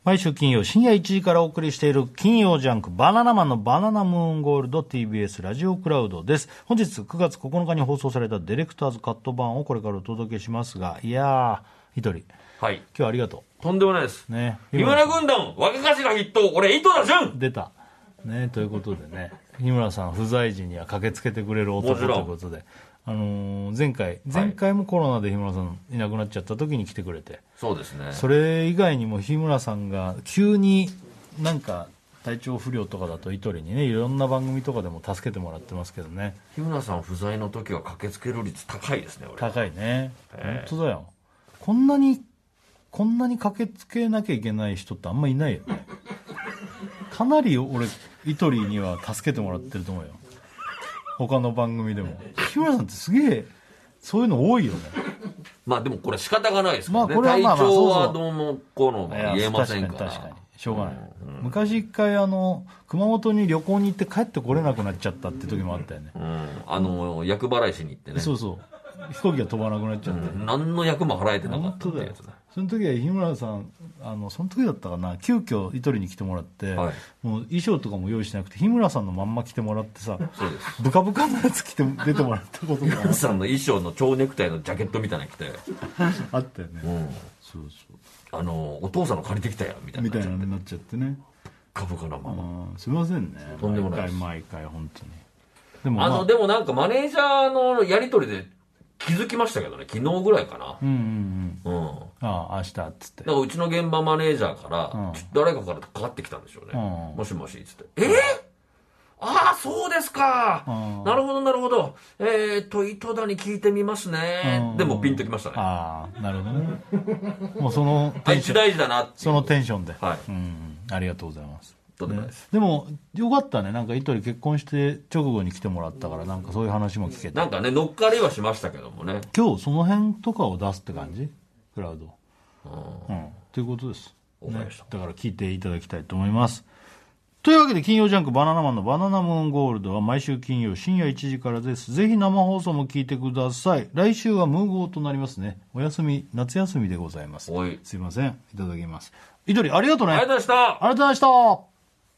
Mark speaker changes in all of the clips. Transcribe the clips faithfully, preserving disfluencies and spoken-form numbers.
Speaker 1: 毎週金曜深夜いちじからお送りしている金曜ジャンクバナナマンのバナナムーンゴールド ティービーエス ラジオクラウドです。本日くがつここのかに放送されたディレクターズカット版をこれからお届けしますが、いやー、ひとり、
Speaker 2: はい、
Speaker 1: 今日はありがと
Speaker 2: う。とんでもないです。
Speaker 1: ね、
Speaker 2: 日村軍団若頭筆頭、俺井戸田潤
Speaker 1: 出た。ね、ということでね、日村さん不在時には駆けつけてくれる男ということで、あのー、前回前回もコロナで日村さんいなくなっちゃった時に来てくれて、
Speaker 2: そうですね。
Speaker 1: それ以外にも日村さんが急になんか体調不良とかだとイトリにね、いろんな番組とかでも助けてもらってますけどね。
Speaker 2: 日村さん不在の時は駆けつける率高いですね。俺
Speaker 1: 高いね、本当だよ。こんなにこんなに駆けつけなきゃいけない人ってあんまいないよね。かなり俺イトリには助けてもらってると思うよ、他の番組でも。日村さんってすげえそういうの多いよね。
Speaker 2: まあでもこれ仕方がないですからね、
Speaker 1: まあ、これはまあまあ
Speaker 2: 体調はどうもこうの言えませんから。
Speaker 1: 確かに確かにしょうがない、うんうん、昔一回あの熊本に旅行に行って帰ってこれなくなっちゃったって時もあったよね、
Speaker 2: うん、あの厄払いしに行ってね。
Speaker 1: そうそう、飛行機が飛ばなくなっちゃって、うん、
Speaker 2: 何の役も払えてなかったってやつね。
Speaker 1: その時は日村さん、あのその時だったかな、急遽イトリに来てもらって、はい、もう衣装とかも用意しなくて日村さんのまんま着てもらってさ、
Speaker 2: そうです、
Speaker 1: ブカブカのやつ着て出てもらったことが
Speaker 2: 日村さんの衣装の蝶ネクタイのジャケットみたいなの着て
Speaker 1: あったよね、うん、そう
Speaker 2: そう、あのお父さんの借りてきたやみたいな
Speaker 1: みたいなのになっちゃってね、
Speaker 2: カブカなまま。
Speaker 1: すいませんね、
Speaker 2: とんでもないです、
Speaker 1: 毎回毎回本当に。でも、
Speaker 2: まあ、
Speaker 1: あ
Speaker 2: のでもなんかマネージャーのやり取りで気づきましたけどね、昨日ぐらいかな。
Speaker 1: うんうんうん。
Speaker 2: うん。
Speaker 1: ああ、明日っつって。
Speaker 2: だからうちの現場マネージャーから、うん、誰かからかかってきたんでしょうね。うん、もしもしっつって。えー、ああ、そうですか。なるほど、なるほど。えーと、井戸田に聞いてみますね。でもピンときましたね。
Speaker 1: ああ、なるほどね。もうその
Speaker 2: テンション。大事だなっていう。
Speaker 1: そのテンションで。
Speaker 2: はい。
Speaker 1: うん。ありがとうございます。
Speaker 2: とんでもないです。
Speaker 1: でも、よかったね。なんか、イトリ結婚して直後に来てもらったから、なんかそういう話も聞けて。
Speaker 2: なんかね、乗っかりはしましたけどもね。
Speaker 1: 今日その辺とかを出すって感じ？クラウド。うん。ということです。
Speaker 2: わかりました。
Speaker 1: だから聞いていただきたいと思います。というわけで、金曜ジャンクバナナマンのバナナムーンゴールドは毎週金曜深夜いちじからです。ぜひ生放送も聞いてください。来週はムーゴーとなりますね。お休み、夏休みでございます。
Speaker 2: おい。
Speaker 1: すいません。いただきます。イトリ、ありがとうね。
Speaker 2: ありがとうございました。
Speaker 1: ありがとうございました。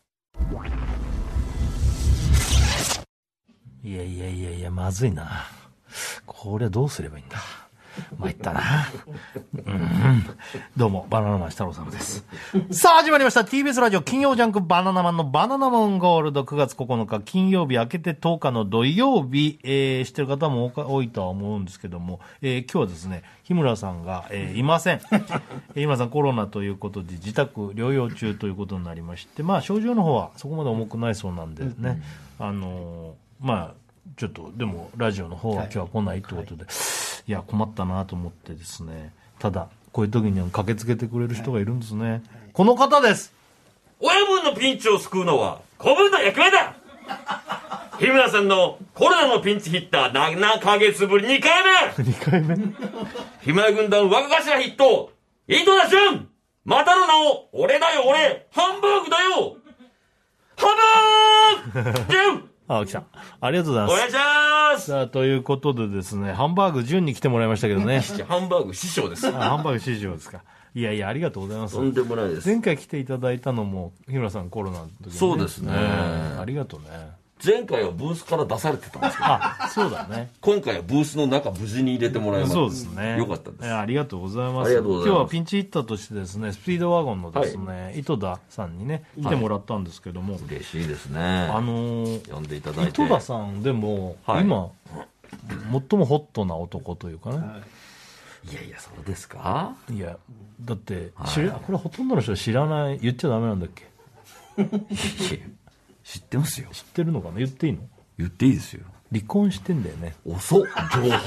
Speaker 1: いやいやいやいや、まずいな。これはどうすればいいんだ。参ったな。うん、どうもバナナマン設楽さんです。さあ始まりました ティービーエス ラジオ金曜ジャンクバナナマンのバナナムーンゴールド、くがつここのか金曜日明けてとおかの土曜日、えー、知ってる方も多いとは思うんですけども、えー、今日はですね日村さんが、えー、いません。日村さんコロナということで自宅療養中ということになりまして、まあ症状の方はそこまで重くないそうなんでね、うん、あのー、まあちょっとでもラジオの方は今日は来ないということで、はいはい、いや困ったなと思ってですね、ただこういう時には駆けつけてくれる人がいるんですね、はいはい、この方です。
Speaker 2: 親分のピンチを救うのは子分の役目だ。日村さんのコロナのピンチヒッターななかげつぶりにかいめ
Speaker 1: にかいめ
Speaker 2: 日村軍団若頭筆頭井戸田潤、またの名を俺だよ俺、ハンバーグだよハンバーグ潤
Speaker 1: あ、来た。ありがとうございます。
Speaker 2: お願いします。
Speaker 1: さあ、ということでですね、ハンバーグ順に来てもらいましたけどね。
Speaker 2: ハンバーグ師匠です。
Speaker 1: あ、ハンバーグ師匠ですか。いやいや、ありがとうございます。
Speaker 2: とんでもないです。
Speaker 1: 前回来ていただいたのも、日村さんコロナの時に、ね。
Speaker 2: そうですね、
Speaker 1: ありがとうね。
Speaker 2: 前回はブースから出されてたんですけど、
Speaker 1: あ、そうだね。
Speaker 2: 今回はブースの中無事に入れてもらいました。
Speaker 1: そうですね。
Speaker 2: よかったです。
Speaker 1: ありがとうございます。
Speaker 2: ありがとうございます。
Speaker 1: 今日はピンチヒッターとしてですね、スピードワゴンのですね、はい、井戸田さんにね来てもらったんですけども、はい、
Speaker 2: 嬉しいですね。
Speaker 1: あのー、
Speaker 2: 呼んでいただいて。
Speaker 1: 井戸田さんでも、はい、今最もホットな男というかね。はい、
Speaker 2: いやいや、そうですか。
Speaker 1: いやだって知ら、これほとんどの人知らない、言っちゃダメなんだっけ。
Speaker 2: 知ってますよ。
Speaker 1: 知ってるのかな、言っていいの。
Speaker 2: 言っていいですよ。
Speaker 1: 離婚してんだよね。
Speaker 2: 遅っ、情報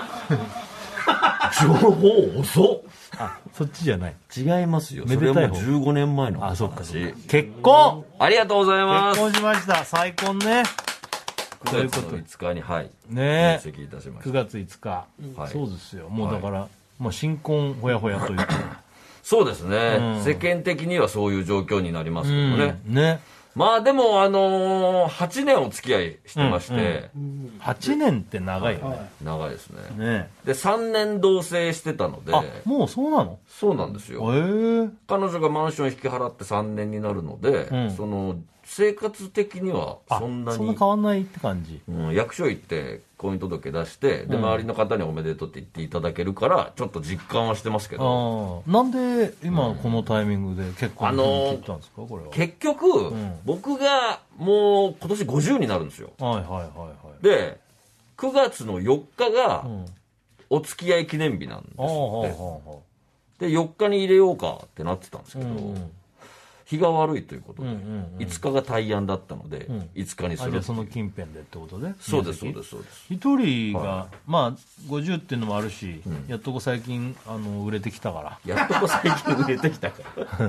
Speaker 2: 情報遅っ。
Speaker 1: あ、そっちじゃない。
Speaker 2: 違いますよ。めでたい方。それもじゅうごねんまえの話。
Speaker 1: あ、そっか。結婚、
Speaker 2: ありがとうございます。
Speaker 1: 結婚しました。再婚ね。
Speaker 2: くがつのいつかに、はい、
Speaker 1: ね、
Speaker 2: 入籍いたしました。
Speaker 1: くがついつか、はい、そうですよ。もうだから、はい、もう新婚ほやほやというか。
Speaker 2: そうですね、うん、世間的にはそういう状況になりますけどね。
Speaker 1: うん、ね。
Speaker 2: まあでも、あのー、はちねんお付き合いしてまして、
Speaker 1: うんうん、はちねんって長いよね。
Speaker 2: 長いですね。
Speaker 1: ね
Speaker 2: で、さんねん同棲してたので。
Speaker 1: あ、もうそうなの？
Speaker 2: そうなんですよ。
Speaker 1: へー。
Speaker 2: 彼女がマンション引き払ってさんねんになるので、うん、その、生活的にはそんなに。
Speaker 1: そんな変わんないって感じ。
Speaker 2: うん、役所行って婚姻届出して、で、周りの方におめでとうって言っていただけるから、ちょっと実感はしてますけど。
Speaker 1: あ、なんで今このタイミングで結婚に切ったんですか、これは。
Speaker 2: 結局、うん、僕がもう今年ごじゅうになるんですよ。
Speaker 1: はいはいはいはい。
Speaker 2: で、くがつのよっかがお付き合い記念日なんですって。で、よっかに入れようかってなってたんですけど、うんうん、日が悪いということで、うんうんうん、いつかが大安だったので、うん、いつかにする。あ、
Speaker 1: じゃあその近辺でってことで？
Speaker 2: そうですそうですそうです。
Speaker 1: 一人が、はい、まあごじゅうっていうのもあるし、うん、やっとこ最近あの売れてきたから。
Speaker 2: やっとこ最近売れてきたから。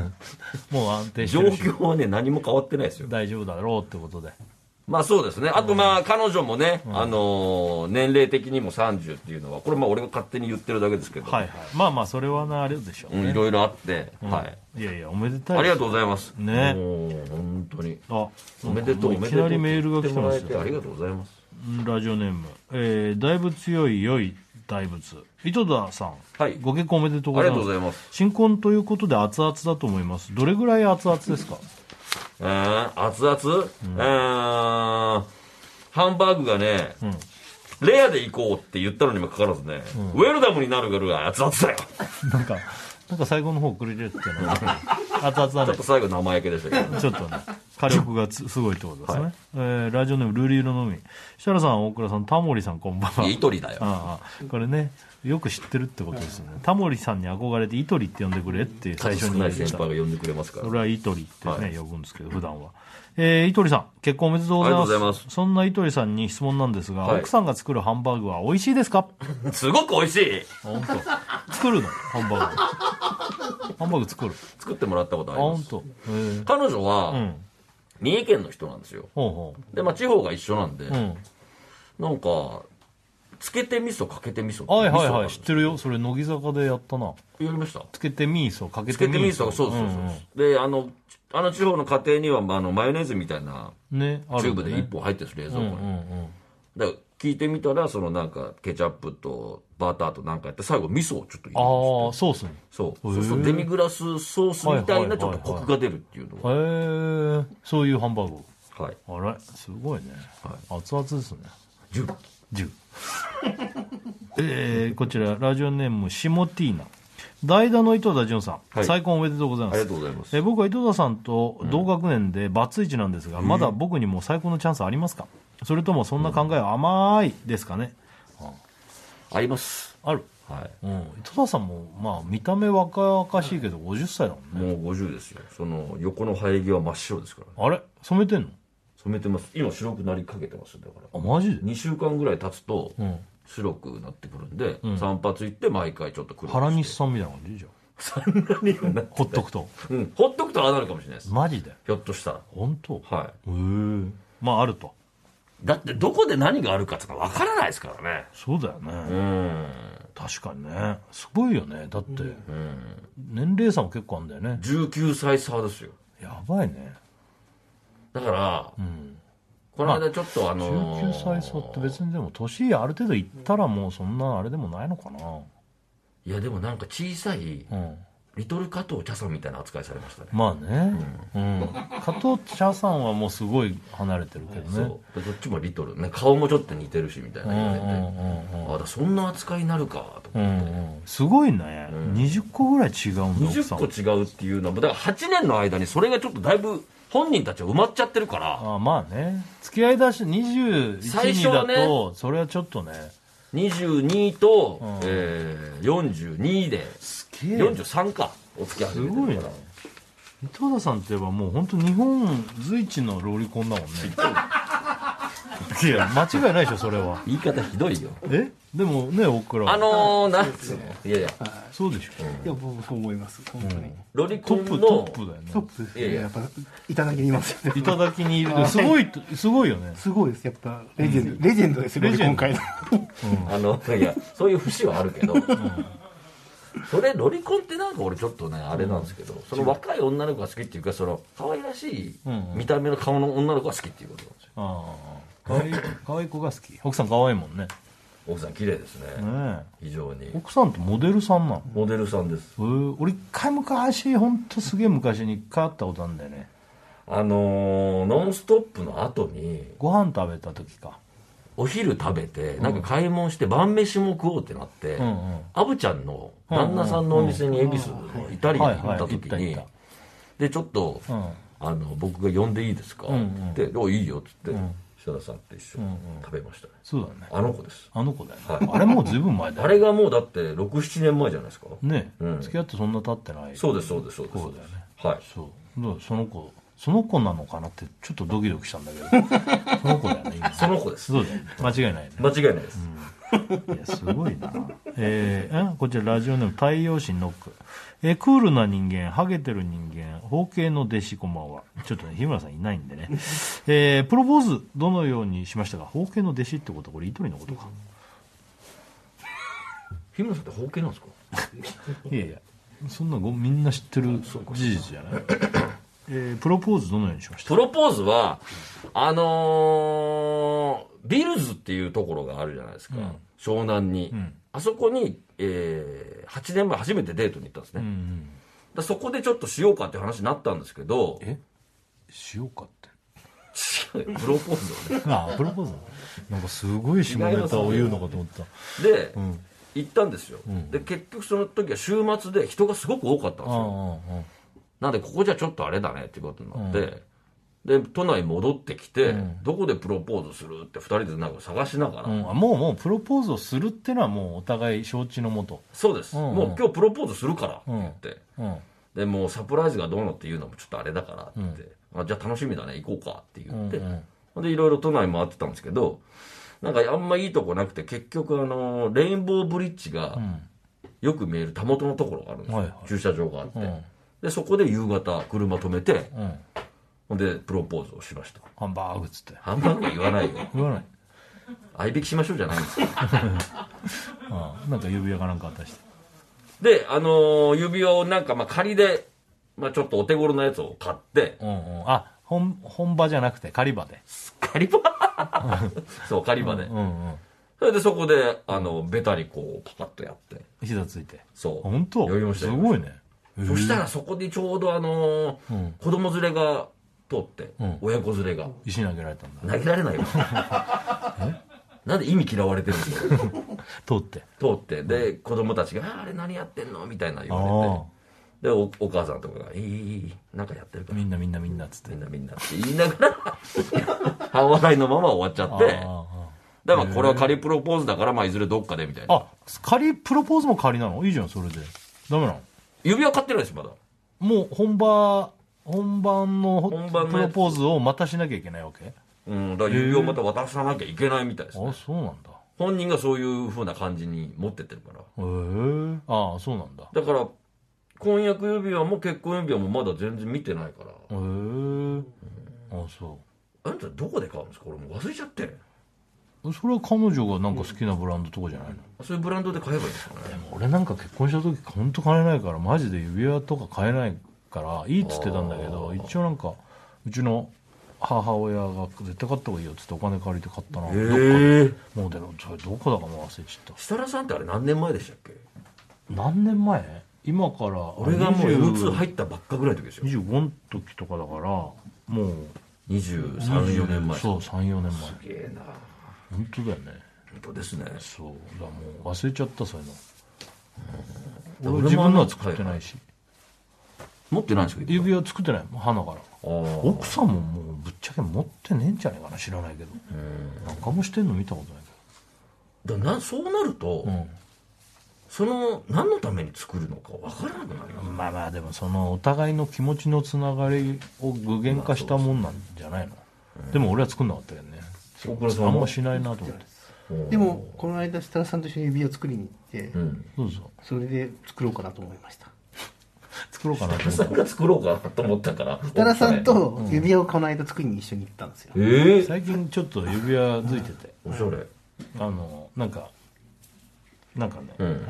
Speaker 1: もう安定してるし。
Speaker 2: 状況はね何も変わってないですよ。
Speaker 1: 大丈夫だろうってことで。
Speaker 2: まあそうですね。あとまあ彼女もね、うん、あのー、年齢的にもさんじゅうっていうのは、これまあ俺が勝手に言ってるだけですけど。
Speaker 1: はいはい。まあまあそれはなあれでしょうね。
Speaker 2: うん、いろいろあって、うん、はい。
Speaker 1: いやいや、おめでたい。
Speaker 2: ありがとうございます。
Speaker 1: ね。
Speaker 2: もう本当に。
Speaker 1: あ、
Speaker 2: おめでとう、おめでとう。
Speaker 1: いきなりメールが来てますよ。
Speaker 2: ありがとうございます。
Speaker 1: ラジオネーム、えー、だいぶ強い良い大仏。井戸田さん、
Speaker 2: はい、
Speaker 1: ご結婚おめでとうございます。
Speaker 2: ありがとうございます。
Speaker 1: 新婚ということで熱々だと思います。どれぐらい熱々ですか？
Speaker 2: えー、熱々、うん、えー、ハンバーグがね、うん、レアで行こうって言ったのにもかかわらずね、うん、ウェルダムになるぐらい熱々だよ。
Speaker 1: なんか、なんか最後の方くれるっていうのは、熱々だね。
Speaker 2: ちょっと最後生焼けでしたけど、
Speaker 1: ちょっとね、火力がつすごいってことですね。はい、えー、ラジオネームルーリー色のみ。設楽さん、大倉さん、タモリさん、こんばんは。
Speaker 2: イトリだよ。
Speaker 1: ああ、これね、よく知ってるってことですね。タモリさんに憧れてイトリって呼んでくれって最初に言
Speaker 2: った。先輩が呼んでくれますから。
Speaker 1: それはイトリってね、はい、呼ぶんですけど、普段は。えー、イトリさん、結婚おめでとうございます。ありがとうございます。そんなイトリさんに質問なんですが、はい、奥さんが作るハンバーグは美味しいですか？
Speaker 2: すごく美味しい。
Speaker 1: 本当。作るのハンバーグ。ハンバーグ作る。
Speaker 2: 作ってもらったことあります。
Speaker 1: 本当。
Speaker 2: 彼女は、うん、三重県の人なんですよ。
Speaker 1: ほうほう。
Speaker 2: で、まあ地方が一緒なんで、うん、なんか、つけて味噌かけて味噌。
Speaker 1: はいはいはい、知ってるよ。それ乃木坂でやったな。
Speaker 2: やりました。
Speaker 1: つけて味噌かけて味噌。
Speaker 2: つけて味噌、そうそうそう。うんうん、で、あの、あの地方の家庭には、まあ、あのマヨネーズみたいな、
Speaker 1: ね、
Speaker 2: チューブでいっぽん入ってるんです、冷蔵庫に。うんうんうん、だから聞いてみたら、そのなんか、ケチャップとバターとなんかやって、最後味噌をちょっと入れるんですよ。
Speaker 1: ああ、ソースに。
Speaker 2: そう。そうそう、デミグラスソースみたいなちょっとコクが出るっていうのが。
Speaker 1: へえー、そういうハンバーグ。
Speaker 2: はい。
Speaker 1: あれすごいね。はい、熱々ですね。
Speaker 2: じゅう。
Speaker 1: じゅう。えー、こちら、ラジオネーム、シモティーナ。代打の井戸田潤さん、はい、再婚おめでとうございます。
Speaker 2: ありがとうございます。
Speaker 1: えー、僕は井戸田さんと同学年でバツイチなんですが、うん、まだ僕にも再婚のチャンスありますか？それともそんな考えは甘いですかね？
Speaker 2: うん、あります。
Speaker 1: ある。
Speaker 2: はい。
Speaker 1: うん、井戸田さんも、まあ、見た目若々しいけどごじゅっさいだもんね。
Speaker 2: もうごじゅうですよ。その横の生え際真っ白ですから、
Speaker 1: ね。あれ染めてんの？
Speaker 2: 染めてます。今白くなりかけてます。だから。
Speaker 1: あ、マジで？
Speaker 2: にしゅうかんぐらい経つと、うん、白くなってくるんで、うん、散髪行って毎回ちょっと黒くして。
Speaker 1: 原西さんみたいな感じじゃん。
Speaker 2: そんなにはなって
Speaker 1: ほっとくと。
Speaker 2: うん。ほっとくとああなるかもしれないです。
Speaker 1: マジで？
Speaker 2: ひょっとしたら。
Speaker 1: 本当？
Speaker 2: はい。
Speaker 1: へえ。まああると。
Speaker 2: だってどこで何があるかとかわからないですからね。
Speaker 1: そうだよね。
Speaker 2: うん。
Speaker 1: 確かにね。すごいよね。だって、うん、年齢差も結構あるんだよね。
Speaker 2: じゅうきゅうさい差ですよ。
Speaker 1: やばいね。
Speaker 2: だから、うん、この間ちょっとあのー、
Speaker 1: じゅうきゅうさい差って別にでも年ある程度いったらもうそんなあれでもないのかな。
Speaker 2: いやでもなんか小さい、うん、リトル加藤茶さんみたいな扱いされましたね。
Speaker 1: まあね、うんうん、加藤茶さんはもうすごい離れてるけどね。
Speaker 2: そうどっちもリトル、ね、顔もちょっと似てるしみたいな言われて、うんうんうんうん、あだそんな扱いになるかと思って、うんうん、
Speaker 1: すごいね、うん、にじゅっこぐらい違うんだ。
Speaker 2: にじゅっこ違うっていうのはだからはちねんの間にそれがちょっとだいぶ本人たちは埋まっちゃってるから。
Speaker 1: ああまあね、付き合いだしにじゅういちにだと、ね、それはちょっとね
Speaker 2: にじゅうにと、うんえー、よんじゅうにですげえよんじゅうさんかお付き合い始めてるから。すごいな。
Speaker 1: 井戸田さんって言えばもう本当日本随一のロリコンだもんね。いや間違いないでしょそれは。
Speaker 2: 言い方ひどいよ。
Speaker 1: えでもね僕ら
Speaker 2: あのー、なんつうのいやいや
Speaker 1: そうでしょ、
Speaker 3: うん、いや僕そう思います本当に、うん、
Speaker 2: ロリコンのト
Speaker 1: ップだよね。
Speaker 3: トップですね。いやいややっぱ頂にいますよね。
Speaker 1: 頂にいるすごいすごいよね。
Speaker 3: すごいですやっぱレジェンド、うん、レジェンドですよね今回の、
Speaker 2: うん、あのいやそういう節はあるけど、うん、 それロリコンってなんか俺ちょっとねあれなんですけど、その若い女の子が好きっていうか、その可愛らしい見た目の顔の女の子が好きっていうことなんですよ。
Speaker 1: ああ可愛い可愛い子が好き。奥さん可愛いもんね。
Speaker 2: 奥さん綺麗ですね。
Speaker 1: ね
Speaker 2: 非常に。
Speaker 1: 奥さんってモデルさんなの？
Speaker 2: モデルさんです。
Speaker 1: えー、俺一回昔本当すげえ昔に一回会ったことあるんだよね。
Speaker 2: あのー、ノンストップの後に
Speaker 1: ご飯食べた時か。
Speaker 2: お昼食べてなんか買い物して晩飯も食おうってなって、うんうん、アブちゃんの旦那さんのお店に恵比寿のイタリアンに行った時に、でちょっと、うん、あの僕が呼んでいいですか、うんうん、っておいいよっつって、うん、設楽さんと一緒に食べましたね、
Speaker 1: うんうん、そうだね。
Speaker 2: あの子です。
Speaker 1: あの子だよね、はい、あれもうずいぶん前だよ。
Speaker 2: あれがもうだってろく、ななねんまえじゃないですか
Speaker 1: ね、うん、付き合ってそんな経ってない。
Speaker 2: そうですそうですそうです。
Speaker 1: そうだよね。
Speaker 2: はい。
Speaker 1: そうその子その子なのかなってちょっとドキドキしたんだけどその子だよね今。
Speaker 2: その子です。
Speaker 1: そうだよね。間違いないね。
Speaker 2: 間違いないです、
Speaker 1: うん、いやすごいな。えー、こちらラジオネーム太陽神ノック。えー、クールな人間、ハゲてる人間、包茎の弟子、こんばんは。ちょっとね日村さんいないんでね、えー、プロポーズどのようにしましたか。包茎の弟子ってことはこれ糸りのことか。
Speaker 2: 日村さんって包茎なんですか？
Speaker 1: いやいやそんなごみんな知ってる事実じゃない。えー、プロポーズどのようにしました？
Speaker 2: プロポーズはあのー、ビルズっていうところがあるじゃないですか、うん、湘南に、うん、あそこに、えー、はちねんまえ初めてデートに行ったんですね、うんうん、だそこでちょっとしようかっていう話になったんですけど。
Speaker 1: えしようかって
Speaker 2: プロポーズをね
Speaker 1: ああプロポーズなんかすごい下ネタを言うのかと思った。
Speaker 2: で、うん、行ったんですよ、うん、で結局その時は週末で人がすごく多かったんですよ。なんでここじゃちょっとあれだねっていうことになって、うん、で都内戻ってきて、うん、どこでプロポーズするってふたりでなんか探しながら、うん、
Speaker 1: もうもうプロポーズをするっていうのはもうお互い承知のもと。
Speaker 2: そうです、うんうん、もう今日プロポーズするからって言って、うんうん、でもうサプライズがどうのっていうのもちょっとあれだからって言って、うん、あじゃあ楽しみだね行こうかって言って、うんうん、でいろいろ都内回ってたんですけど、なんかあんまいいとこなくて結局あのレインボーブリッジがよく見えるたもとのところがあるんですよ、はいはい、駐車場があって、うん、でそこで夕方車止めて、うん、ほんでプロポーズをしました。
Speaker 1: ハンバーグっつって。
Speaker 2: ハンバーグは言わないよ
Speaker 1: 言わない。
Speaker 2: 合いびきしましょうじゃないんですか
Speaker 1: ああなんか指輪かなんか渡して、
Speaker 2: であのー、指輪をなんかまあ仮で、まあ、ちょっとお手頃なやつを買って、
Speaker 1: うんうん、あ 本, 本場じゃなくて仮場で。
Speaker 2: 仮場そう仮場で、うんうんうん、それでそこであのベタにこうパカッとやって
Speaker 1: 膝ついて。
Speaker 2: そう
Speaker 1: 本当
Speaker 2: 酔いましたよ。
Speaker 1: すごいね。
Speaker 2: そしたらそこでちょうどあのーうん、子供連れが通って、うん、親子連れが
Speaker 1: 石投げられたんだ。
Speaker 2: 投げられないよなんで意味嫌われてるんですか
Speaker 1: 通って
Speaker 2: 通ってで子供たちが あ, あれ何やってんのみたいな言われて、で お, お母さんとかがいいいいなんかやってるから
Speaker 1: みんなみんなみんなっつって
Speaker 2: みんなみんなって言いながら半笑いのまま終わっちゃって、だからこれは仮プロポーズだから、まあ、いずれどっかでみたいな。
Speaker 1: あ仮プロポーズも仮なの？いいじゃんそれで。ダメなの？
Speaker 2: 指輪買ってないですまだ。
Speaker 1: もう本場本番の本番のプロポーズをまたしなきゃいけないわけ？
Speaker 2: うん、だから指輪をまた渡さなきゃいけないみたいですね。
Speaker 1: あそうなんだ。
Speaker 2: 本人がそういう風な感じに持ってってるから。
Speaker 1: へえ。ああそうなんだ。
Speaker 2: だから婚約指輪も結婚指輪もまだ全然見てないから。へえ、うん、
Speaker 1: あそう。
Speaker 2: あんたどこで買うんですか？俺もう忘れちゃって。
Speaker 1: それは彼女がなんか好きなブランドとかじゃないの？
Speaker 2: そういうブランドで買えばいいんですかね。
Speaker 1: でも俺なんか結婚した時本当買えないからマジで指輪とか買えないからいいっつってたんだけど、一応なんかうちの母親が絶対買った方がいいよっつってお金借りて買ったな。へえ。もうでもそれどこだかもう忘れちゃった。
Speaker 2: 設楽さんってあれ何年前でしたっけ？
Speaker 1: 何年前？今から
Speaker 2: 俺がもう エムツー 入ったばっかぐらいの時ですよ。
Speaker 1: にじゅうごの時とかだからもう
Speaker 2: にじゅうさん、よねんまえ。
Speaker 1: そうさん、よねんまえ。
Speaker 2: すげえな。
Speaker 1: 本当だよね。
Speaker 2: 本当ですね。
Speaker 1: そうだもう忘れちゃったそういうの。俺自分のは作ってないし。
Speaker 2: 持ってないんですか？
Speaker 1: 指輪作ってないもん花から。奥さんももうぶっちゃけ持ってねえんじゃないかな知らないけど。なんかもしてんの見たことない
Speaker 2: けど。だなそうなると、うん、その何のために作るのか分からなくなるよね。
Speaker 1: まあまあでもそのお互いの気持ちのつながりを具現化したもんなんじゃないの。うん、でも俺は作んなかったけどね。あんましないなと思って。
Speaker 3: でもこの間設楽さんと一緒に指輪作りに行って、うん、
Speaker 1: そうそう
Speaker 3: それで作ろうかなと思いました。
Speaker 1: 作ろうかなと思った。
Speaker 2: 設楽さんが作ろうかなと思ったから。
Speaker 3: 設楽さんと指輪をこの間作りに一緒に行ったんですよ。
Speaker 1: えー、最近ちょっと指輪付いてて、
Speaker 2: おしゃれ。
Speaker 1: あのなんかなんかね、うん、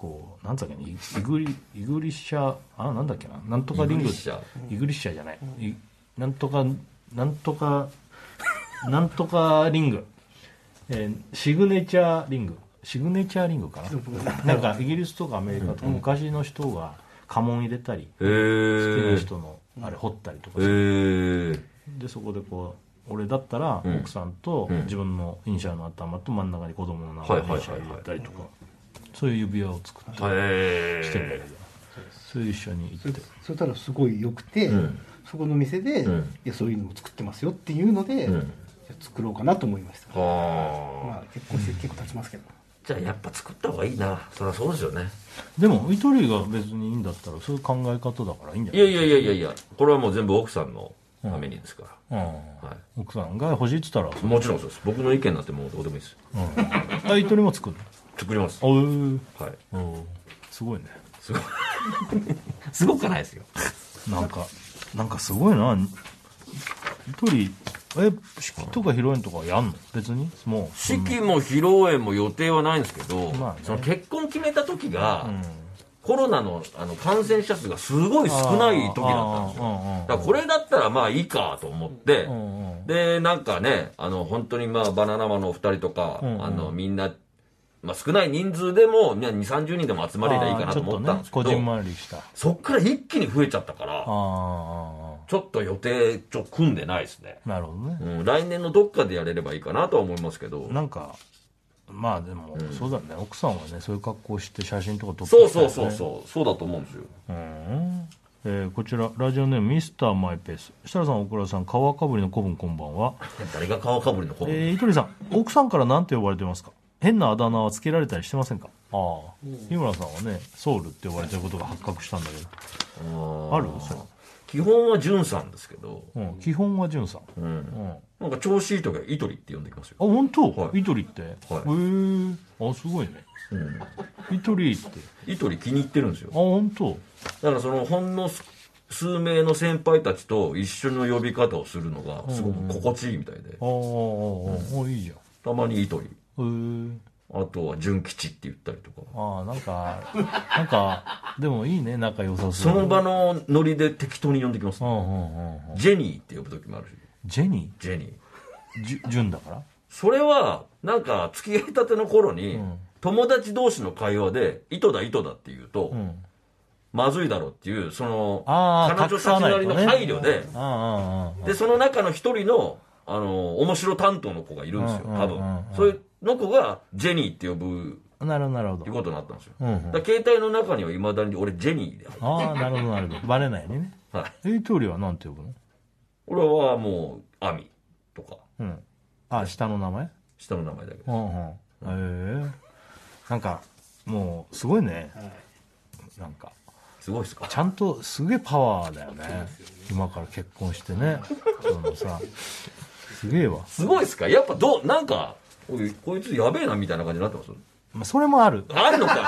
Speaker 1: こうなんつうかね、イグリイグリッシャー、あなんだっけな、なんとかリング、
Speaker 2: イグリッシャー
Speaker 1: イグリッシャーじゃない、いなんとかなんとかなんとかリング、えーシグネチャーリング、シグネチャーリングかな。なんかイギリスとかアメリカとか昔の人が家紋入れたり、
Speaker 2: へ
Speaker 1: 好きな
Speaker 2: ー
Speaker 1: 人のあれ掘ったりとか
Speaker 2: へ
Speaker 1: して、
Speaker 2: ー
Speaker 1: でそこでこう俺だったら
Speaker 2: ん
Speaker 1: 奥さんと自分のイニシャルの頭と真ん中に子供の名前のイニシャル入れたりとか、そういう指輪を作って
Speaker 2: へ
Speaker 1: してるんだけ
Speaker 2: ー
Speaker 1: ど、それ一緒に行って、
Speaker 3: そしたらすごい良くて、
Speaker 2: うん
Speaker 3: そこの店で、
Speaker 2: うん
Speaker 3: いやそういうのも作ってますよっていうので、
Speaker 2: うん
Speaker 3: じゃあ作ろうかなと思いました。
Speaker 2: はあ
Speaker 3: まあ結婚して結構経ちますけど、
Speaker 2: じゃあやっぱ作った方がいいな。そりゃそうですよね。
Speaker 1: でもイトリが別にいいんだったらそういう考え方だからいいんじゃない？
Speaker 2: いやいやいやいやいや、これはもう全部奥さんのためにですから、
Speaker 1: うん、
Speaker 2: は
Speaker 1: 奥さんが欲しいって言ったら
Speaker 2: い、もちろんそうです。僕の意見なんてもうどうでもいいです。
Speaker 1: うん、あイトリも作る
Speaker 2: 作ります。
Speaker 1: の？おー
Speaker 2: はい。
Speaker 1: おーすごいね。
Speaker 2: すごいすごくないですよ。
Speaker 1: なんかなんかすごいな。イトリえ式とか披露宴とかやんの？別にもう
Speaker 2: 式も披露宴も予定はないんですけど、
Speaker 1: まあね
Speaker 2: その結婚決めた時が、
Speaker 1: うん
Speaker 2: コロナのあの感染者数がすごい少ない時だったんですよ。だからこれだったらまあいいかと思って、
Speaker 1: うんうん
Speaker 2: でなんかね、あの本当にまあバナナマンのお二人とか、
Speaker 1: うんうん
Speaker 2: あのみんな、まあ、少ない人数でもにじゅう、さんじゅうにんでも集まればいいかなと思ったんですけど、
Speaker 1: あーちょっとね、こじんまりした。
Speaker 2: そっから一気に増えちゃったから
Speaker 1: ああ
Speaker 2: ちょっと予定ちょ組んでないですね、
Speaker 1: なるほどね。
Speaker 2: うん、来年のどっかでやれればいいかなとは思いますけど、
Speaker 1: なんかまあでも、
Speaker 2: うん
Speaker 1: そうだね、奥さんはねそういう格好して写真とか撮って
Speaker 2: そう
Speaker 1: きたよね。
Speaker 2: そうそうそうそうだと思うんですよ。
Speaker 1: うん、えーこちらラジオネームミスターマイペース、設楽さん、大倉さん、川かぶりの古文こんばんは。
Speaker 2: 誰が川かぶりの方、
Speaker 1: えー、糸鳥さん、奥さんから何て呼ばれてますか？変なあだ名はつけられたりしてませんか？ああ、日村さんはねソウルって呼ばれてることが発覚したんだけど、
Speaker 2: あ
Speaker 1: あるそれ？
Speaker 2: 基本は潤さんですけど、
Speaker 1: うん、基本は潤さん。
Speaker 2: うん
Speaker 1: うん、あ
Speaker 2: なんか調子いい時はイトリって呼んできますよ。
Speaker 1: 本当？
Speaker 2: はい
Speaker 1: イトリって、へ
Speaker 2: はい
Speaker 1: え、あすごいね、
Speaker 2: うん、
Speaker 1: イトリって
Speaker 2: イトリ気に入ってるんですよ。
Speaker 1: あ本当？
Speaker 2: だからそのほんの数数名の先輩たちと一緒の呼び方をするのがすごく心地いいみたいで、
Speaker 1: ああ、ああ、いいじゃん。
Speaker 2: たまにイトリ、
Speaker 1: へえ。
Speaker 2: あとは純吉って言ったりとか、
Speaker 1: ああ、なんか、なんか、でもいいね、仲良さそう。
Speaker 2: その場のノリで適当に呼んできます、
Speaker 1: うんうんうんうん。
Speaker 2: ジェニーって呼ぶ時もあるし、
Speaker 1: ジェニ
Speaker 2: ジェニー
Speaker 1: ーじゅ純だから
Speaker 2: それはなんか付き合いたての頃に、
Speaker 1: うん
Speaker 2: 友達同士の会話で糸だ糸だって言うと、
Speaker 1: うん。
Speaker 2: まずいだろうっていうその
Speaker 1: ああ、
Speaker 2: 彼女たちなりの配慮で、
Speaker 1: ああ、ああ、ああ。
Speaker 2: でその中の一人のあの面白担当の子がいるんですよ、
Speaker 1: うん
Speaker 2: 多
Speaker 1: うんうんうん
Speaker 2: 分そういうの子がジェニーって呼ぶ
Speaker 1: なるほど、なるほど。
Speaker 2: っていうことになったんですよ、
Speaker 1: うんうん
Speaker 2: だから携帯の中にはいまだに俺ジェニーで入って
Speaker 1: ああ、なるほど、なるほど。バレないようにね。
Speaker 2: る、はい、
Speaker 1: えイトリはなんて呼ぶの？
Speaker 2: 俺はもうアミとか
Speaker 1: うん。あ、下の名前？
Speaker 2: 下の名前だけど、
Speaker 1: うんうん。へえ。なんか、もう、すごいね。なんか。
Speaker 2: すごいですか？
Speaker 1: ちゃんとすげえパワーだよね。今から結婚してね。そのさ、すげえわ。
Speaker 2: すごいですか？やっぱどうなんかおいこいつやべえなみたいな感じになってます？
Speaker 1: まあ、それもある。
Speaker 2: あんのかい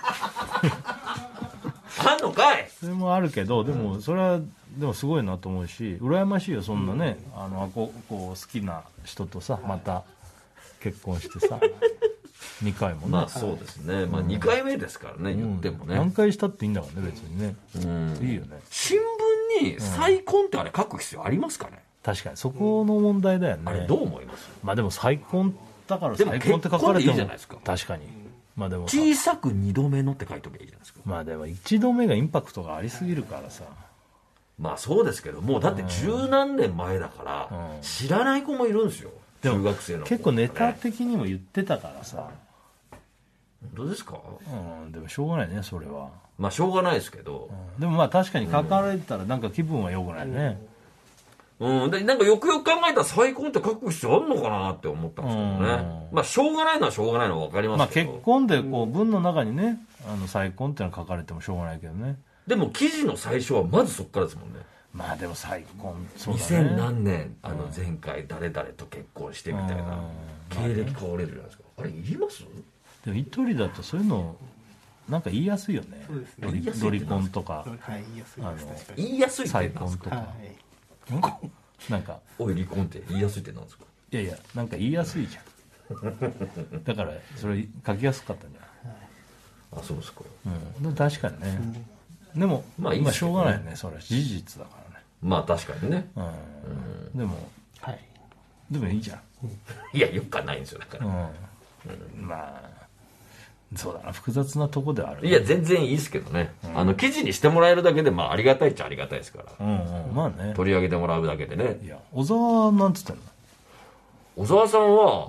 Speaker 2: あんのかい
Speaker 1: それもあるけど、でも、それは、でもすごいなと思うし、羨ましいよ、そんなね、あの、こう、こう好きな人とさ、また結婚してさ、にかいもね。
Speaker 2: まあそうですね、まあにかいめですからね、言ってもね、
Speaker 1: 何回したっていいんだからね、別にね。
Speaker 2: うん
Speaker 1: いいよね。
Speaker 2: 新聞に再婚ってあれ書く必要ありますかね、
Speaker 1: 確かに、そこの問題だよね。
Speaker 2: あれどう思います？
Speaker 1: まあでも再婚だから
Speaker 2: でも
Speaker 1: 再婚って書かれても
Speaker 2: 結婚でいいじゃないですか
Speaker 1: 確かに。まあでもさ
Speaker 2: 小さくにどめのって書いとけばいいじゃないですか。
Speaker 1: まあでも一度目がインパクトがありすぎるからさ。
Speaker 2: まあそうですけどもうだって十何年前だから
Speaker 1: うん
Speaker 2: 知らない子もいるんですよ、
Speaker 1: でも
Speaker 2: 中学生の子、
Speaker 1: 結構ネタ的にも言ってたからさ。
Speaker 2: 本当ですか？
Speaker 1: うん、でもしょうがないね、それは。
Speaker 2: まあしょうがないですけど、
Speaker 1: でもまあ確かに書かれてたらなんか気分は良くないね。
Speaker 2: うん、でなんかよくよく考えたら再婚って書く必要あるのかなって思ったんですけどね、
Speaker 1: うん
Speaker 2: まあしょうがないのはしょうがないのは分かり
Speaker 1: まあ
Speaker 2: ますけど、
Speaker 1: 結婚でこう文の中にね、あの再婚っていうのは書かれてもしょうがないけどね。
Speaker 2: でも記事の最初はまずそこからですもんね。
Speaker 1: まあでも再婚、そうだね。
Speaker 2: にせん何年あの前回誰々と結婚してみたいな
Speaker 1: うん
Speaker 2: 経歴変われるじゃないですか。あれいります？
Speaker 1: でも一人だとそういうのなんか言いやすいよね。
Speaker 3: そうですね
Speaker 1: ロリ
Speaker 2: 言いやすい
Speaker 1: ロリ
Speaker 2: ってなんです
Speaker 1: コンとか、
Speaker 3: はい言いやすいです
Speaker 1: あの
Speaker 3: 確かに
Speaker 2: 言いやすいって
Speaker 1: 再
Speaker 2: なんですか？
Speaker 1: 婚とか。
Speaker 3: はい
Speaker 1: なんか、
Speaker 2: おい離婚って言いやすいってなんですか？
Speaker 1: いやいや、なんか言いやすいじゃん。だから、それ書きやすかったんじゃない？
Speaker 2: あ、そうですか。
Speaker 1: うん、で確かにね、うん、でもまあ今しょうがないよね、それは事実だからね。
Speaker 2: まあ確かにね、
Speaker 1: うんうん、でも、
Speaker 3: はい、
Speaker 1: でもいいじゃん。
Speaker 2: いやよくはないんですよだから、うん
Speaker 1: うん、まあそうだな、複雑なとこではある、ね、
Speaker 2: いや全然いいですけどね、うん、あの記事にしてもらえるだけでまあありがたいっちゃありがたいですから、
Speaker 1: うんうん、まあね、
Speaker 2: 取り上げてもらうだけでね。
Speaker 1: いや小沢はなんつってんの？
Speaker 2: 小沢さんは、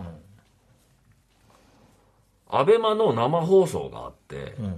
Speaker 2: うん、アベマの生放送があって、うん、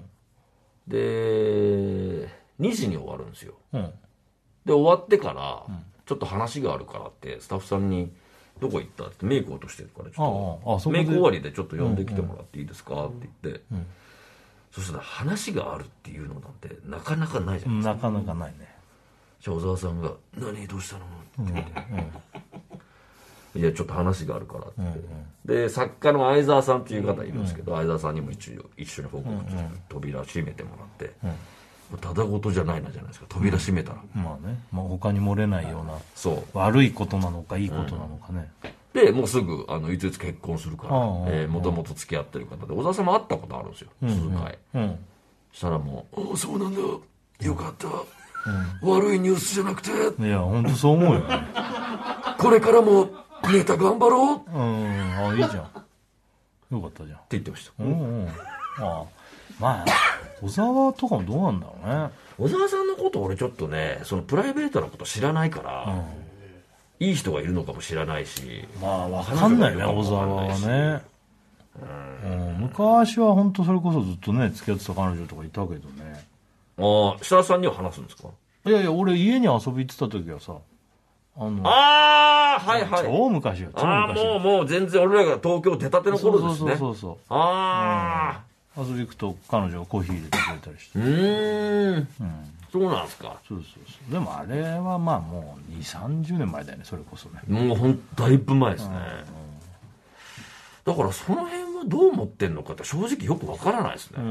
Speaker 2: でにじに終わるんですよ、うん、で終わってから、うん、ちょっと話があるからってスタッフさんにどこ行ったってメイク落としてるからちょっとメイク終わりでちょっと呼んできてもらっていいですか、うんうん、って言って、うん、そしたら話があるっていうのなんてなかなかないじゃないですか。
Speaker 1: なかなかないね。
Speaker 2: じゃあ小沢さんが「何どうしたの?」って言って、うんうん、いやちょっと話があるからって、うんうん、で作家の相沢さんっていう方いるんですけど、うん、相沢さんにも一応一緒に報告して、うんうん、扉閉めてもらって、うん、ただ事じゃないなじゃないですか、扉閉めたら、
Speaker 1: うん、まあね、まあ、他に漏れないような、そう悪いことなのかいいことなのかね、
Speaker 2: うん、でもうすぐあのいついつ結婚するからもともと付き合ってる方で小沢さんも会ったことあるんですよ、数回、うんうん、したらもう「ああそうなんだよかった、うん、悪いニュースじゃなくて」
Speaker 1: いや本当そう思うよね
Speaker 2: これからもネタ頑張ろう、
Speaker 1: うん、あいいじゃん、よかったじゃんって
Speaker 2: 言ってました、
Speaker 1: うんうん、あまあ小沢とかもどうなんだろうね。
Speaker 2: 小沢さんのこと俺ちょっとねそのプライベートなこと知らないから、うん、いい人がいるのかもしれないし、
Speaker 1: まあ分かんないね小沢はね、うん、うん、昔は本当それこそずっとね付き合ってた彼女とかいたけどね。
Speaker 2: ああ設楽さんには話すんですか？
Speaker 1: いやいや俺家に遊び行ってた時はさ
Speaker 2: あのああはいはい
Speaker 1: 超昔よ、超昔よ。
Speaker 2: ああもうもう全然俺らが東京出たての頃ですね。
Speaker 1: そうそうそうそう
Speaker 2: ああ、
Speaker 1: うん、遊び行くと彼女がコーヒー入れてくれたりして、う
Speaker 2: ーん、うん、そうなんですか。
Speaker 1: そうそうそう。でもあれはまあもうにじゅうさんじゅうねんまえだよね、それこそね。
Speaker 2: もうほんだいぶ前ですね、うん、だからその辺はどう思ってんのかって正直よくわからないですね。うん、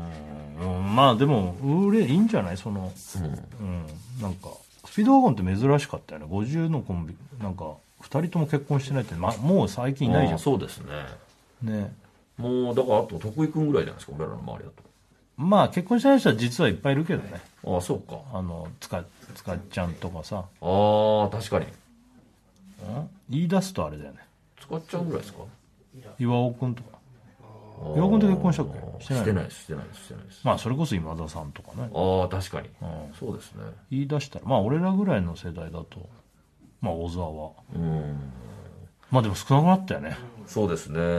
Speaker 1: うん、まあでも売れいいんじゃないその、うんうん、なんかスピードワゴンって珍しかったよね。ごじゅうのコンビなんかふたりとも結婚してないって、ま、もう最近いないじゃん。
Speaker 2: そうですね。
Speaker 1: ね、
Speaker 2: もうだからあと徳井君ぐらいじゃないですか俺らの周りだと。
Speaker 1: まあ結婚してない人は実はいっぱいいるけどね。
Speaker 2: ああそうか。
Speaker 1: あのつかつかちゃんとかさ。
Speaker 2: ああ確かに。ん
Speaker 1: 言い出すとあれだよね。
Speaker 2: つかちゃんぐらいですか。
Speaker 1: 岩尾君とか。岩尾君と結婚したっけ？
Speaker 2: してない。してないですしてないですしてないです。
Speaker 1: まあそれこそ今田さんとかね。
Speaker 2: ああ確かに、うん、そうですね。
Speaker 1: 言い出したらまあ俺らぐらいの世代だとまあ小沢はうんまあでも少なくなったよね。
Speaker 2: そうですね、うん、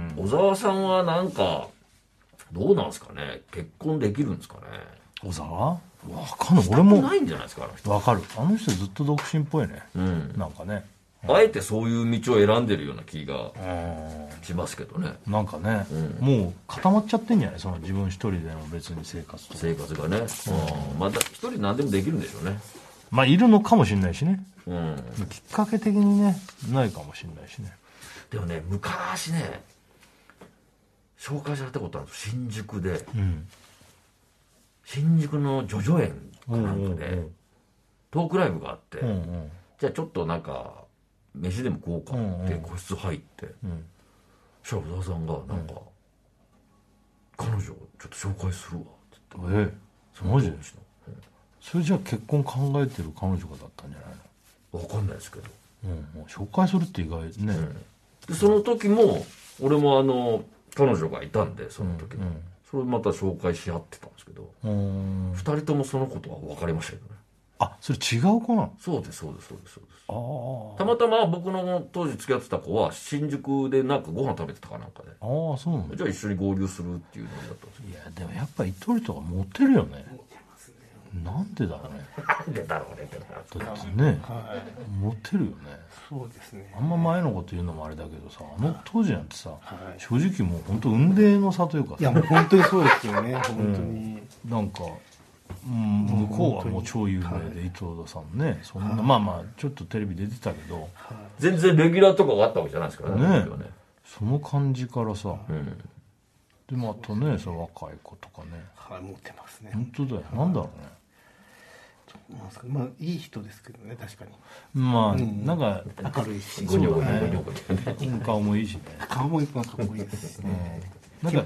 Speaker 2: 小沢さんはなんかどうなんですかね、結婚できるんですかね。
Speaker 1: 小沢わかんない。俺も
Speaker 2: ないんじゃないですかあの人。
Speaker 1: わかる。あの人ずっと独身っぽいね、うん、なんかね、
Speaker 2: うん、あえてそういう道を選んでるような気がしますけどね。
Speaker 1: なんかね、うん、もう固まっちゃってんじゃない、その自分一人での別に生活とか
Speaker 2: 生活がね、うん、また一人何でもできるんでしょうね。
Speaker 1: まあいるのかもしれないしね、
Speaker 2: うん、
Speaker 1: きっかけ的にねないかもしれないしね。
Speaker 2: でもね昔ね紹介されたことあるんです新宿で、うん、新宿の叙々苑かなんかで、うんうんうん、トークライブがあって、うんうん、じゃあちょっとなんか飯でも食おうかって個室入って、うんうん、そしたら小沢さんがなんか、うん、彼女をちょっと紹介するわって言って、
Speaker 1: ええマジで、うん、それじゃあ結婚考えてる彼女がだったんじゃない
Speaker 2: の。分かんないですけど、
Speaker 1: うん、紹介するって意外ね、うん、
Speaker 2: でその時も俺もあの彼女がいたんでその時も、うんうん、それまた紹介し合ってたんですけどふたりともそのことは分かりましたけどね。
Speaker 1: あそれ違う子なの。
Speaker 2: そうですそうですそうですそうです。あたまたま僕の当時付き合ってた子は新宿でなんかご飯食べてたかなんかで、ああそうなんだ。じゃあ一緒に合流するっていうのだったんです。
Speaker 1: いやでもやっぱり糸鳥とかモテるよね。なんでだろうね。
Speaker 2: なんでだろうねって
Speaker 1: だってね、はい、モテるよね。
Speaker 3: そうですね。
Speaker 1: あんま前のこと言うのもあれだけどさ、あの当時なんてさ、はい、正直もう本当雲泥の差というかさ。
Speaker 3: いやもう本当にそうですよね。本当に、
Speaker 1: うん、なんか、うん、向こうはもう超有名で、伊藤田さんね、そんな、はい、まあまあちょっとテレビ出てたけど、はい、
Speaker 2: 全然レギュラーとかがあったわけじゃないですからね。ね
Speaker 1: その感じからさ、うん、でもあとね、その若い子とかね、
Speaker 3: はい、持ってますね。
Speaker 1: 本当だよ。なんだろうね。
Speaker 3: なんすか、まあいい人ですけどね、確かに。
Speaker 1: まあ、うん、なんか
Speaker 3: 明るいし、
Speaker 1: そうだね。顔もいいしね。
Speaker 3: 顔もいい、かっこいいですね。
Speaker 1: なんか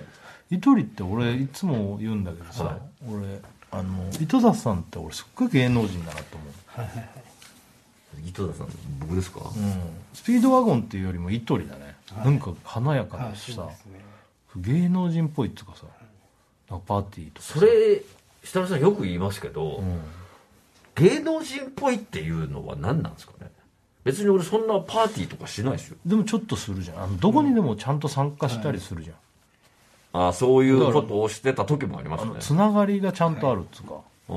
Speaker 1: 糸りって俺いつも言うんだけどさ、はい、俺あの井戸田さんって俺すっごい芸能人だなと思う。はいはいはい。
Speaker 2: 井戸田さん僕ですか？うん。
Speaker 1: スピードワゴンっていうよりも糸りだね。はい、なんか華やかだしさ、ね、芸能人っぽいっていうかさ、なんかパーティーとか
Speaker 2: それ設楽さんよく言いますけど、うん、芸能人っぽいっていうのは何なんですかね？別に俺そんなパーティーとかしないですよ。
Speaker 1: でもちょっとするじゃん。あのどこにでもちゃんと参加したりするじゃん。
Speaker 2: うん、ああ、そういうことをしてた時もありますね。
Speaker 1: つながりがちゃんとあるっつうか、はい、
Speaker 2: あ、うん、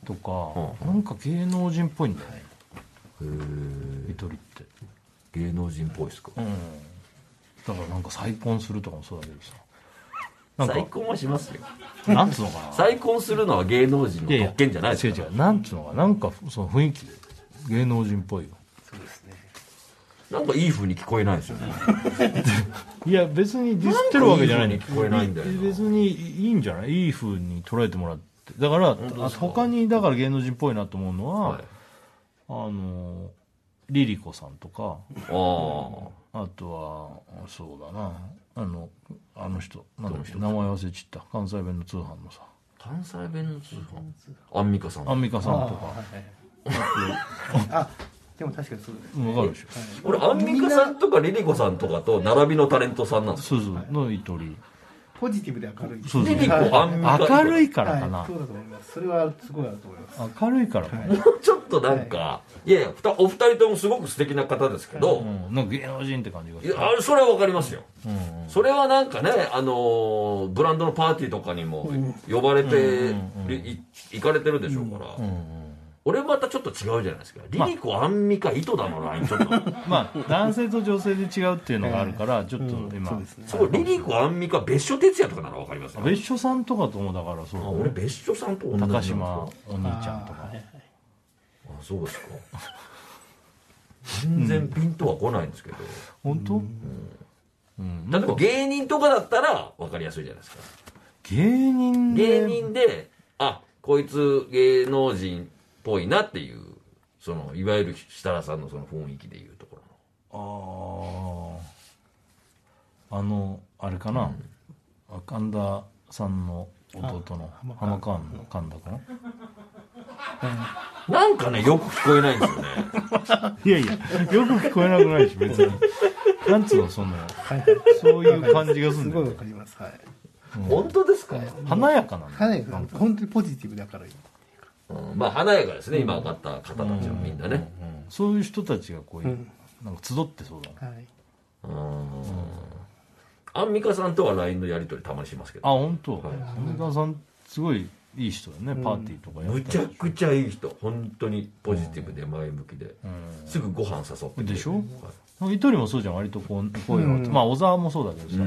Speaker 1: とか、うん、なんか芸能人っぽいんだよね。へえ。糸りって
Speaker 2: 芸能人っぽいですか？うん。
Speaker 1: だからなんか再婚するとかもそうだけどさ。
Speaker 2: 再婚はしますよ。
Speaker 1: なんつうのかな。
Speaker 2: 再婚するのは芸能人の特権じゃないですか。
Speaker 1: いやいや違う違う。なんつうのかな。なんかその雰囲気で芸能人っぽいよ。
Speaker 3: そうですね。
Speaker 2: なんかいい風に聞こえないですよね。
Speaker 1: いや別にディスってるわけじゃないんだ
Speaker 2: けど。聞こえないんだよな。
Speaker 1: 別にいいんじゃない？いい風に捉えてもらって。だから他にだから芸能人っぽいなと思うのは、はい、あのリリコさんとか、あ, あとはそうだな。あのあの人なんだっけ名前忘れちった関西弁の通販のさ
Speaker 2: 関西弁の通販アンミカさん
Speaker 1: アンミカさんとか
Speaker 3: あ, あでも確かにそうです、ね、
Speaker 1: 分かるでしょ、
Speaker 2: はい、俺アンミカさんとかリリコさんとかと並びのタレントさんなんです
Speaker 1: よ。そうそうの糸り
Speaker 3: ポジティブで明るい。
Speaker 1: そうそう
Speaker 2: リリコ、アンミカ
Speaker 1: 明るいからかな、
Speaker 3: はい、そうだと思います。それはすごいあると思います。
Speaker 1: 明るいからかな、
Speaker 2: もうちょっとなんか、はい、いやいやお二人ともすごく素敵な方ですけど、うん、
Speaker 1: なんか芸能人って感じがする。
Speaker 2: いやそれはわかりますよ、うんうん、それはなんかね、あのー、ブランドのパーティーとかにも呼ばれて行かれてるでしょうから、うんうんうん、俺またちょっと違うじゃないですか。リリコ、アンミカ、井戸田のラインちょっと
Speaker 1: まあ男性と女性で違うっていうのがあるからちょっと今、うん、
Speaker 2: すごいリリコ、アンミカ、別所哲也とかならわかりますよ。
Speaker 1: 別所さんとかともだからそう、
Speaker 2: あ俺別所さんと同じ
Speaker 1: 高島お兄ちゃんとか。 あ,
Speaker 2: あそうですか全然ピンとは来ないんですけど、
Speaker 1: うん、本当、うん
Speaker 2: うん、例えば芸人とかだったら分かりやすいじゃないですか。
Speaker 1: 芸人
Speaker 2: で芸人であこいつ芸能人っぽいなっていうそのいわゆる設楽さんのその雰囲気でいうところ
Speaker 1: のあああのあれかな、うん、神田さんの弟の浜川の神田かな、
Speaker 2: うん、なんかねよく聞こえないんですよね
Speaker 1: いやいやよく聞こえなくないし別になんつうのそのそういう感じがするんだよ、ね、
Speaker 3: すごいわかります、はい、
Speaker 2: うん、本当ですか、はい、
Speaker 1: 華やかなんだ、
Speaker 3: 華やかなんだ、本当にポジティブだからいい、
Speaker 2: うん、まあ華やかですね、うん、今上がった方たちはみんなね、うんうんうん、
Speaker 1: そういう人たちがこういう、うん、なんか集ってそうだね、はい、
Speaker 2: うんアンミカさんとは ライン のやり取りたまにしますけど、
Speaker 1: あ本当、はい、アンミカさんすごいいい人だね、うん、パーティーとかやったり、
Speaker 2: むちゃくちゃいい人、本当にポジティブで前向きで、うん、すぐご飯誘って
Speaker 1: でしょ、はい、糸りもそうじゃん、割とこうこういうの、うん、まあ小沢もそうだけどさ、うん、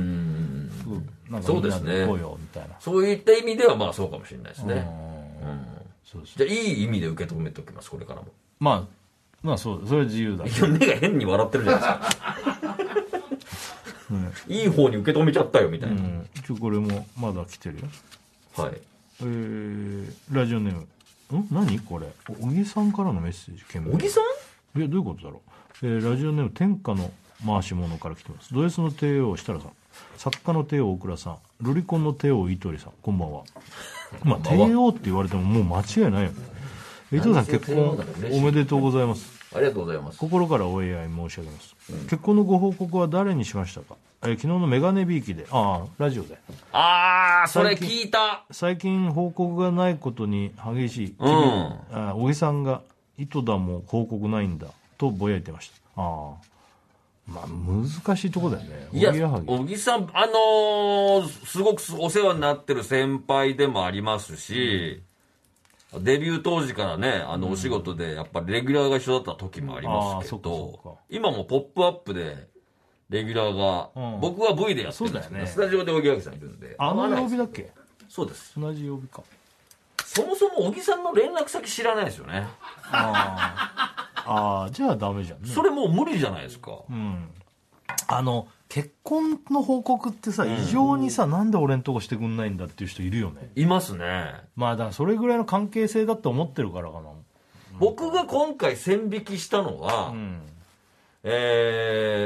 Speaker 2: なんかみんなで
Speaker 1: こうよみたいな、
Speaker 2: そういった意味ではまあそうかもしれないですね、うんうん、そうそう、じゃあいい意味で受け止めておきます、これからも。
Speaker 1: まあまあそうそれは自由だけ
Speaker 2: ど目が変に笑ってるじゃないですかうん、いい方に受け止めちゃったよみたいな、うん、
Speaker 1: 一応これもまだ来てるよ。
Speaker 2: はい、
Speaker 1: えー、ラジオネームん何これ小木さんからのメッセージ。
Speaker 2: 小木さん、
Speaker 1: いやどういうことだろう、えー、ラジオネーム天下の回し物から来てます。ド S の帝王設楽さん、作家の帝王大倉さん、ロリコンの帝王糸りさん、こんばんは。まあ帝王って言われてももう間違いないよね。糸りさん結婚おめでとうございます。
Speaker 2: ありがとうございます。
Speaker 1: 心からお祝い申し上げます、うん、結婚のご報告は誰にしましたか。えー、昨日のメガネビーキで、ああラジオで、
Speaker 2: ああそれ聞いた。
Speaker 1: 最近報告がないことに激しい、うん、あ小木さんが糸田も報告ないんだとぼやいてました。ああまあ難しいとこだよね。
Speaker 2: いや小木さんあのー、すごくお世話になってる先輩でもありますし、うん、デビュー当時からねあのお仕事でやっぱりレギュラーが一緒だった時もありますけど、うん、今もポップアップでレギュラーが、うん、僕は ブイ でやってるんですけど、ね、スタジオで小木明さんいるんで。
Speaker 1: あの曜日だっけ。
Speaker 2: そうです、
Speaker 1: 同じ曜日か。
Speaker 2: そもそも小木さんの連絡先知らないですよね。
Speaker 1: ああじゃあダメじゃん、ね、
Speaker 2: それもう無理じゃないですか、
Speaker 1: うん、あの結婚の報告ってさ、うん、異常にさなんで俺んとこしてくんないんだっていう人いるよね。
Speaker 2: いますね。
Speaker 1: まあだからそれぐらいの関係性だって思ってるからかな。
Speaker 2: 僕が今回線引きしたのは、うん、えー、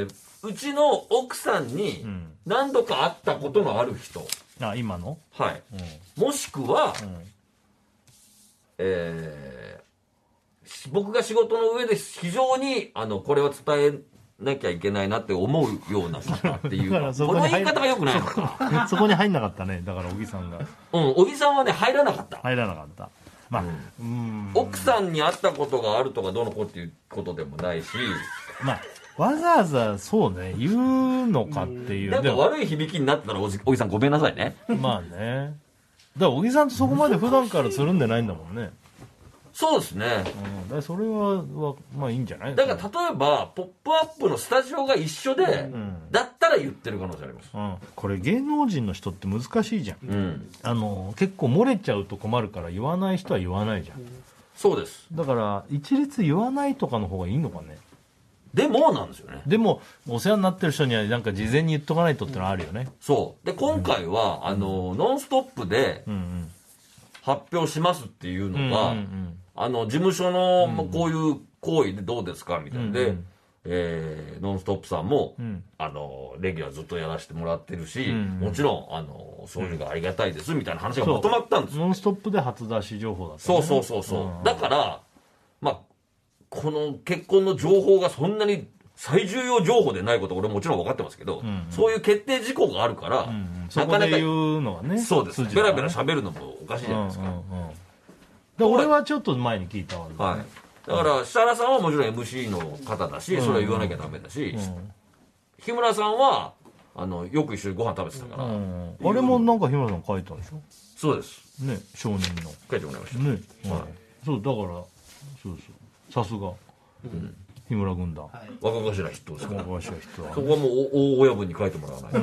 Speaker 2: うちの奥さんに何度か会ったことのある人、
Speaker 1: あ、今の、
Speaker 2: はい、うん、もしくは、うん、えー、僕が仕事の上で非常にあのこれは伝えなきゃいけないなって思うような方っていうかこの言い方がよくないのか
Speaker 1: そこに入んなかったね。だから小木さんが、
Speaker 2: うん、小木さんはね入らなかった
Speaker 1: 入らなかった。まあ、
Speaker 2: うん、奥さんに会ったことがあるとかどうのこうっていうことでもないし、
Speaker 1: まあわざわざそうね言うのかっていう、
Speaker 2: なんか悪い響きになったら小木さんごめんなさいね。
Speaker 1: まあね、だから小木さんとそこまで普段からするんでないんだもんね。
Speaker 2: そうですね、うん、
Speaker 1: だからそれははまあいいんじゃない。
Speaker 2: だから例えばポップアップのスタジオが一緒で、うん、だったら言ってる可能性あります、
Speaker 1: うん、これ芸能人の人って難しいじゃん、うん、あの結構漏れちゃうと困るから言わない人は言わないじゃん、うん、
Speaker 2: そうです。
Speaker 1: だから一律言わないとかの方がいいのかね。
Speaker 2: でもなんですよね。
Speaker 1: でもお世話になってる人にはなんか事前に言っとかないとってのはあるよね、うん、
Speaker 2: そうで今回は、うん、あのノンストップで発表しますっていうのが、うんうんうん、あの事務所のこういう行為でどうですかみたいなで、うんうん、えー、ノンストップさんも、うん、あのレギュラーずっとやらせてもらってるし、うんうん、もちろんあのそういうのがありがたいですみたいな話がまとまったんですよ。
Speaker 1: ノンストップで初出し情報だった、
Speaker 2: ね、そうそうそうそう、うん、だからまあこの結婚の情報がそんなに最重要情報でないことは俺もちろん分かってますけど、うんうん、そういう決定事項があるから、うんうん、
Speaker 1: なかなか言うのはね、
Speaker 2: そうです、ね、ベラベラ喋るのもおかしいじゃないですか、うんうんうん、
Speaker 1: で俺はちょっと前に聞いたわけですね、
Speaker 2: はい、だから設楽さんはもちろん エムシー の方だし、うん、それは言わなきゃダメだし、うん、日村さんはあのよく一緒にご飯食べてたから、うん、
Speaker 1: あれもなんか日村さん書いたんでしょ。
Speaker 2: そうです
Speaker 1: ね、証人の
Speaker 2: 書いてもらいました
Speaker 1: ね、はい、そうだからそうそうさすが、うん、日村軍団、はい、
Speaker 2: 若頭筆頭ですから、
Speaker 1: 若頭筆頭、
Speaker 2: そこはもう大親分に書いてもらわないと、うん、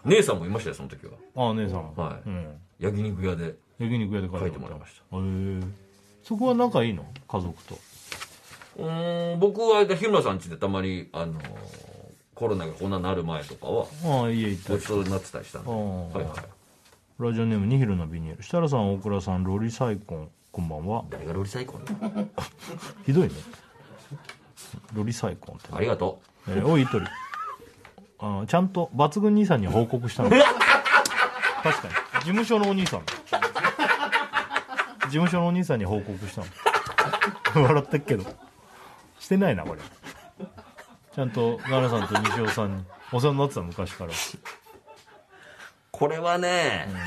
Speaker 2: 姉さんもいましたよその時は。
Speaker 1: ああ姉さん、
Speaker 2: はい、うん、焼肉屋で
Speaker 1: 焼肉屋で
Speaker 2: 書いてもらいました。
Speaker 1: へえ、そこは仲いいの家族と。
Speaker 2: うーん、僕は日村さん家でたまにあのー、コロナがこんなになる前とかは
Speaker 1: ああ家行った
Speaker 2: ごちそうになってたりしたんで、はいはい、
Speaker 1: ラジオネームニヒルのビニール。設楽さん大倉さんロリサイコンこんばんは。
Speaker 2: 誰がロリサイコン
Speaker 1: ひどいねロリサイコンって、
Speaker 2: ありがと
Speaker 1: う、えー、おいとりあちゃんと抜群兄さんに報告したの確かに事務所のお兄さん事務所のお兄さんに報告したの笑ってっけどしてないなこれ。ちゃんとガラさんと西尾さんにお世話になってた昔から。
Speaker 2: これはね、うん、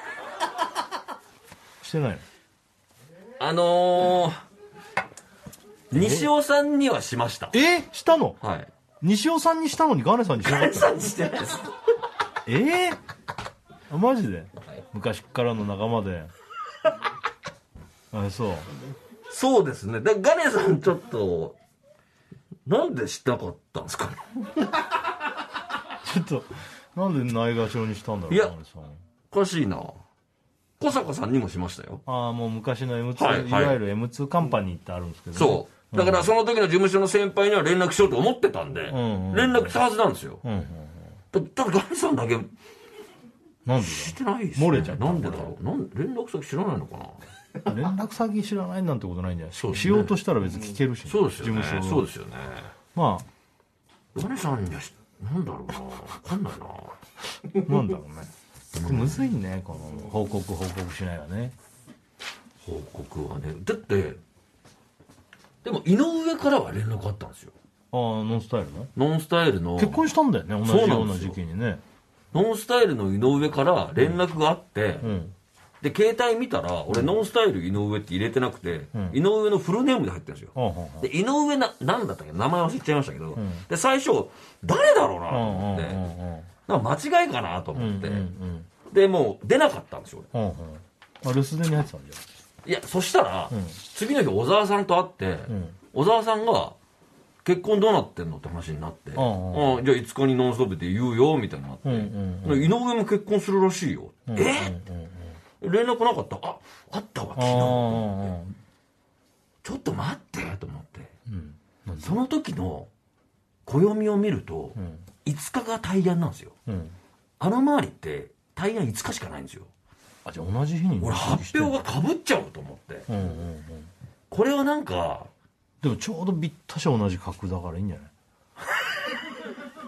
Speaker 1: してないの。
Speaker 2: あのー、西尾さんにはしました。
Speaker 1: えしたの。
Speaker 2: はい。
Speaker 1: 西尾さんにしたのにガネさんにしなかった。
Speaker 2: ガネさんにしてないです
Speaker 1: えー、あマジで、はい、昔からの仲間であそう
Speaker 2: そうですね。だガネさんちょっとなんで知ってなかったんですかね
Speaker 1: ちょっとなんでないがしろにしたんだろう。
Speaker 2: いやおかしいな。小坂さんにもしましたよ。
Speaker 1: ああもう昔の エムツー、はいはい、いわゆる エムツー カンパニーってあるんですけど、ね、
Speaker 2: そうだからその時の事務所の先輩には連絡しようと思ってたんで、うんうん、連絡したはずなんですよ、うんうんうん、ただガネさんだけ
Speaker 1: なんで
Speaker 2: してないです、
Speaker 1: ね、漏れちゃった。
Speaker 2: なんでだろう。なん連絡先知らないのかな
Speaker 1: 連絡先知らないなんてことないんじゃないですか。そうですね、しようとしたら別に聞けるし、ね、
Speaker 2: そうですよね。
Speaker 1: 事務所
Speaker 2: そうですよね。
Speaker 1: ま
Speaker 2: あガネさんにはなんだろうな分かんない
Speaker 1: ななんだろうねむずいねこの報告報告しないわね。
Speaker 2: 報告はねだってでも井上からは連絡あったんですよ。
Speaker 1: ああノンスタイルの
Speaker 2: ノンスタイルの
Speaker 1: 結婚したんだよね同じような時期にね。
Speaker 2: ノンスタイルの井上から連絡があって、うん、で携帯見たら俺、うん、ノンスタイル井上って入れてなくて、うん、井上のフルネームで入ってるんですよ、うん、で井上な何だったっけ名前忘れちゃいましたけど、うん、で最初誰だろうなと思って、なんか間違いかなと思って、うんうんうん、でもう出なかったんですよ俺、うんうん、
Speaker 1: あ留守電に入ってたんじゃん。
Speaker 2: いやそしたら、うん、次の日小沢さんと会って、うん、小沢さんが結婚どうなってんのって話になって、うんうん、あじゃあいつかにノンストップで言うよみたいになって、うんうんうん、井上も結婚するらしいよ、うんうんうん、え連絡なかった。ああったわ昨日、うん、ちょっと待ってと思って、うん、その時の暦を見ると、うん、いつかが大安なんですよ、うん、あの周りって大安いつかしかないんですよ。
Speaker 1: あじゃあ同じ日に
Speaker 2: 俺発表がかぶっちゃうと思って、うんうんうん、これはなんか
Speaker 1: でもちょうどぴったし同じ角だからいいんじゃない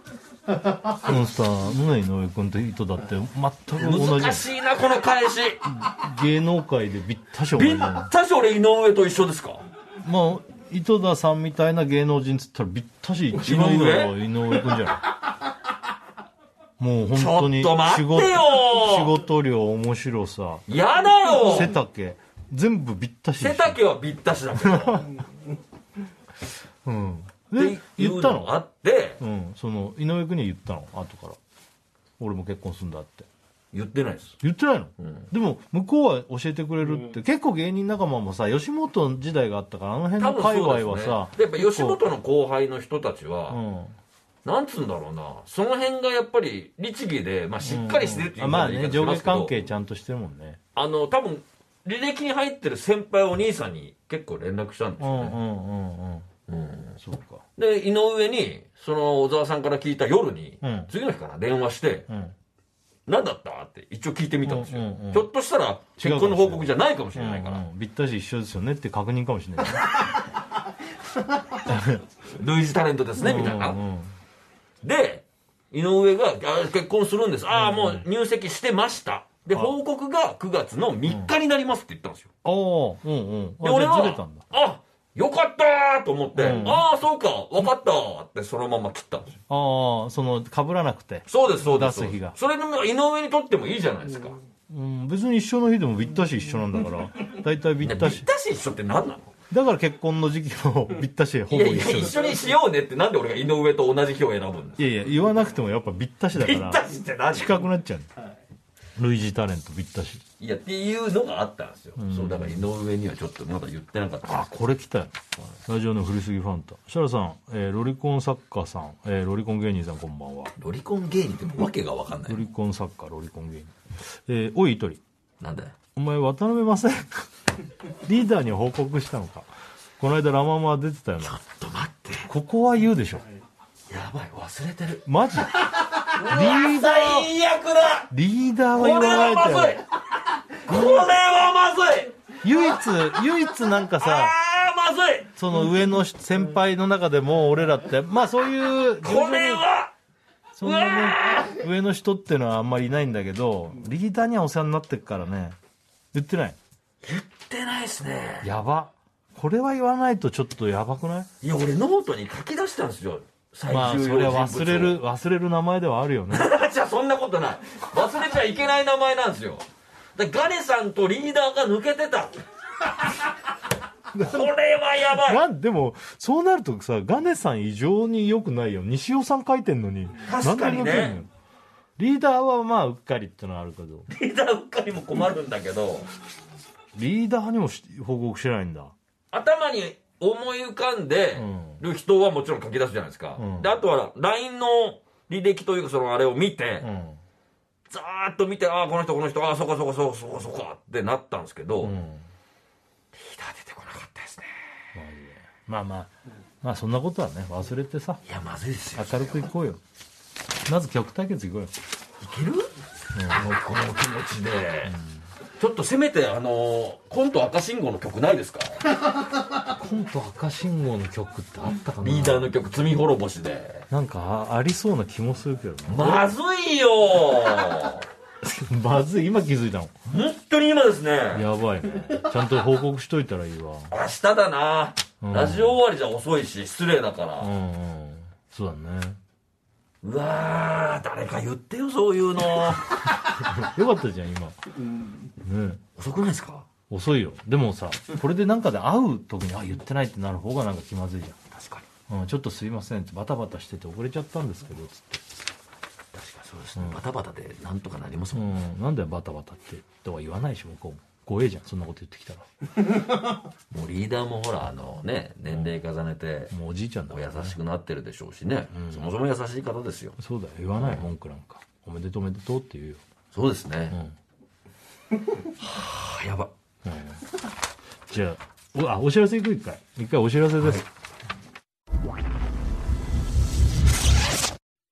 Speaker 1: このさ、野井上君と井戸田って全く同じ。
Speaker 2: 難しいなこの返し。
Speaker 1: 芸能界でびったし同じ。
Speaker 2: びったし俺井上と一緒ですか。
Speaker 1: まあ井戸田さんみたいな芸能人っつったらびったし一番いいのは井上君じゃない。もう本当に
Speaker 2: ちょっと待ってよ
Speaker 1: 仕事量、面白さ、
Speaker 2: やだよ
Speaker 1: 背丈全部びったし。
Speaker 2: 背丈はびったしだけど。
Speaker 1: うん。
Speaker 2: で言ったのがあって、
Speaker 1: うん、その井上君には言ったの後から。俺も結婚するんだって
Speaker 2: 言ってないです。
Speaker 1: 言ってないの、
Speaker 2: うん、
Speaker 1: でも向こうは教えてくれるって、うん、結構芸人仲間もさ吉本時代があったからあの辺の界隈はさ、
Speaker 2: ね、やっぱ吉本の後輩の人たちは、うん、なんつうんだろうな、その辺がやっぱり律儀で、まあ、しっかりしてるっていう
Speaker 1: まあね、上下関係ちゃんとしてるもんね。
Speaker 2: あの多分履歴に入ってる先輩お兄さんに結構連絡したんですよね。
Speaker 1: うんうんうんうんうん、そうか。
Speaker 2: で井上にその小沢さんから聞いた夜に、うん、次の日から電話して、うん、何だったって一応聞いてみたんですよ、うんうんうん、ひょっとしたら結婚の報告じゃないかもしれないから、うんうん、
Speaker 1: ぴったし一緒ですよねって確認かもしれない
Speaker 2: 類似タレントですね、うんうん、みたいな。で井上が結婚するんです、ああもう入籍してましたで報告がくがつのみっかになりますって言ったんですよ。
Speaker 1: ああ、うんうん。
Speaker 2: で俺はあよかったーと思って、うん、ああそうか分かったーってそのまま切ったんですよ。
Speaker 1: ああ、その被らなくて。
Speaker 2: そうですそうです。
Speaker 1: 出す日が
Speaker 2: それで井上にとってもいいじゃないですか。
Speaker 1: うん、別に一緒の日でもびったし一緒なんだから大体びったし。
Speaker 2: びったし一緒って何なの。
Speaker 1: だから結婚の時期もびったしほぼ一緒。
Speaker 2: いやいや一緒にしようねってなんで俺が井上と同じ日を選ぶんですか。
Speaker 1: いやいや言わなくてもやっぱびったしだから。
Speaker 2: びったしって何。
Speaker 1: 近くなっちゃう、はい、類似タレントびったし。
Speaker 2: いやっていうのがあったんですよ、うん、そうだから井上にはちょっとまだ言ってなかった。
Speaker 1: あこれ来たよ、ラジオの振りすぎファンタ設楽さん、えー、ロリコン作家さん、えー、ロリコン芸人さんこんばんは。
Speaker 2: ロリコン芸人ってわけが分かんない。
Speaker 1: ロリコン作家ロリコン芸人、えー、おい糸り
Speaker 2: なんだよ
Speaker 1: お前渡辺正行リーダーに報告したのか。この間ラママ出てたよな。
Speaker 2: ちょっと待って、
Speaker 1: ここは言うでしょ。
Speaker 2: やばい忘れてる
Speaker 1: マジリーダー
Speaker 2: 最悪だ。
Speaker 1: リーダーは言わないとよ。
Speaker 2: これはまずい。
Speaker 1: 唯一唯一なんかさ、
Speaker 2: あーまずい。
Speaker 1: その上の先輩の中でも俺らってまあそういう
Speaker 2: これは
Speaker 1: そんなね上の人っていうのはあんまりいないんだけど、リーダーにはお世話になってるからね。言ってない。
Speaker 2: 言ってないですね。
Speaker 1: やば。これは言わないとちょっとやばくない。
Speaker 2: いや俺ノートに書き出したんですよ。
Speaker 1: まあそれは忘れる忘れる名前ではあるよね。
Speaker 2: じゃあそんなことない。忘れちゃいけない名前なんですよ。でガネさんとリーダーが抜けてた。これはやばい。
Speaker 1: なんでもそうなるとさガネさん異常に良くないよ。西尾さん書いてんのに。
Speaker 2: 確かにね。
Speaker 1: リーダーはまあうっかりってのはあるけど。
Speaker 2: リーダーうっかりも困るんだけど。
Speaker 1: リーダーにも報告してないんだ。
Speaker 2: 頭に思い浮かんでる人はもちろん書き出すじゃないですか、うん、であとは ライン の履歴というかそのあれを見て、うん、ざーっと見てああこの人この人ああそこそこそこそこそこってなったんですけど、うん、リーダー出てこなかったですね。
Speaker 1: まあまあまあそんなことはね忘れてさ。
Speaker 2: いやまずいですよ。
Speaker 1: 明るくいこうよ。まず曲対決いこうよ。い
Speaker 2: ける、うん、この気持ちで、うんちょっとせめてあのコント赤信号の曲ないですか。
Speaker 1: コント赤信号の曲ってあったかな。
Speaker 2: リーダーの曲罪滅ぼしで
Speaker 1: なんか あ, ありそうな気もするけどね。
Speaker 2: まずいよ
Speaker 1: まずい。今気づいたの
Speaker 2: 本当に今ですね。
Speaker 1: やばいね。ちゃんと報告しといたらいいわ。
Speaker 2: 明日だな、うん、ラジオ終わりじゃ遅いし失礼だから、うん、うん、
Speaker 1: そうだね。
Speaker 2: うわー誰か言ってよそういうの
Speaker 1: よかったじゃん今、うんね、
Speaker 2: 遅くないですか。
Speaker 1: 遅いよ。でもさこれでなんかで会う時にあ言ってないってなる方がなんか気まずいじゃん。
Speaker 2: 確か
Speaker 1: に、うん、ちょっとすいませんってバタバタしてて遅れちゃったんですけどつって。
Speaker 2: 確かにそうですね、うん、バタバタでなんとかなりますもんね、
Speaker 1: うん、なんだよバタバタってとは言わないし向こうも怖えじゃんそんなこと言ってきたら
Speaker 2: もうリーダーもほらあのね年齢重ねて、
Speaker 1: うん、もうおじいちゃんだ
Speaker 2: から、ね、優しくなってるでしょうしね、うん、そもそも優しい方ですよ。
Speaker 1: そうだよ言わない、うん、文句なんかおめでとうおめでとうって言うよ。
Speaker 2: そうですね、うん、はあやば、うん、
Speaker 1: じゃあ お, あお知らせいく一回一回お知らせです、はい、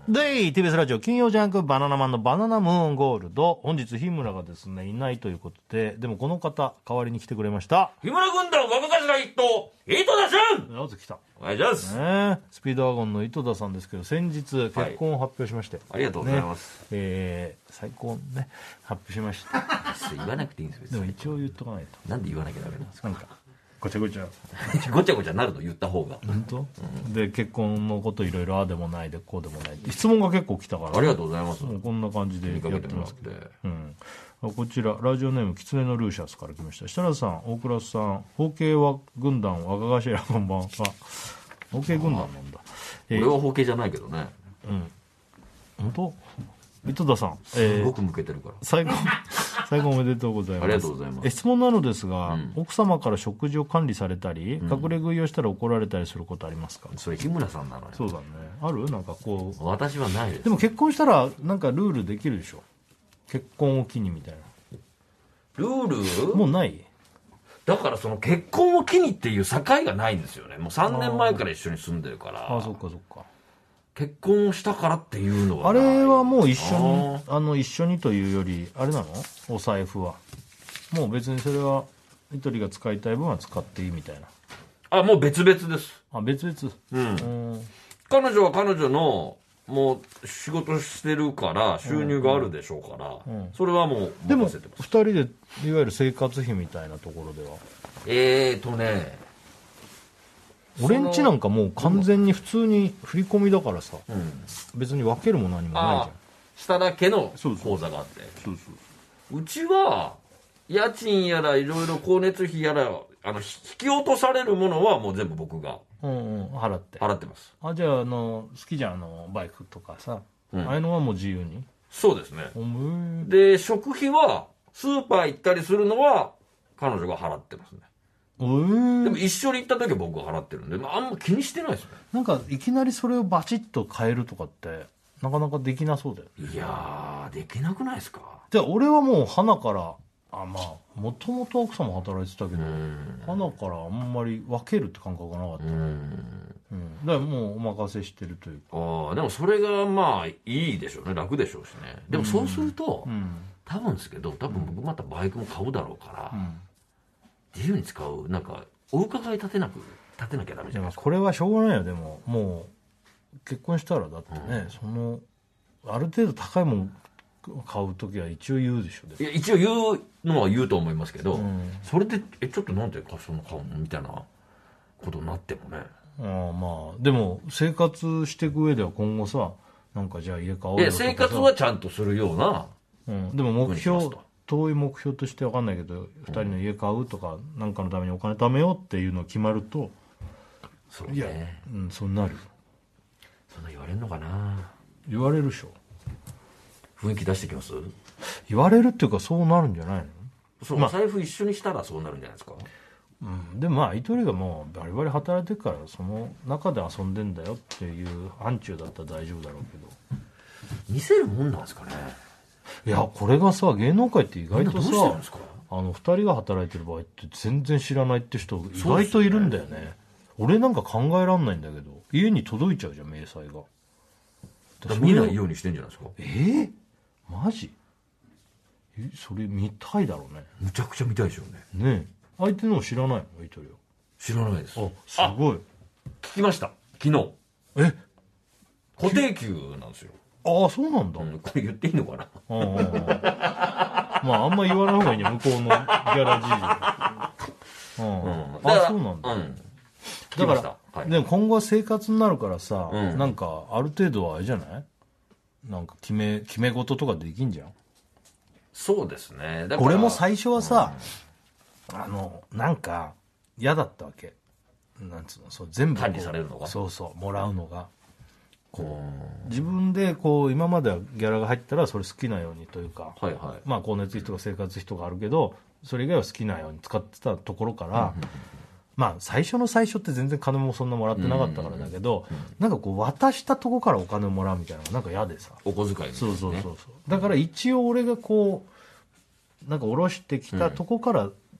Speaker 1: で、ティービーエス ラジオ金曜ジャンクバナナマンのバナナムーンゴールド。本日日村がですねいないということで、でもこの方代わりに来てくれました。
Speaker 2: 日村軍団若頭一頭井戸田さん、
Speaker 1: なぜ来た
Speaker 2: お願いします、
Speaker 1: ね、スピードワゴンの井戸田さんですけど、先日結婚を発表しまして、
Speaker 2: はい、ありがとうございます、
Speaker 1: ねえー、再婚ね発表しました
Speaker 2: 言わなくていいんですよ。
Speaker 1: でも一応言っとかないと。
Speaker 2: なんで言わなきゃダメなんですか。
Speaker 1: なんかごちゃごちゃ
Speaker 2: ごちゃごちゃなるの言った方が。
Speaker 1: 本当、うん、で結婚のこといろいろああでもないでこうでもない質問が結構来たから、
Speaker 2: ありがとうございます。
Speaker 1: もうこんな感じでやってますけど、うん、こちらラジオネームキツネのルーシャスから来ました。設楽さん、大倉さん、包茎は軍団若頭こんばんは。包茎軍団なんだ。
Speaker 2: 俺は包茎じゃないけどね。
Speaker 1: うん本当。井戸田さん、
Speaker 2: すごく向けてるから、
Speaker 1: えー、最後最後おめでとうございます。
Speaker 2: ありがとうございます。
Speaker 1: 質問なのですが、うん、奥様から食事を管理されたり、うん、隠れ食いをしたら怒られたりすることありますか。
Speaker 2: それ日村さんなのよ。
Speaker 1: そうだね。ある？なんかこう。
Speaker 2: 私はないです。
Speaker 1: でも結婚したらなんかルールできるでしょ。結婚を機にみたいな。
Speaker 2: ルール？
Speaker 1: もうない？
Speaker 2: だからその結婚を機にっていう境がないんですよね。もうさんねんまえから一緒に住んでるから。
Speaker 1: ああ、そっかそっか。
Speaker 2: 結婚をしたからっていうのは
Speaker 1: あれはもう一緒にあの一緒にというよりあれなの？お財布はもう別にそれは一人が使いたい分は使っていいみたいな。
Speaker 2: あ、もう別々です。
Speaker 1: あ、別々。うん、
Speaker 2: うん、彼女は彼女のもう仕事してるから収入があるでしょうから、うんうん、それはもう任せてます。
Speaker 1: でもふたりでいわゆる生活費みたいなところでは
Speaker 2: えーとね
Speaker 1: 俺んちなんかもう完全に普通に振り込みだからさ、うん、別に分けるも何もないじゃん。
Speaker 2: 下だけの口座があって、そうそうそう、うちは家賃やらいろいろ光熱費やらあの引き落とされるものはもう全部僕が、
Speaker 1: うんうん、払って
Speaker 2: 払ってます。
Speaker 1: あ、じゃあ、あの好きじゃんあのバイクとかさ、うん、ああいうのはもう自由に。
Speaker 2: そうですね。で食費はスーパー行ったりするのは彼女が払ってますね。でも一緒に行った時は僕が払ってるんで、まあ、あんま気にしてないですよね。
Speaker 1: なんかいきなりそれをバチッと変えるとかってなかなかできなそうだよね。
Speaker 2: いやーできなくないですか。
Speaker 1: じゃあ俺はもう花からあまあもともと奥さんも働いてたけど花からあんまり分けるって感覚がなかった。うん、うん、だからもうお任せしてるというか。
Speaker 2: ああでもそれがまあいいでしょうね。楽でしょうしね。でもそうすると、うん、多分ですけど多分僕またバイクも買うだろうから、うん、自由に使うなんかお伺い立てなく立てなきゃダメじゃないですか。
Speaker 1: これはしょうがないよ。でももう結婚したらだってね、うん、そのある程度高いもん買うときは一応言うでしょ。
Speaker 2: いや一応言うのは言うと思いますけど、うん、それでえちょっとなんでその買うのみたいなことになってもね。
Speaker 1: ああまあでも生活していく上では今後さなんかじゃあ家買おうよとかさ。
Speaker 2: 生活はちゃんとするような、
Speaker 1: うん、でも目標遠い目標として分かんないけどふたりの家買うとか何、うん、かのためにお金貯めようっていうのが決まると
Speaker 2: そうね。
Speaker 1: いや、うん、そうなる。
Speaker 2: そんな言われるのかな。
Speaker 1: 言われるでしょ。
Speaker 2: 雰囲気出してきます。
Speaker 1: 言われるっていうかそうなるんじゃないの。
Speaker 2: そう、まあ、お財布一緒にしたらそうなるんじゃないですか。
Speaker 1: うん、でもまあ一人がもうバリバリ働いてるからその中で遊んでんだよっていう範疇だったら大丈夫だろうけど
Speaker 2: 見せるもんなんですかね。
Speaker 1: いやこれがさ芸能界って意外とさ
Speaker 2: どうしてるんですか。
Speaker 1: あのふたりが働いてる場合って全然知らないって人意外といるんだよ ね, ね俺なんか考えらんないんだけど家に届いちゃうじゃん明細が。
Speaker 2: 見ないようにしてんじゃないですか。
Speaker 1: えー、マジえそれ見たいだろうね。
Speaker 2: むちゃくちゃ見たいでしょうね。
Speaker 1: ねえ相手の知らないのイトリオ。
Speaker 2: 知らないです。
Speaker 1: あすごい
Speaker 2: 聞きました昨日。
Speaker 1: え
Speaker 2: 固定給なんですよ。
Speaker 1: ああそうなんだ、うん、
Speaker 2: これ言っていいのかな。
Speaker 1: ああまああんま言わない方がいいね向こうのギャラ事情、うんうん、あそうなんだ、うん、だから、はい、でも今後は生活になるからさ、うん、なんかある程度はあれじゃないなんか決め決め事とかできんじゃん。
Speaker 2: そうですね。だから
Speaker 1: 俺も最初はさ、うん、あのなんか嫌だったわけ。なんつうのそう全部
Speaker 2: 管理されるのが
Speaker 1: そうそうもらうのがこう自分でこう今まではギャラが入ったらそれ好きなようにというか、
Speaker 2: はいはい、
Speaker 1: まあ光熱費とか生活費とかあるけどそれ以外は好きなように使ってたところから、まあ最初の最初って全然金もそんなもらってなかったからだけど、なんかこう渡したとこからお金をもらうみたいなのがなんか嫌でさ。
Speaker 2: お小遣いみたいな、ね、
Speaker 1: そうそうそうそう。だから一応俺がこうなんか下ろしてきたとこから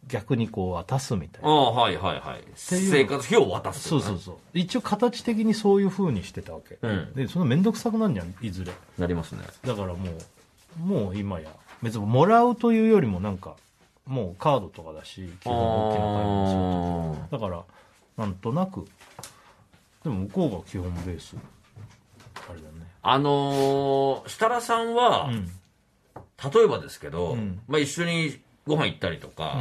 Speaker 1: 逆にこう渡すみたいな。
Speaker 2: ああ、はいはいはい。生活費を渡す、
Speaker 1: ね。そうそうそう。一応形的にそういう風にしてたわけ。うん、で、そのめんどくさくなるじゃん、いずれ。
Speaker 2: なりますね。
Speaker 1: だからもう、もう今や、別にもらうというよりもなんか、もうカードとかだし、基本大きな買い物するとき。だから、なんとなく、でも向こうが基本ベース。あれだね。
Speaker 2: あのー、設楽さんは、うん、例えばですけど、うん、まあ一緒にご飯行ったりとか、うんうん、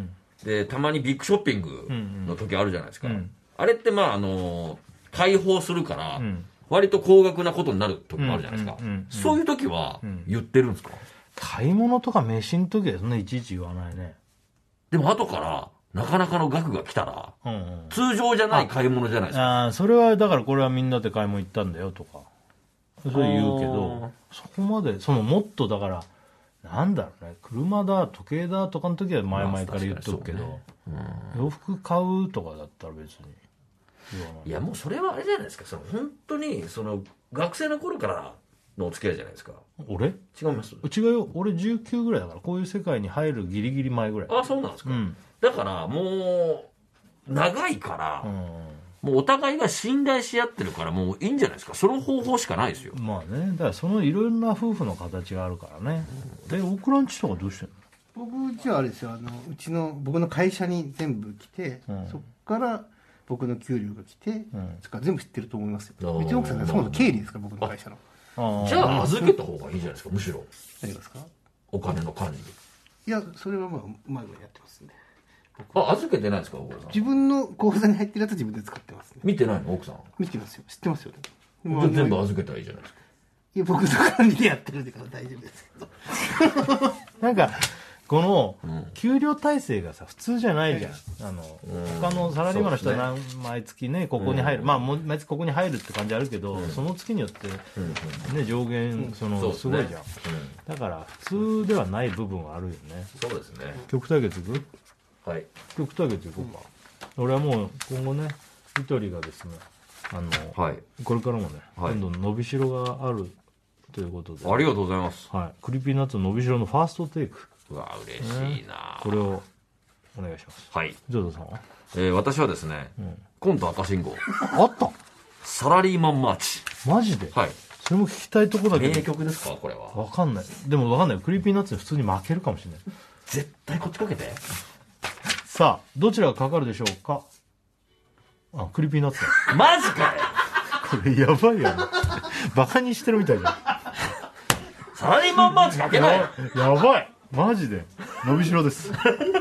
Speaker 2: でたまにビッグショッピングの時あるじゃないですか、うんうん、あれってまああの開放するから、うん、割と高額なことになる時もあるじゃないですか、うんうんうんうん、そういう時は言ってるんですか？
Speaker 1: 買い物とか飯の時はそんないちいち言わないね。
Speaker 2: でも後からなかなかの額が来たら、うんうん、通常じゃない買い物じゃないですか。
Speaker 1: ああ、それはだからこれはみんなで買い物行ったんだよとかそれ言うけど、そこまでそのもっとだからなんだろうね、車だ時計だとかの時は前々から言っとくけど、ね、うん、洋服買うとかだったら別に言わない。
Speaker 2: いやもうそれはあれじゃないですか、その本当にその学生の頃からのお付き合いじゃないですか。
Speaker 1: 俺？
Speaker 2: 違います？
Speaker 1: 違うよ、俺じゅうきゅうぐらいだから、こういう世界に入るギリギリ前ぐらい。
Speaker 2: あ、そうなんですか、うん、だからもう長いから、うん、もうお互いが信頼し合ってるからもういいんじゃないですか。その方法しかないですよ。
Speaker 1: まあね、だからそのいろんな夫婦の形があるからね。で、オクランチとかどうしてんの？
Speaker 3: 僕じゃああれですよ、あのうちの僕の会社に全部来て、うん、そっから僕の給料が来て、うん、そっから全部知ってると思いますよ。うちの奥さんがそもそも経理ですから、僕の会社の。
Speaker 2: じゃあ預けた方がいいじゃないですか、むしろ。
Speaker 3: 何ですか？
Speaker 2: お金の管理。
Speaker 3: いや、それはまあ前々やってますね。
Speaker 2: あ、預けてないですか、奥さん？
Speaker 3: 自分の口座に入ってるやつは自分で使ってますね。
Speaker 2: 見てないの、奥さん？
Speaker 3: 見てますよ、知ってますよ。
Speaker 2: でも全部預けたらいいじゃないですか。
Speaker 3: いや、僕の管理でやってるんだから大丈夫ですけど。
Speaker 1: なんかこの給料体制がさ普通じゃないじゃん。あの他のサラリーマンの人は何毎月ねここに入る、まあ毎月ここに入るって感じあるけど、その月によってね上限そのすごいじゃん。だから普通ではない部分はあるよね。
Speaker 2: そうですね。
Speaker 1: 極対決いく？
Speaker 2: はい。
Speaker 1: 極対決いこうか。俺はもう今後ね一人がですねあの、はい、これからもね、はい、どんどん伸びしろがあるということで。
Speaker 2: ありがとうございます。
Speaker 1: はい。クリーピーナッツの伸びしろのファーストテイク。
Speaker 2: うわ嬉しいな、ね、
Speaker 1: これをお願いします。
Speaker 2: はい。
Speaker 1: ジョーダさんは、
Speaker 2: えー、私はですね、うん、コント赤信号
Speaker 1: あった
Speaker 2: サラリーマンマーチ。
Speaker 1: マジで？はい。それも聞きたいところだけど。
Speaker 2: 名曲ですかこれは？
Speaker 1: わかんない。でもわかんない。クリーピーナッツに普通に負けるかもしれない。
Speaker 2: 絶対こっちかけて。
Speaker 1: さあどちらがかかるでしょうか。あ、クリーピーナッツだ。
Speaker 2: マジかよ。
Speaker 1: これやばいよね。バカにしてるみたいじゃん。
Speaker 2: サラリーマンマーチかけない。
Speaker 1: やばい。マジで伸びしろです。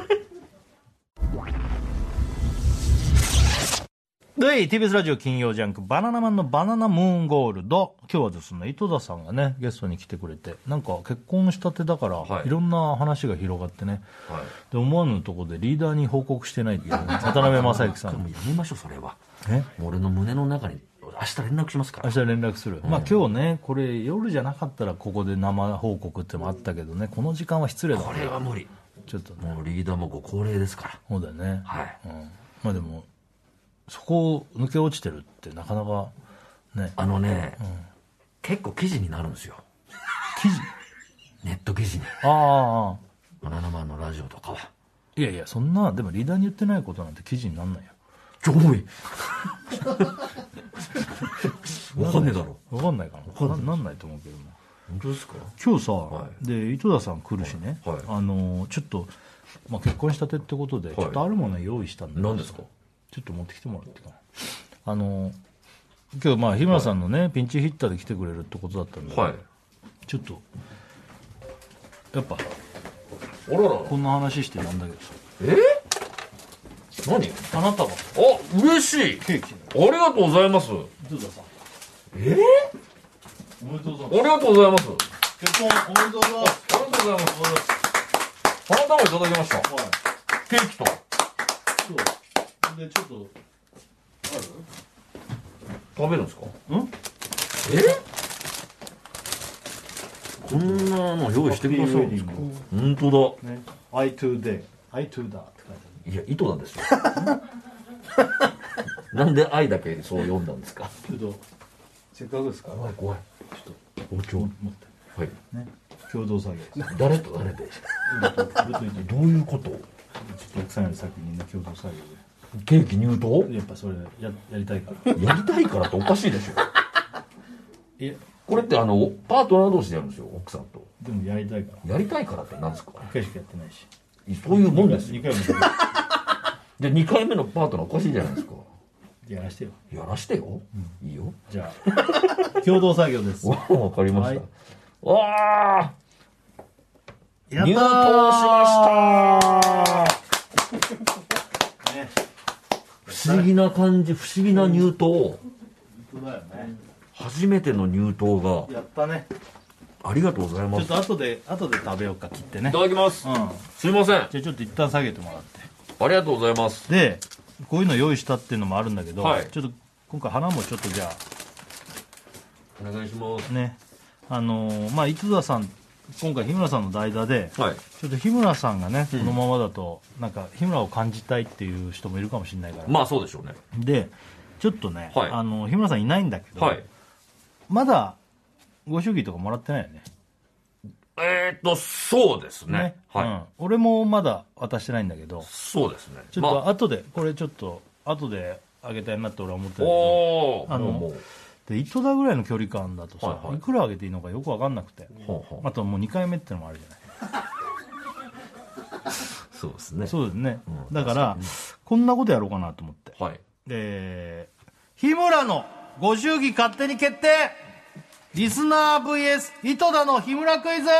Speaker 1: で ティービーエス ラジオ金曜ジャンクバナナマンのバナナムーンゴールド。今日はですね井戸田さんがねゲストに来てくれて、なんか結婚したてだから、はい、いろんな話が広がってね、はい、で思わぬところでリーダーに報告してないっていう、ね、渡辺正行さん。
Speaker 2: もうやめましょうそれは。え俺の胸の中に明日連絡しますから。
Speaker 1: 明日連絡する、うん、まあ今日ねこれ夜じゃなかったらここで生報告ってもあったけどね、この時間は失礼だね。
Speaker 2: これは無理。
Speaker 1: ちょっとね
Speaker 2: もうリーダーもご高齢ですから。
Speaker 1: そうだよね。
Speaker 2: はい、
Speaker 1: うん、まあでもそこを抜け落ちてるってなかなかね。
Speaker 2: あのね、うん、結構記事になるんですよ。
Speaker 1: 記事？
Speaker 2: ネット記事に。
Speaker 1: ああ
Speaker 2: バナナマンのラジオとかは。
Speaker 1: いやいやそんなでもリーダーに言ってないことなんて記事になんないよ。
Speaker 2: ちょおいわかんねえだろ。
Speaker 1: わかんないかな。な, なんないと思うけどな。
Speaker 2: 本当ですか？
Speaker 1: 今日さ、
Speaker 2: はい、
Speaker 1: で井戸田さん来るしね、はいはい、あのちょっと、まあ、結婚したてってことで、はい、ちょっとあるもの用意したんで。
Speaker 2: 何ですか？
Speaker 1: ちょっと持ってきてもらってかな。あの今日まあ日村さんのね、はい、ピンチヒッターで来てくれるってことだったんで、はい、ちょっとやっぱ
Speaker 2: あらら
Speaker 1: こんな話してなんだけどさ。
Speaker 2: えー、何？
Speaker 1: あなたが
Speaker 2: あ嬉しい
Speaker 1: ケーキ
Speaker 2: ありがとうございます。
Speaker 1: 井戸田さん
Speaker 2: えー、
Speaker 1: おめでとうございます。
Speaker 2: ありがとうございます。
Speaker 1: 結婚おめでとうございます。
Speaker 2: ありがとうございます。あなたもいただきました、はい、ケーキと。
Speaker 1: そうでちょっとある？
Speaker 2: 食べるんですか？
Speaker 1: ん？
Speaker 2: え？こんなの用意してくださるんですか？本当だ、
Speaker 1: ね、I today I to だって書いてある。
Speaker 2: いや糸なんですよ。なんで愛だけそう読んだんですか？
Speaker 1: ちょっとせっかくですから
Speaker 2: 怖い怖い。
Speaker 1: ちょっと包丁持って
Speaker 2: はい
Speaker 1: ね共同作業です。
Speaker 2: 誰と誰でどういうこと？
Speaker 1: と奥さんより先にね、共同作業
Speaker 2: ケーキ入刀
Speaker 1: で。やっぱそれややりたいから。
Speaker 2: やりたいからっておかしいでしょ。
Speaker 1: いや、
Speaker 2: これってあの、パートナー同士でやるんですよ、奥さんと。
Speaker 1: でもやりたいから。
Speaker 2: やりたいからって何ですか？
Speaker 1: いっかいしかやってないし。
Speaker 2: そういうもんですよ。
Speaker 1: にかいもや
Speaker 2: じゃあにかいめのパートナーおかしいじゃないですか。
Speaker 1: やらしてよ。
Speaker 2: やらしてよ。いいよ。
Speaker 1: じゃあ、共同作業です。
Speaker 2: わわかりました。
Speaker 1: はい
Speaker 2: わあ
Speaker 1: やったー
Speaker 2: 入刀しました
Speaker 1: ね、
Speaker 2: 不思議な感じ、不思議な入刀。
Speaker 1: 本当だよね。
Speaker 2: 初めての入刀が。
Speaker 1: やったね。
Speaker 2: ありがとうござい
Speaker 1: ちょっ
Speaker 2: ます。
Speaker 1: と後で、後で食べようか、切ってね。
Speaker 2: いただきます。
Speaker 1: うん。
Speaker 2: すいません。
Speaker 1: じゃあちょっと一旦下げてもらって。
Speaker 2: ありがとうございます。
Speaker 1: で、こういうの用意したっていうのもあるんだけど、
Speaker 2: はい
Speaker 1: ちょっと今回花もちょっとじゃ
Speaker 2: お願いします。
Speaker 1: あね、あのーまあ井戸田さん、今回日村さんの代打で、
Speaker 2: はい。
Speaker 1: ちょっと日村さんがね、
Speaker 2: うん
Speaker 1: このままだと、なんか日村を感じたいっていう人もいるかもしれないから。
Speaker 2: まあそうでしょうね。
Speaker 1: で、ちょっとね、
Speaker 2: はい
Speaker 1: あの、日村さんいないんだけど、
Speaker 2: はい。
Speaker 1: まだご祝儀とかもらってないよね。
Speaker 2: えーっと、そうですね。はい、
Speaker 1: うん。俺もまだ渡してないんだけど、
Speaker 2: そうですね。
Speaker 1: ちょっと後で、これちょっと、後であげたいなって俺は思ってるんだけど、
Speaker 2: おー、
Speaker 1: あの
Speaker 2: もうもう
Speaker 1: で井戸田ぐらいの距離感だとさ、
Speaker 2: はいはい
Speaker 1: いくらあげていいのかよく分かんなくて、
Speaker 2: ほうほう
Speaker 1: あともうにかいめってのもあるじゃない。
Speaker 2: そうですね。
Speaker 1: そうですね、
Speaker 2: うん
Speaker 1: だからこんなことやろうかなと思って、
Speaker 2: はい。
Speaker 1: で日村のご祝儀勝手に決定、リスナー ブイエス 井戸田の日村クイズ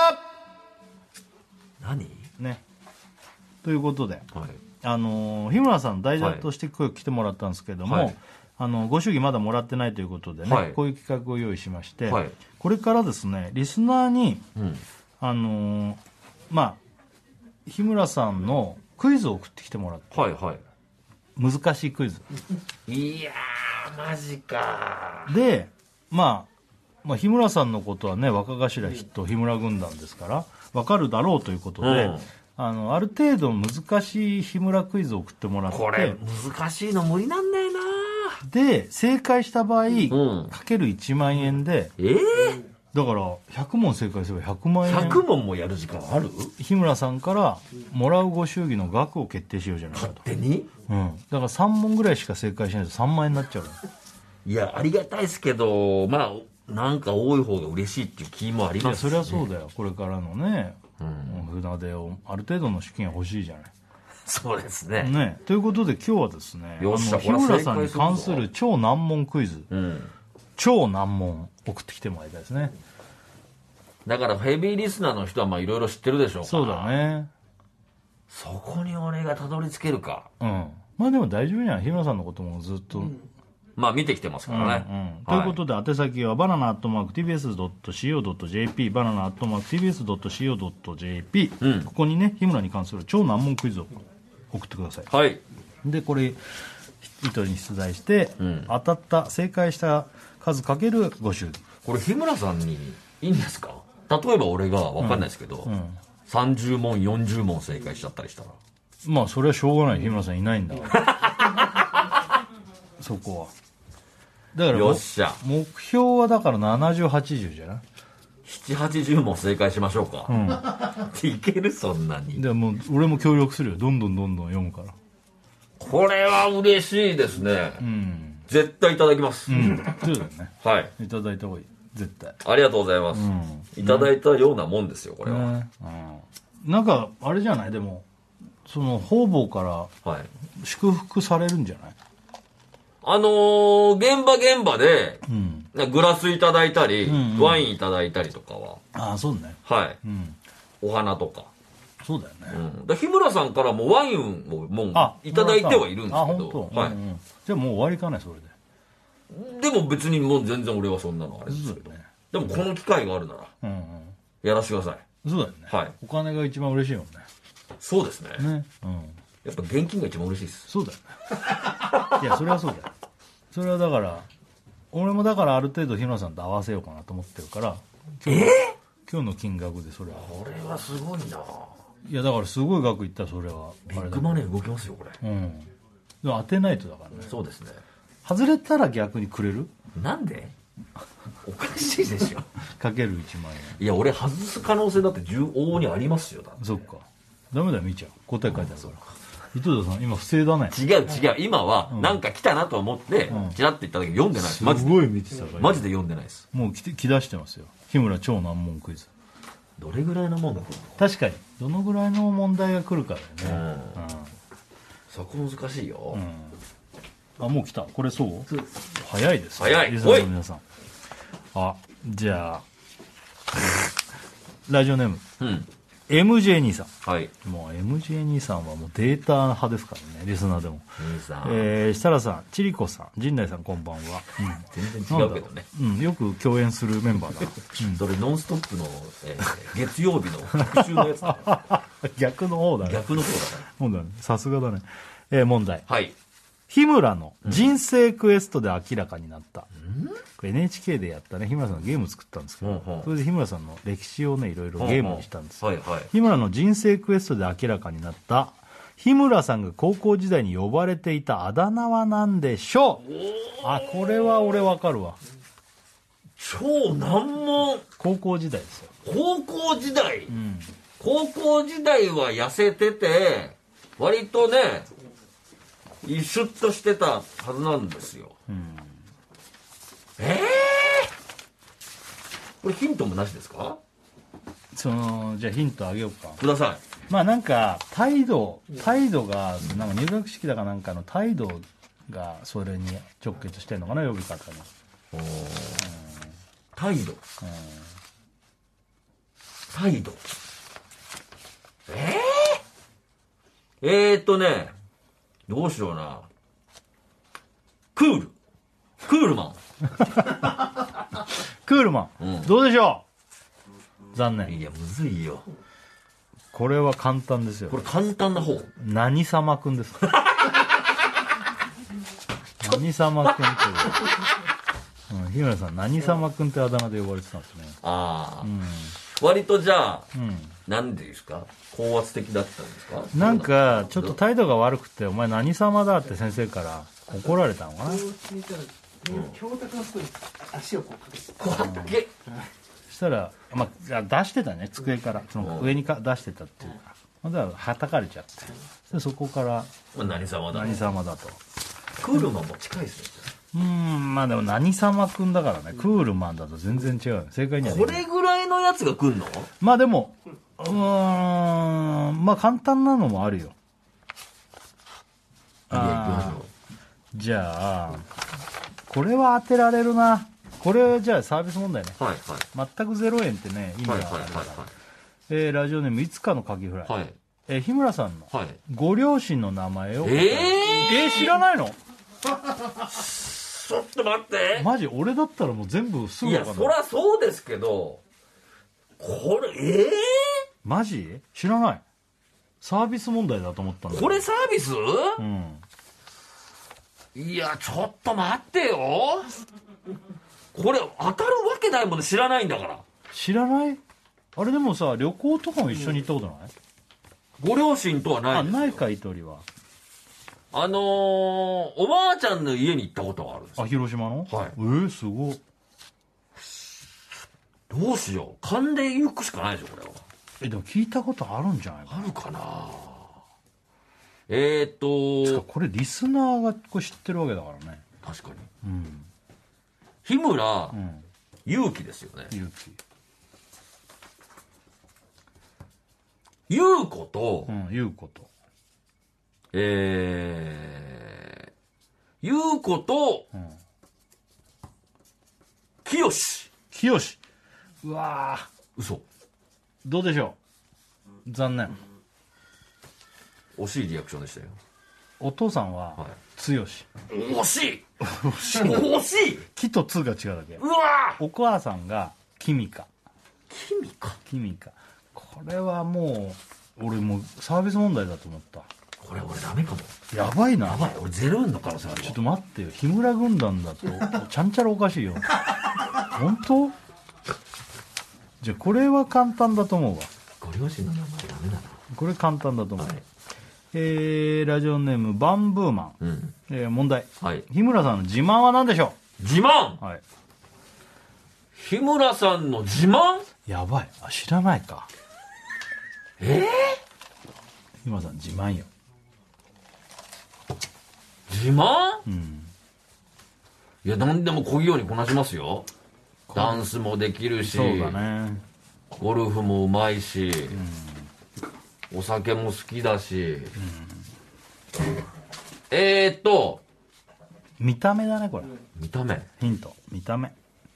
Speaker 2: 何？
Speaker 1: ね、ということで、
Speaker 2: はい。
Speaker 1: あのー日村さん代打として今日来てもらったんですけども、
Speaker 2: はい
Speaker 1: あのご祝儀まだもらってないということでね、
Speaker 2: はい
Speaker 1: こういう企画を用意しまして、
Speaker 2: はい
Speaker 1: これからですねリスナーに
Speaker 2: うん。
Speaker 1: あのーまあ日村さんのクイズを送ってきてもらって
Speaker 2: はいは
Speaker 1: 難しいクイズ
Speaker 2: い。いやー、マジか
Speaker 1: で、まあ、まあ日村さんのことはね若頭筆頭日村軍団ですから分かるだろうということで、
Speaker 2: うん
Speaker 1: あのある程度難しい日村クイズを送ってもらって
Speaker 2: これ、難しいの無理なんだよな
Speaker 1: で正解した場合、
Speaker 2: ん
Speaker 1: かけるいちまん円で
Speaker 2: えー、
Speaker 1: だからひゃくもん正解すればひゃくまん円
Speaker 2: ひゃくもんもやる時間ある？
Speaker 1: 日村さんからもらうご祝儀の額を決定しようじゃないかと、
Speaker 2: 手に？
Speaker 1: うん、だからさんもんぐらいしか正解しないとさんまん円になっちゃうの。
Speaker 2: いや、ありがたいですけど、まあ、なんか多い方が嬉しいっていう気もあり
Speaker 1: いや
Speaker 2: ます
Speaker 1: そりゃそうだよ、これからのね、
Speaker 2: うん
Speaker 1: 船出をある程度の資金は欲しいじゃない
Speaker 2: そうですね。
Speaker 1: ね。ということで今日はですね、あの
Speaker 2: よっしゃ
Speaker 1: 日村さんに関する超難問クイズ、
Speaker 2: うん。
Speaker 1: 超難問送ってきてもらいたいですね。
Speaker 2: だからヘビーリスナーの人はまあいろいろ知ってるでしょうから。
Speaker 1: そうだね。
Speaker 2: そこに俺がたどり着けるか。
Speaker 1: うん。まあでも大丈夫じゃん、日村さんのこともずっと、
Speaker 2: まあ見てきてますからね。
Speaker 1: うんうんということで、宛先はバナナアットマーク ティービーエスドットシーオードットジェーピー バナナアットマーク ティービーエスドットシーオードットジェーピー、
Speaker 2: うん
Speaker 1: ここにね日村に関する超難問クイズを送ってください。
Speaker 2: はい。
Speaker 1: でこれ糸に出題して、
Speaker 2: うん
Speaker 1: 当たった正解した数かけるご祝儀。
Speaker 2: これ日村さんにいいんですか？例えば俺が分かんないですけど、
Speaker 1: うん
Speaker 2: さんじゅうもんよんじゅうもん正解しちゃったりしたら。
Speaker 1: まあそれはしょうがない、日村さんいないんだからそこはだから
Speaker 2: よっしゃ。
Speaker 1: 目標はだからななじゅうはちじゅうじゃない。
Speaker 2: なな、はちじゅうもん正解しましょうか。
Speaker 1: うん
Speaker 2: いけるそんなに。
Speaker 1: でもう俺も協力するよ、どんどんどんどん読むから。
Speaker 2: これは嬉しいですね。
Speaker 1: うん
Speaker 2: 絶対いただきます。
Speaker 1: うんそうだよね、
Speaker 2: はい。
Speaker 1: いただいた方がいい絶対。
Speaker 2: ありがとうございます。
Speaker 1: うん
Speaker 2: いただいたようなもんですよ、これは。
Speaker 1: ねうん、なんかあれじゃない、でもその方々から
Speaker 2: はい。
Speaker 1: 祝福されるんじゃない。
Speaker 2: あのー、現場現場で、
Speaker 1: うん
Speaker 2: なんかグラスいただいたり、
Speaker 1: うんうん
Speaker 2: ワインいただいたりとかは、
Speaker 1: ああそうね、
Speaker 2: はい。
Speaker 1: うん
Speaker 2: お花とか。
Speaker 1: そうだよね、
Speaker 2: うん。で日村さんからもワインをもう
Speaker 1: あ
Speaker 2: いただいてはいるんです
Speaker 1: あ
Speaker 2: けど、
Speaker 1: 本当、
Speaker 2: はい。
Speaker 1: うんうんじゃあもう終わりかねそれで。
Speaker 2: でも別にもう全然俺はそんなのあれですけど。
Speaker 1: そうだよね、
Speaker 2: でもこの機会があるなら、
Speaker 1: うんうん
Speaker 2: やらせてください。
Speaker 1: そうだよね、
Speaker 2: はい
Speaker 1: お金が一番嬉しいもん
Speaker 2: そうですね。
Speaker 1: ねねうん
Speaker 2: やっぱ現金が一番嬉しいです。
Speaker 1: そうだよねいやそれはそうだよ、それはだから俺もだからある程度日村さんと合わせようかなと思ってるから今日の,、今日の金額でそれは
Speaker 2: これはすごいな。
Speaker 1: いやだからすごい額いったらそれは
Speaker 2: ビッ
Speaker 1: あれだ
Speaker 2: グマネー動きますよ、これ。
Speaker 1: うんでも当てないとだからね。
Speaker 2: そうですね。
Speaker 1: 外れたら逆にくれる
Speaker 2: なんでおかしいでしょ。
Speaker 1: かけるいちまん円。
Speaker 2: いや、俺外す可能性だって十往々にありますよ。だって
Speaker 1: そっかダメだよ見ちゃう答え書いてあるから井戸田さん今不正だね。
Speaker 2: 違う違う、今はなんか来たなと思ってチラッと言っただけ読んでないです。マジ
Speaker 1: す
Speaker 2: で
Speaker 1: ごい見てたから
Speaker 2: マジで読んでないです。
Speaker 1: もう来て来だしてますよ。日村超難問クイズ。
Speaker 2: どれぐらいのもんだ。
Speaker 1: 確かにどのぐらいの問題が来るかだよね。
Speaker 2: うん、そこ難しいよ、
Speaker 1: うん、あもう来た。これそう早いです、ね、
Speaker 2: 早い。
Speaker 1: リスナーの皆さん。あじゃあラジオネーム、うん、エムジェー 兄さん、はい、もう エムジェー 兄さんはもうデータ派ですからね、リスナーでも。兄さん、えー、設楽さん、千里子さん、陣内さん、こんばんは。うん、
Speaker 2: 全然違うけどね。
Speaker 1: うん、よく共演するメンバーだ。
Speaker 2: うん、それノンストップの、えー、月曜日の復習のやつだ、ね、
Speaker 1: 逆の方だね。
Speaker 2: 逆の方だね。
Speaker 1: そうだね。さすがだね。えー、問題。
Speaker 2: はい。
Speaker 1: 日村の人生クエストで明らかになった。うん、これ エヌエイチケー でやったね、日村さんがゲーム作ったんですけど、うんうん、それで日村さんの歴史をね、いろいろゲームにしたんですよ、うんうんはいはい。日村の人生クエストで明らかになった、日村さんが高校時代に呼ばれていたあだ名は何でしょう。あ、これは俺わかるわ。
Speaker 2: 超難問。
Speaker 1: 高校時代ですよ。
Speaker 2: 高校時代、うん、高校時代は痩せてて、割とね、シュッとしてたはずなんですよ。うん、えー、これヒントもなしですか？
Speaker 1: そのじゃあヒントあげようか。
Speaker 2: ください。
Speaker 1: まあなんか態度態度がなんか入学式だかなんかの態度がそれに直結してんのかな、呼び方の。お、うん、
Speaker 2: 態度、うん、態度。えー、えーっとね、どうしような。クール。クールマン。
Speaker 1: クールマン、うん、どうでしょう。残念。
Speaker 2: いや、むずいよ。
Speaker 1: これは簡単ですよ。
Speaker 2: これ簡単な方。
Speaker 1: 何様くんです。何様くんっていう、うん、日村さん何様くんってあだ名で呼ばれてたんですね。ああ、
Speaker 2: うん、割とじゃあ、うん、なんでですか、高圧的だったんですか。
Speaker 1: なんかちょっと態度が悪くて、お前何様だって先生から怒られたのかな。
Speaker 3: 教託の人に足をこうかけて、
Speaker 2: こうかけ、
Speaker 1: そしたら、まあ、出してたね、机からその上にか出してたっていうか、だからはたかれちゃって、でそこから
Speaker 2: 何様だ
Speaker 1: 何様だと。
Speaker 2: クールマンも近いですね。
Speaker 1: うん、まあでも何様くんだからね、クールマンだと全然違う。正解には
Speaker 2: これぐらいのやつが来んの？
Speaker 1: まあでもうーん、まあ簡単なのもあるよ。あ、じゃあこれは当てられるな。これじゃあサービス問題ね。はいはい。全くゼロえんってね、意味があるから。えー、ラジオネームいつかのカキフライ。はい。えー、日村さんのご両親の名前を。えー、えー、知らないの？
Speaker 2: ちょっと待って。
Speaker 1: マジ俺だったらもう全部すぐ分かんない。
Speaker 2: いや、そりゃそうですけど、これ、えー、
Speaker 1: マジ知らない。サービス問題だと思ったんだ。
Speaker 2: これサービス？うん。いや、ちょっと待ってよ。これ当たるわけないもんね、知らないんだから。
Speaker 1: 知らない？あれでもさ、旅行とかも一緒に行ったことない？
Speaker 2: うん、ご両親とはない。
Speaker 1: あ、ないか、いとりは。
Speaker 2: あのー、おばあちゃんの家に行ったことがあるんですよ。
Speaker 1: あ、広島の？はい。えー、すごい。
Speaker 2: どうしよう。勘で行くしかないでしょ、これは。
Speaker 1: え、でも聞いたことあるんじゃないかな。
Speaker 2: あるかな。えーっと。
Speaker 1: これリスナーがこれ知ってるわけだからね。
Speaker 2: 確かに。うん。日村、うん、勇気ですよね。
Speaker 1: 勇気。
Speaker 2: 優子と、
Speaker 1: うん、優子と。
Speaker 2: えー、優子と、うん、清志。
Speaker 1: 清志。うわ
Speaker 2: ー。嘘。
Speaker 1: どうでしょう。残念。
Speaker 2: 惜しいリアクションでしたよ。
Speaker 1: お父さんは、はい、剛。
Speaker 2: 惜しい惜しい惜しい
Speaker 1: 木とつが違うだけ。
Speaker 2: うわ
Speaker 1: お母さんが君か。
Speaker 2: 君か
Speaker 1: 君か。これはもう、俺もうサービス問題だと思った。
Speaker 2: これ俺ダメかも。
Speaker 1: やばいな。
Speaker 2: やばい。俺ゼロえんの可能性ある。
Speaker 1: ちょっと待ってよ。日村軍団だと、ちゃんちゃらおかしいよ。本当？じゃあこれは簡単だと思うわ。
Speaker 2: ご両親の名前ダメだな。
Speaker 1: これ簡単だと思う。はい、えー、ラジオネームバンブーマン。うん、えー、問題。はい。日村さんの自慢は何でしょ
Speaker 2: う？自慢？はい。日村さんの自慢？
Speaker 1: やばい。あ、知らないか。
Speaker 2: えー、
Speaker 1: 日村さん自慢よ。
Speaker 2: 自慢、うん、いや何でもこぎようにこなしますよ。ダンスもできるし、
Speaker 1: そうだね、
Speaker 2: ゴルフもうまいし、うん、お酒も好きだし、うん、えーっと
Speaker 1: 見た目だねこれ。
Speaker 2: 見た目、
Speaker 1: ヒント、見た目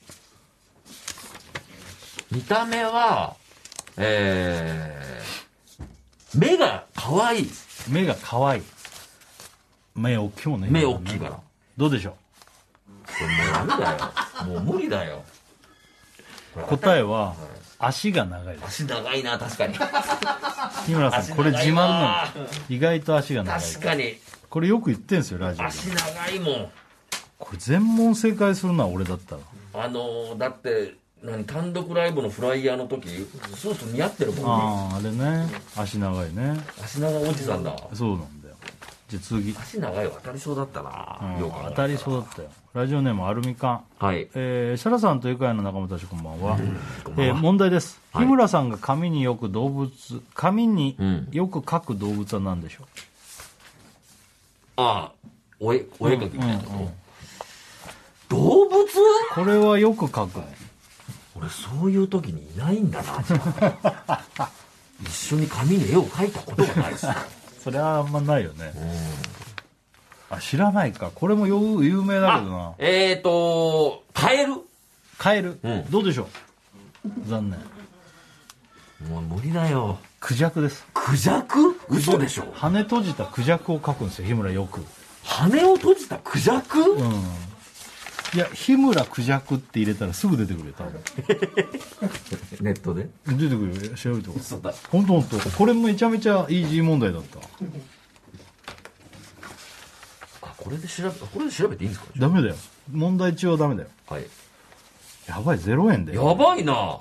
Speaker 2: 見た目はえー、目が可愛い。
Speaker 1: 目が可愛い。目大きいもんね。
Speaker 2: 目大きいから。
Speaker 1: どうでしょう。
Speaker 2: これもうダメだよ。もう無理だよ。
Speaker 1: 答えは、足が長いです。
Speaker 2: 足長いな、確かに。
Speaker 1: 日村さん、これ自慢なの。意外と足が長い。
Speaker 2: 確かに。
Speaker 1: これよく言ってんすよ、ラジオで。
Speaker 2: 足長いもん。
Speaker 1: これ全問正解するのは俺だったら。
Speaker 2: あのー、だって、何単独ライブのフライヤーの時スーツ似合ってるもんね。
Speaker 1: ああ、あれね、足長いね。
Speaker 2: 足長おじさんだ。
Speaker 1: そうなんだよ。じゃあ次。
Speaker 2: 足長いは当たりそうだったな、うん、よく
Speaker 1: 当たりそうだったよ。ラジオネームアルミカン。
Speaker 2: はい。
Speaker 1: えー、シャラさんとゆかやの仲間たちこんばんは。うん、えー、問題です、はい、日村さんが紙によく動物紙によく描く動物は何でしょう。
Speaker 2: うん、ああ、お絵お絵描きみたいなこと、うんうんうん、動物。
Speaker 1: これはよく描くね。
Speaker 2: 俺そういう時にいないんだな。一緒に紙に絵を描いたことがないですよ。
Speaker 1: それはあんまないよね。あ、知らないか。これも有名だけどな。
Speaker 2: えーとカエル。
Speaker 1: カエル、うん、どうでしょう。残念。
Speaker 2: もう無理だよ。
Speaker 1: クジャクです。
Speaker 2: クジャク？嘘でしょ。
Speaker 1: 羽閉じたクジャクを描くんですよ、日村よく。
Speaker 2: 羽を閉じたクジャク？うん。
Speaker 1: いや、日村クジャクって入れたらすぐ出てくるよ、多分。
Speaker 2: ネットで
Speaker 1: 出てくるよ、調べるとこ。そうだ。ほんとほんと。これめちゃめちゃイージー問題だった。
Speaker 2: あ、これで調べ、これで調べていいんですか？
Speaker 1: ダメだよ。問題中はダメだよ。
Speaker 2: はい。
Speaker 1: やばい、ゼロえんだよ。
Speaker 2: やばいな。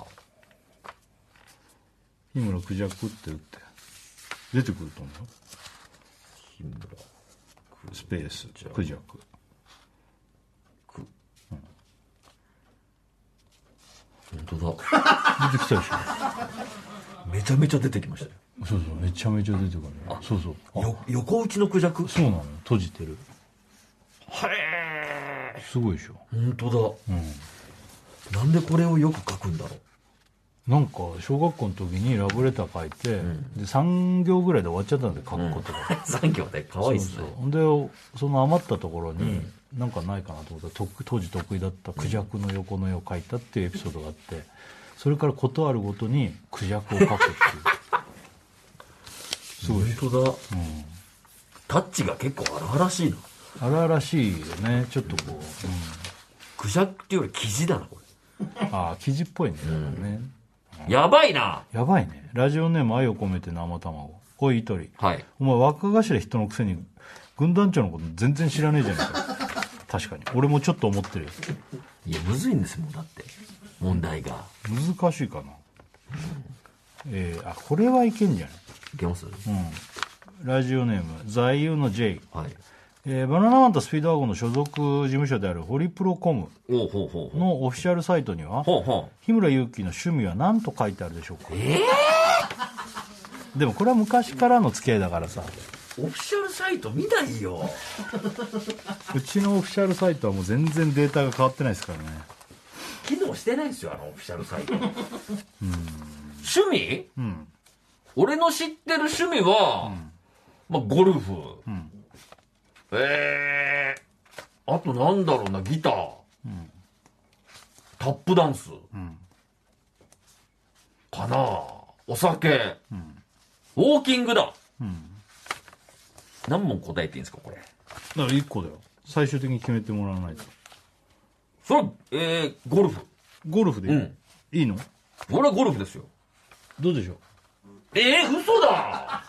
Speaker 1: 日村クジャクって打って。出てくると思う。
Speaker 2: 日村
Speaker 1: スペース、クジャク。
Speaker 2: 本当だ。
Speaker 1: 出てきたでし
Speaker 2: ょ。めちゃめちゃ出てきましたよ。
Speaker 1: そうそう、めちゃめちゃ出てくるね。そうそう。
Speaker 2: よ横打ちのクジャク。
Speaker 1: そうなのよ。閉じてる。
Speaker 2: へえ。
Speaker 1: すごいでしょ。
Speaker 2: 本当だ。うん。なんでこれをよく書くんだろ
Speaker 1: う。なんか小学校の時にラブレター書いて、うん、でさん行ぐらいで終わっちゃったんで書くことが。
Speaker 2: うん、さん行で可愛いですね。
Speaker 1: そうそうでその余ったところに。うんなんかないかなと思ったら当時得意だったクジャクの横の絵を描いたっていうエピソードがあってそれから事あるごとにクジャクを描くっていう
Speaker 2: すごい本当だ、うん、タッチが結構荒々しいな
Speaker 1: 荒々しいよねちょっとこう、うん、
Speaker 2: クジャクっていうより生地だなこ
Speaker 1: れああ生地っぽいね、うんね
Speaker 2: うん、やばいな
Speaker 1: やばいねラジオネーム愛を込めて生卵おい鳥、
Speaker 2: はい、
Speaker 1: お前若頭人のくせに軍団長のこと全然知らねえじゃないか確かに俺もちょっと思ってるよ
Speaker 2: いやむずいんですもんだって問題が
Speaker 1: 難しいかな、うんえー、あこれはいけんじゃない
Speaker 2: いけます、うん、
Speaker 1: ラジオネーム座右の J、
Speaker 2: はい
Speaker 1: えー、バナナマンとスピードワゴンの所属事務所であるホリプロコムのオフィシャルサイトには
Speaker 2: ほうほう
Speaker 1: 日村勇紀の趣味は何と書いてあるでしょうか。
Speaker 2: え
Speaker 1: ー、でもこれは昔からの付き合いだからさ
Speaker 2: オフィシャルサイト見ないよ
Speaker 1: うちのオフィシャルサイトはもう全然データが変わってないですからね
Speaker 2: 機能してないですよあのオフィシャルサイトうん趣味、うん、俺の知ってる趣味は、うんまあ、ゴルフ、うん、えー、あとなんだろうなギター、うん、タップダンス、うん、かなお酒、うん、ウォーキングだ、うん何問答えていいんですかこれ。だ
Speaker 1: からいっこだよ最終的に決めてもらわないと
Speaker 2: それはえー、ゴルフ
Speaker 1: ゴルフでいい、うん、いいの
Speaker 2: 俺はゴルフですよ
Speaker 1: どうでしょう
Speaker 2: えー、嘘だ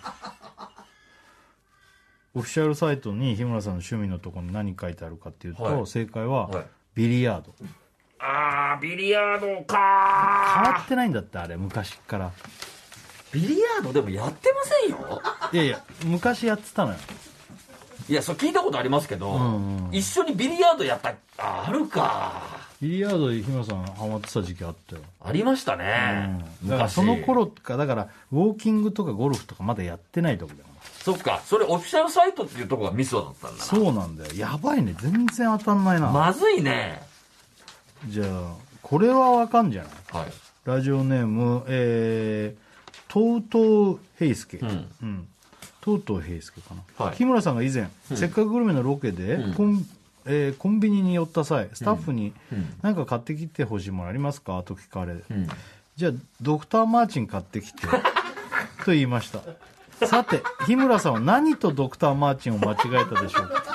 Speaker 1: オフィシャルサイトに日村さんの趣味のところに何書いてあるかっていうと、はい、正解は、はい、ビリヤード
Speaker 2: あービリヤードか
Speaker 1: 変わってないんだってあれ昔から
Speaker 2: ビリヤードでもやってませんよ
Speaker 1: いやいや昔やってたのよ
Speaker 2: いやそれ聞いたことありますけど、うんうん、一緒にビリヤードやったああるか
Speaker 1: ビリヤードで日村さんハマってた時期あったよ。
Speaker 2: ありましたね、
Speaker 1: うん、だからその頃か、だからウォーキングとかゴルフとかまだやってない時だもん。
Speaker 2: そっか、それオフィシャルサイトっていうところがミソだったんだな。
Speaker 1: そうなんだよ。やばいね、全然当たんないな。
Speaker 2: まずいね。
Speaker 1: じゃあこれはわかんじゃない。
Speaker 2: はい。
Speaker 1: ラジオネーム、えー、とうとう平介、
Speaker 2: うん
Speaker 1: うん、とうとう平介かな、
Speaker 2: はい、
Speaker 1: 日村さんが以前、うん、せっかくグルメのロケで、うんコンえー、コンビニに寄った際スタッフに何か買ってきてほしいものありますかと聞かれ、うん、じゃあドクターマーチン買ってきてと言いました。さて日村さんは何とドクターマーチンを間違えたでしょうか。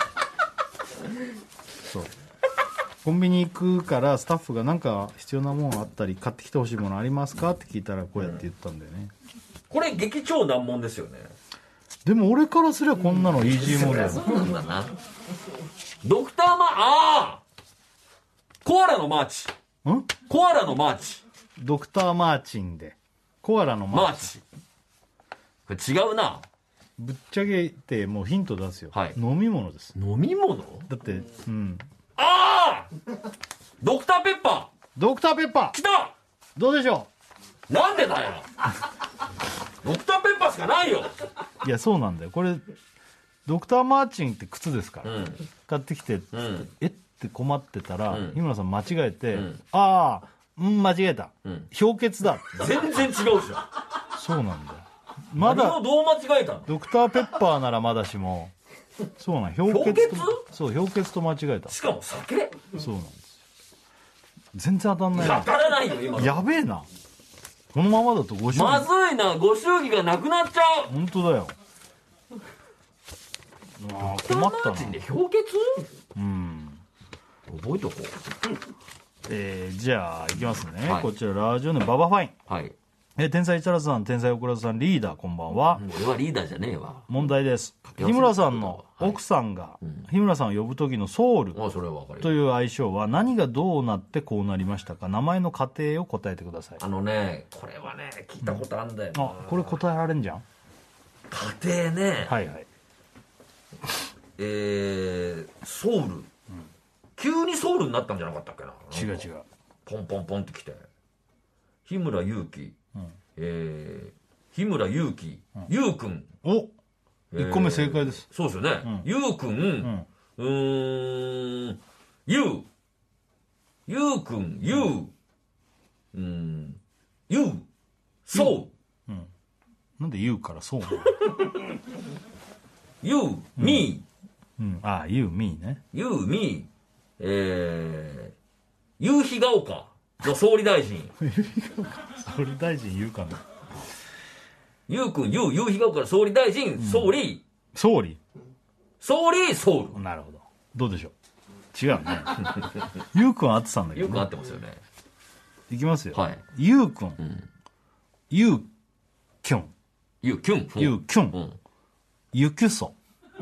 Speaker 1: そうコンビニ行くからスタッフが何か必要なものあったり買ってきてほしいものありますかって聞いたらこうやって言ったんだよね、
Speaker 2: うん、これ激超難問ですよね。
Speaker 1: でも俺からすればこんなのイージー問題だ、
Speaker 2: そうなんだな。ドクターマーあーコアラのマーチ
Speaker 1: ん
Speaker 2: コアラのマーチ
Speaker 1: ドクターマーチンでコアラのマーチ、
Speaker 2: マーチこれ違うな。
Speaker 1: ぶっちゃけてもうヒント出すよ、
Speaker 2: はい、
Speaker 1: 飲み物です。
Speaker 2: 飲み物
Speaker 1: だってうん
Speaker 2: ああドクターペッパー
Speaker 1: ドクターペッパー
Speaker 2: 来た。
Speaker 1: どうでしょ
Speaker 2: う。なんでだよドクターペッパーしかないよ。
Speaker 1: いやそうなんだよ。これドクターマーチンって靴ですから、うん、買ってきて、
Speaker 2: うん、
Speaker 1: えって困ってたら、うん、日村さん間違えて、うん、ああうん間違えた、うん、氷結だ
Speaker 2: 全然違うじゃん。
Speaker 1: そうなんだよ。まだ
Speaker 2: 何をどう間違えたの。
Speaker 1: ドクターペッパーならまだしもそうなん氷結とそう氷結と間違えた。
Speaker 2: しかも酒。
Speaker 1: そうなんですよ。全然当たんないな。
Speaker 2: 当たらないよ今。
Speaker 1: やべえな。このままだとご祝儀
Speaker 2: まずいな。ご祝儀がなくなっちゃう。
Speaker 1: 本当だよ。ああ困ったな。
Speaker 2: で氷結。
Speaker 1: うん
Speaker 2: 覚えとこう。
Speaker 1: えー、じゃあいきますね、
Speaker 2: はい、
Speaker 1: こちらラジオネームババファイン、
Speaker 2: はい、
Speaker 1: えー、天才チャラさん天才オクラさんリーダーこんばんは。
Speaker 2: 俺はリーダーじゃねえわ。
Speaker 1: 問題です。日村さんの奥さんが、はいうん、日村さんを呼ぶ時のソウルという愛称は何がどうなってこうなりましたか。名前の過程を答えてください。
Speaker 2: あのねこれはね聞いたことあるんだよな、うん、
Speaker 1: あこれ答えられんじゃん。
Speaker 2: 家庭ね
Speaker 1: はいはい
Speaker 2: えー、ソウル、うん、急にソウルになったんじゃなかったっけな。
Speaker 1: 違う違う
Speaker 2: ポンポンポンってきて日村勇紀、うんえー、日村勇紀、うん、ゆうくん
Speaker 1: おいっこめ正解です、
Speaker 2: そうですよね、うん、ゆうくん、うん、うーんゆうゆうくんゆううんゆうそう、うん、
Speaker 1: なんでゆうからそう
Speaker 2: ゆうみ
Speaker 1: ー、うん、ああゆうみーね
Speaker 2: ゆうみーえー、夕日が丘の総理大臣
Speaker 1: 総理大臣言うかな。
Speaker 2: ゆうくん、ゆう、夕日が丘の総理大臣、うん、総理
Speaker 1: 総理
Speaker 2: 総理、ソウル。
Speaker 1: なるほど。どうでしょう。違うねゆうくん合ってたんだけど、ね、
Speaker 2: ゆうくん合ってますよね。
Speaker 1: いきますよ、
Speaker 2: はい、
Speaker 1: ゆうくん、うん、ゆうきゅん
Speaker 2: ゆうきゅん
Speaker 1: ゆうきゅん、うん、ゆきゅそ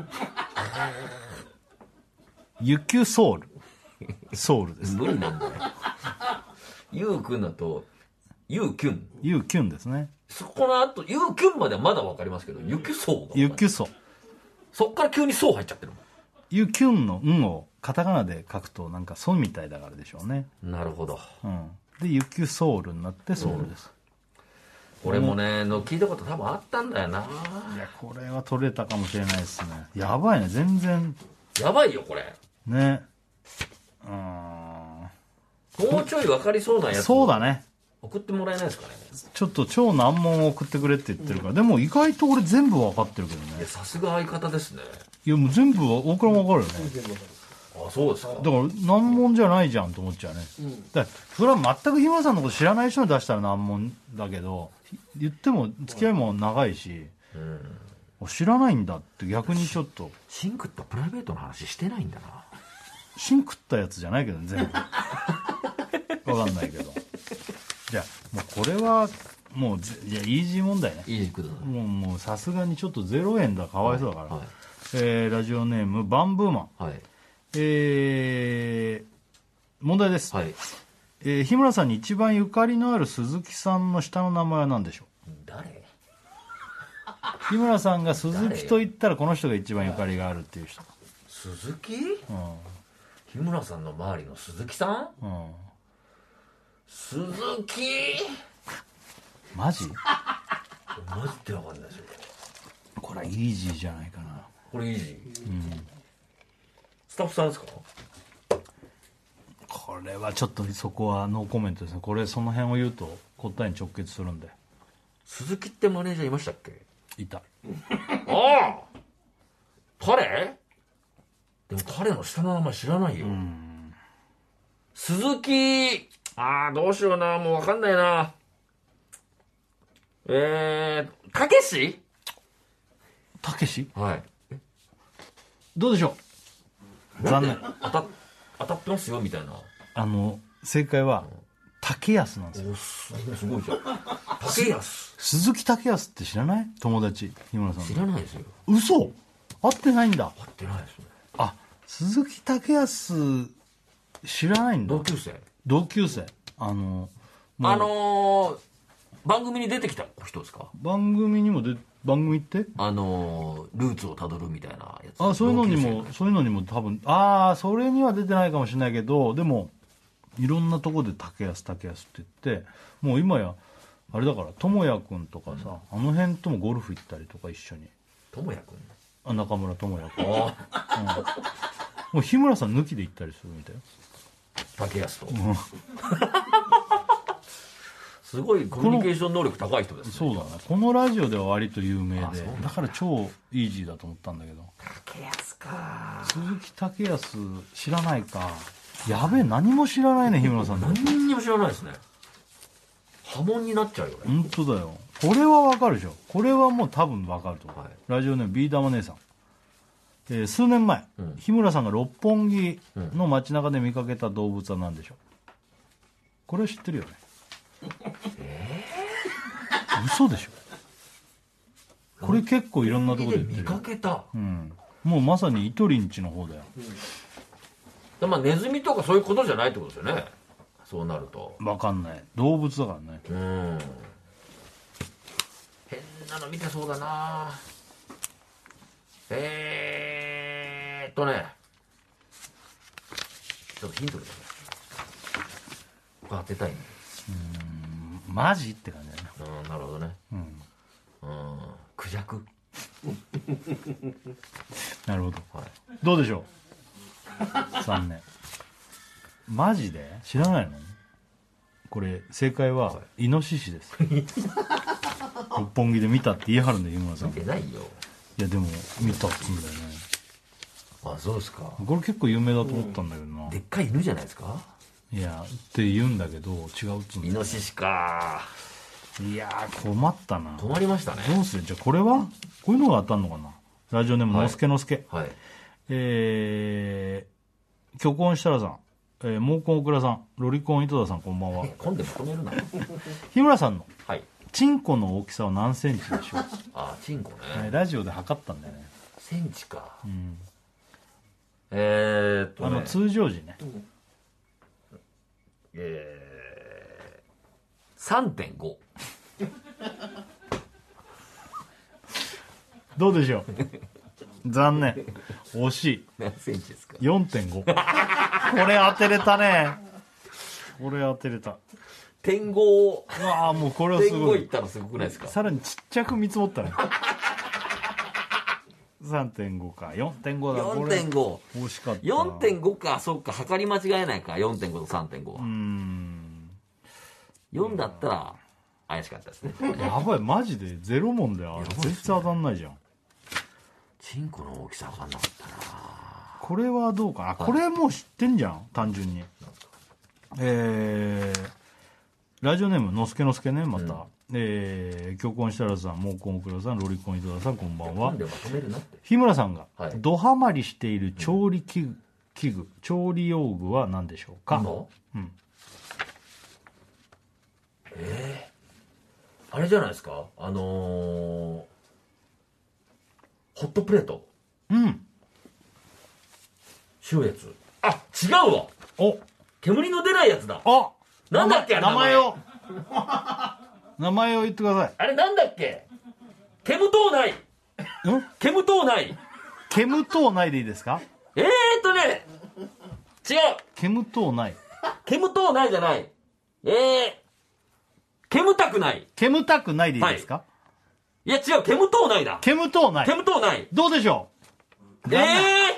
Speaker 1: ゆきゅソウルソウルです。
Speaker 2: 無理なんだよ。ゆうくんだとゆうきゅん
Speaker 1: ゆうきゅんですね。
Speaker 2: そこの後ゆうきゅんまではまだ分かりますけどゆきゅそうが
Speaker 1: ゆきゅそ
Speaker 2: そっから急にそう入っちゃってるもん。
Speaker 1: ゆきゅんの「ん」をカタカナで書くとなんか「ソ」みたいだからでしょうね。
Speaker 2: なるほど、
Speaker 1: うん、でゆきゅソウルになってソウルです、
Speaker 2: うん、俺もねの聞いたこと多分あったんだよな。
Speaker 1: いやこれは取れたかもしれないですね。やばいね全然
Speaker 2: やばいよこれ
Speaker 1: ね。うーん
Speaker 2: もうちょい分かりそうなやつ
Speaker 1: そうだね
Speaker 2: 送ってもらえないですかね。
Speaker 1: ちょっと超難問を送ってくれって言ってるから、うん、でも意外と俺全部分かってるけどね。
Speaker 2: さすが相方ですね。
Speaker 1: いやもう全部大倉も分かるよね。
Speaker 2: あそうですか。
Speaker 1: だから難問じゃないじゃんと思っちゃうね、うん、だからそれは全く日村さんのこと知らない人に出したら難問だけど言っても付き合いも長いし、うん、知らないんだって逆にちょっと
Speaker 2: シンクったプライベートの話してないんだな。
Speaker 1: シン食ったやつじゃないけどね全部分かんないけどじゃあもうこれはもういやイージー問題ね。
Speaker 2: イージーください。
Speaker 1: もうもうさすがにちょっとゼロえんだかわいそうだから、はいはい、えー、ラジオネームバンブーマン、はい、えー、問題です、はい、えー、日村さんに一番ゆかりのある鈴木さんの下の名前は何でしょう。
Speaker 2: 誰。
Speaker 1: 日村さんが鈴木と言ったらこの人が一番ゆかりがあるっていう人。
Speaker 2: 鈴木、うん、 日村さんの周りの鈴木さん、うん、鈴木
Speaker 1: マジ
Speaker 2: マジってわかんないですよ。
Speaker 1: これはイージーじゃないかな。
Speaker 2: これイージー、うん、スタッフさんですか？
Speaker 1: これはちょっとそこはノーコメントですね。これその辺を言うと答えに直結するんで。
Speaker 2: 鈴木ってマネージャーいましたっけ？
Speaker 1: いた。
Speaker 2: ああ彼？でも彼の下の名前知らないよ。うん、鈴木、ああどうしような、もうわかんないな。えー、たけした
Speaker 1: けし？
Speaker 2: はい。
Speaker 1: どうでしょう？残念。
Speaker 2: 当た、当たってますよみたいな。
Speaker 1: あの、正解は、竹安なんですよ。
Speaker 2: おすごいじゃん。竹安。
Speaker 1: 鈴木竹安って知らない？友達、日村さん。
Speaker 2: 知らないですよ。
Speaker 1: 嘘？会ってないんだ。
Speaker 2: 会ってないですね。
Speaker 1: あ、鈴木竹安、知らないんだ。
Speaker 2: 同級生？
Speaker 1: 同級生。あの、
Speaker 2: あのー、番組に出てきた人ですか？
Speaker 1: 番組にもで、番組って
Speaker 2: あのー、ルーツをたどるみたいなやつ。
Speaker 1: あ、そういうのにも、そういうのにも多分、ああ、それには出てないかもしれないけど、でも、いろんなとこで竹安竹安って言って、もう今や、あれだから、智也くんとかさ、うん、あの辺ともゴルフ行ったりとか一緒に。
Speaker 2: 智也くん？
Speaker 1: あ、中村智也くん。ああ、うん。もう日村さん抜きで行ったりするみたいよ。
Speaker 2: 竹安と。うん、すごいコミュニケーション能力高い人ですね。
Speaker 1: そうだね。このラジオでは割と有名で、だから超イージーだと思ったんだけど。
Speaker 2: 竹安か。
Speaker 1: 鈴木竹安知らないか。やべえ、何も知らないね、日村さん。
Speaker 2: 何にも知らないですね。波紋になっちゃうよね。
Speaker 1: 本当だよ。これはわかるでしょ。これはもう多分わかると思う。はい、ラジオネームビー玉姉さん。えー、数年前、うん、日村さんが六本木の街中で見かけた動物は何でしょう？これは知ってるよね。えー、嘘でしょ。これ結構いろんなところで言ってる。
Speaker 2: 見かけた、
Speaker 1: うん、もうまさにイトリンチの方だよ、
Speaker 2: うん、まあネズミとかそういうことじゃないってことですよね。そうなると
Speaker 1: 分かんない。動物だからね。うん、
Speaker 2: 変なの見てそうだな。えーっとねちょっとヒントで当てたいね。
Speaker 1: うーん、マジって感じだよね。
Speaker 2: うん、なるほどね。うん、うん、クジャク。
Speaker 1: なるほど、はい、どうでしょう。残念。マジで知らないの？これ正解は、はい、イノシシです。六本木で見たって言い張るんだよ、日村さん。
Speaker 2: 見てないよ。
Speaker 1: いやでも見たっつうんだよね。
Speaker 2: あ、そうですか。
Speaker 1: これ結構有名だと思ったんだけどな。
Speaker 2: でっかい犬じゃないですか。
Speaker 1: いやって言うんだけど違うっつうんだよ。
Speaker 2: イノシシか。
Speaker 1: いやー困ったな。
Speaker 2: 困りましたね。
Speaker 1: どうする？じゃあこれはこういうのが当たるのかな。ラジオネームのすけのすけ。はい。えー、虚婚設楽さん、えー、毛根オクラさん、ロリコン井戸田さん、こんばんは。
Speaker 2: 今度まとめるな。
Speaker 1: 日村さんの、はい、チンコの大きさは何センチでしょう？
Speaker 2: あ、チンコね、
Speaker 1: はい、ラジオで測ったんだよね。
Speaker 2: センチか。うん、えーっと、ね、
Speaker 1: あの通常時ね。うん、
Speaker 2: えー、さんてんご。
Speaker 1: どうでしょう。残念。惜しい。
Speaker 2: 何センチですか？
Speaker 1: よんてんご。これ当てれたね。これ当てれた。
Speaker 2: 点ご。
Speaker 1: うわあ、もうこれはすごい。
Speaker 2: 点ごいったらすごくないですか？
Speaker 1: さらにちっちゃく見積もったね。さんてんご か。よんてんご だ。
Speaker 2: よんてんご。
Speaker 1: 惜しかった。
Speaker 2: よんてんご か。そっか。測り間違えないか。よんてんご と さんてんご は。うーん。よんだったら怪しかったですね。
Speaker 1: やばい。マジでゼロ問だよ。全然当たんないじゃん。
Speaker 2: チンコの大きさ分かんなかったな。
Speaker 1: これはどうかな。これもう知ってんじゃん、単純に。えー、ラジオネームのすけのすけね、また。うん、えー、虚婚設楽さん、毛根オクラさん、ロリコン井戸田さん、こんばんは。日村さんがドハマりしている調理器具、器具、調理用具は何でしょうか？うん。
Speaker 2: えー、あれじゃないですか、あのー、ホットプレート。うん。周越。あ、違うわ。お、煙の出ないやつだ。
Speaker 1: あ、
Speaker 2: なんだっけ、
Speaker 1: 名前を。名前を言ってください。
Speaker 2: あれなんだっけ。煙塔内。ん？煙塔内。
Speaker 1: 煙塔内でいいですか？
Speaker 2: えーっとね、 違う。
Speaker 1: 煙とない。
Speaker 2: 煙とないじゃない。えー、煙たくない。
Speaker 1: 煙たくないでいいですか？
Speaker 2: はい、いや違う、煙とないだ。
Speaker 1: 煙とない。
Speaker 2: 煙とない。
Speaker 1: どうでしょ
Speaker 2: う。えー、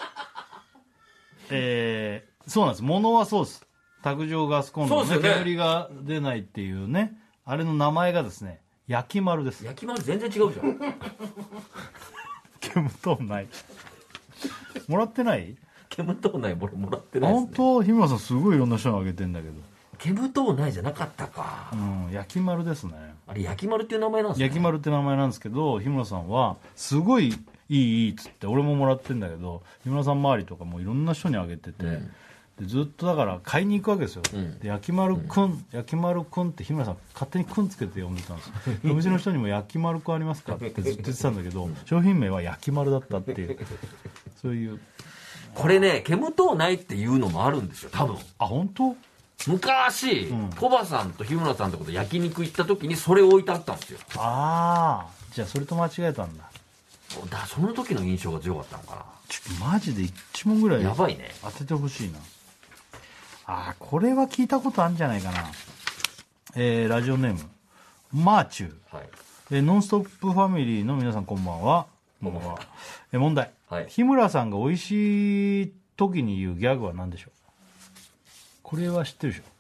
Speaker 1: えー、そうなんです。物はそうです。卓上ガスコンロの、ねね、煙が出ないっていうね、あれの名前がですね、焼き丸です。
Speaker 2: 焼き丸全然違うじゃん。
Speaker 1: 煙とない。もらってない？
Speaker 2: 煙とない、俺もらってないですね。
Speaker 1: 本当、日村さんすごいいろんな人にあげてんだけど。
Speaker 2: 煙とないじゃなかったか。
Speaker 1: うん、焼き丸ですね。
Speaker 2: あれ焼き丸っていう名前なんですか？
Speaker 1: 焼き丸って名前なんですけど、日村さんはすごいいいいいっつって俺ももらってんだけど、日村さん周りとかもいろんな人にあげてて、うん、でずっとだから買いに行くわけですよ、うん、で焼き丸くん、うん、焼き丸くんって日村さん勝手にくんつけて呼んでたんですよ。お店の人にも焼き丸くんありますかってずっと言ってたんだけど、商品名は焼き丸だったっていうそういう。
Speaker 2: これね、煙とないっていうのもあるんですよ多分。
Speaker 1: あ、本当？
Speaker 2: 昔、うん、コバさんと日村さんとこと焼肉行った時にそれ置いてあったんですよ。
Speaker 1: ああ、じゃあそれと間違えたんだ。
Speaker 2: だその時の印象が強かったのかな。
Speaker 1: ちょっとマジで一問ぐらい
Speaker 2: やばいね、
Speaker 1: 当ててほしいな。ああ、これは聞いたことあるんじゃないかな。えー、ラジオネームマーチュー、はい、えー、ノンストップファミリーの皆さんこんばんは。こんばんは。えー、問題、はい、日村さんが美味しい時に言うギャグは何でしょう？これは知ってるでしょ？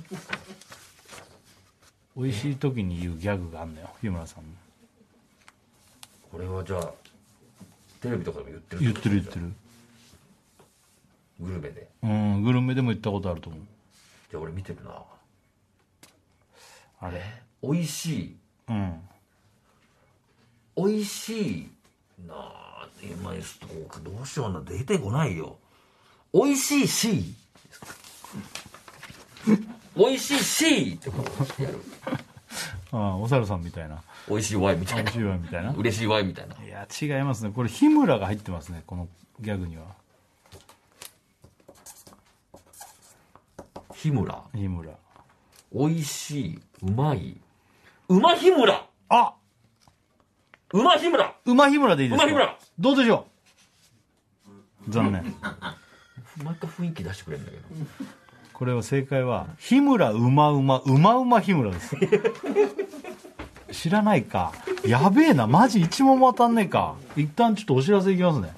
Speaker 1: 美味しい時に言うギャグがあんのよ、日村さんも。
Speaker 2: これはじゃあテレビとかでも言ってる？
Speaker 1: 言ってる言ってる。
Speaker 2: グルメで。
Speaker 1: うん、グルメでも言ったことあると思う。
Speaker 2: じゃあ俺見てるな。
Speaker 1: あれ
Speaker 2: 美味しい。
Speaker 1: うん。
Speaker 2: 美味しいなあ。今どうしような、出てこないよ。美味しいし。美味しいしってやる。
Speaker 1: ああ、お猿さんみたいな。
Speaker 2: 美味しいワイみたいな。
Speaker 1: 美味しいワイみたいな。
Speaker 2: 嬉しいワイみたいな。
Speaker 1: いや違いますね。これ日村が入ってますね、このギャグには。
Speaker 2: 日村。
Speaker 1: 日村。
Speaker 2: 美味しい、うまい。うま日村。
Speaker 1: あ。
Speaker 2: うま日村。
Speaker 1: うま日村でいいですか？
Speaker 2: うま日村。
Speaker 1: どうでしょう？残念。
Speaker 2: 毎回雰囲気出してくれるんだけど。
Speaker 1: これは正解は日村うまうまうまうま日村です。知らないか。やべえな、マジ一問も当たんねえか。一旦ちょっとお知らせいきますね。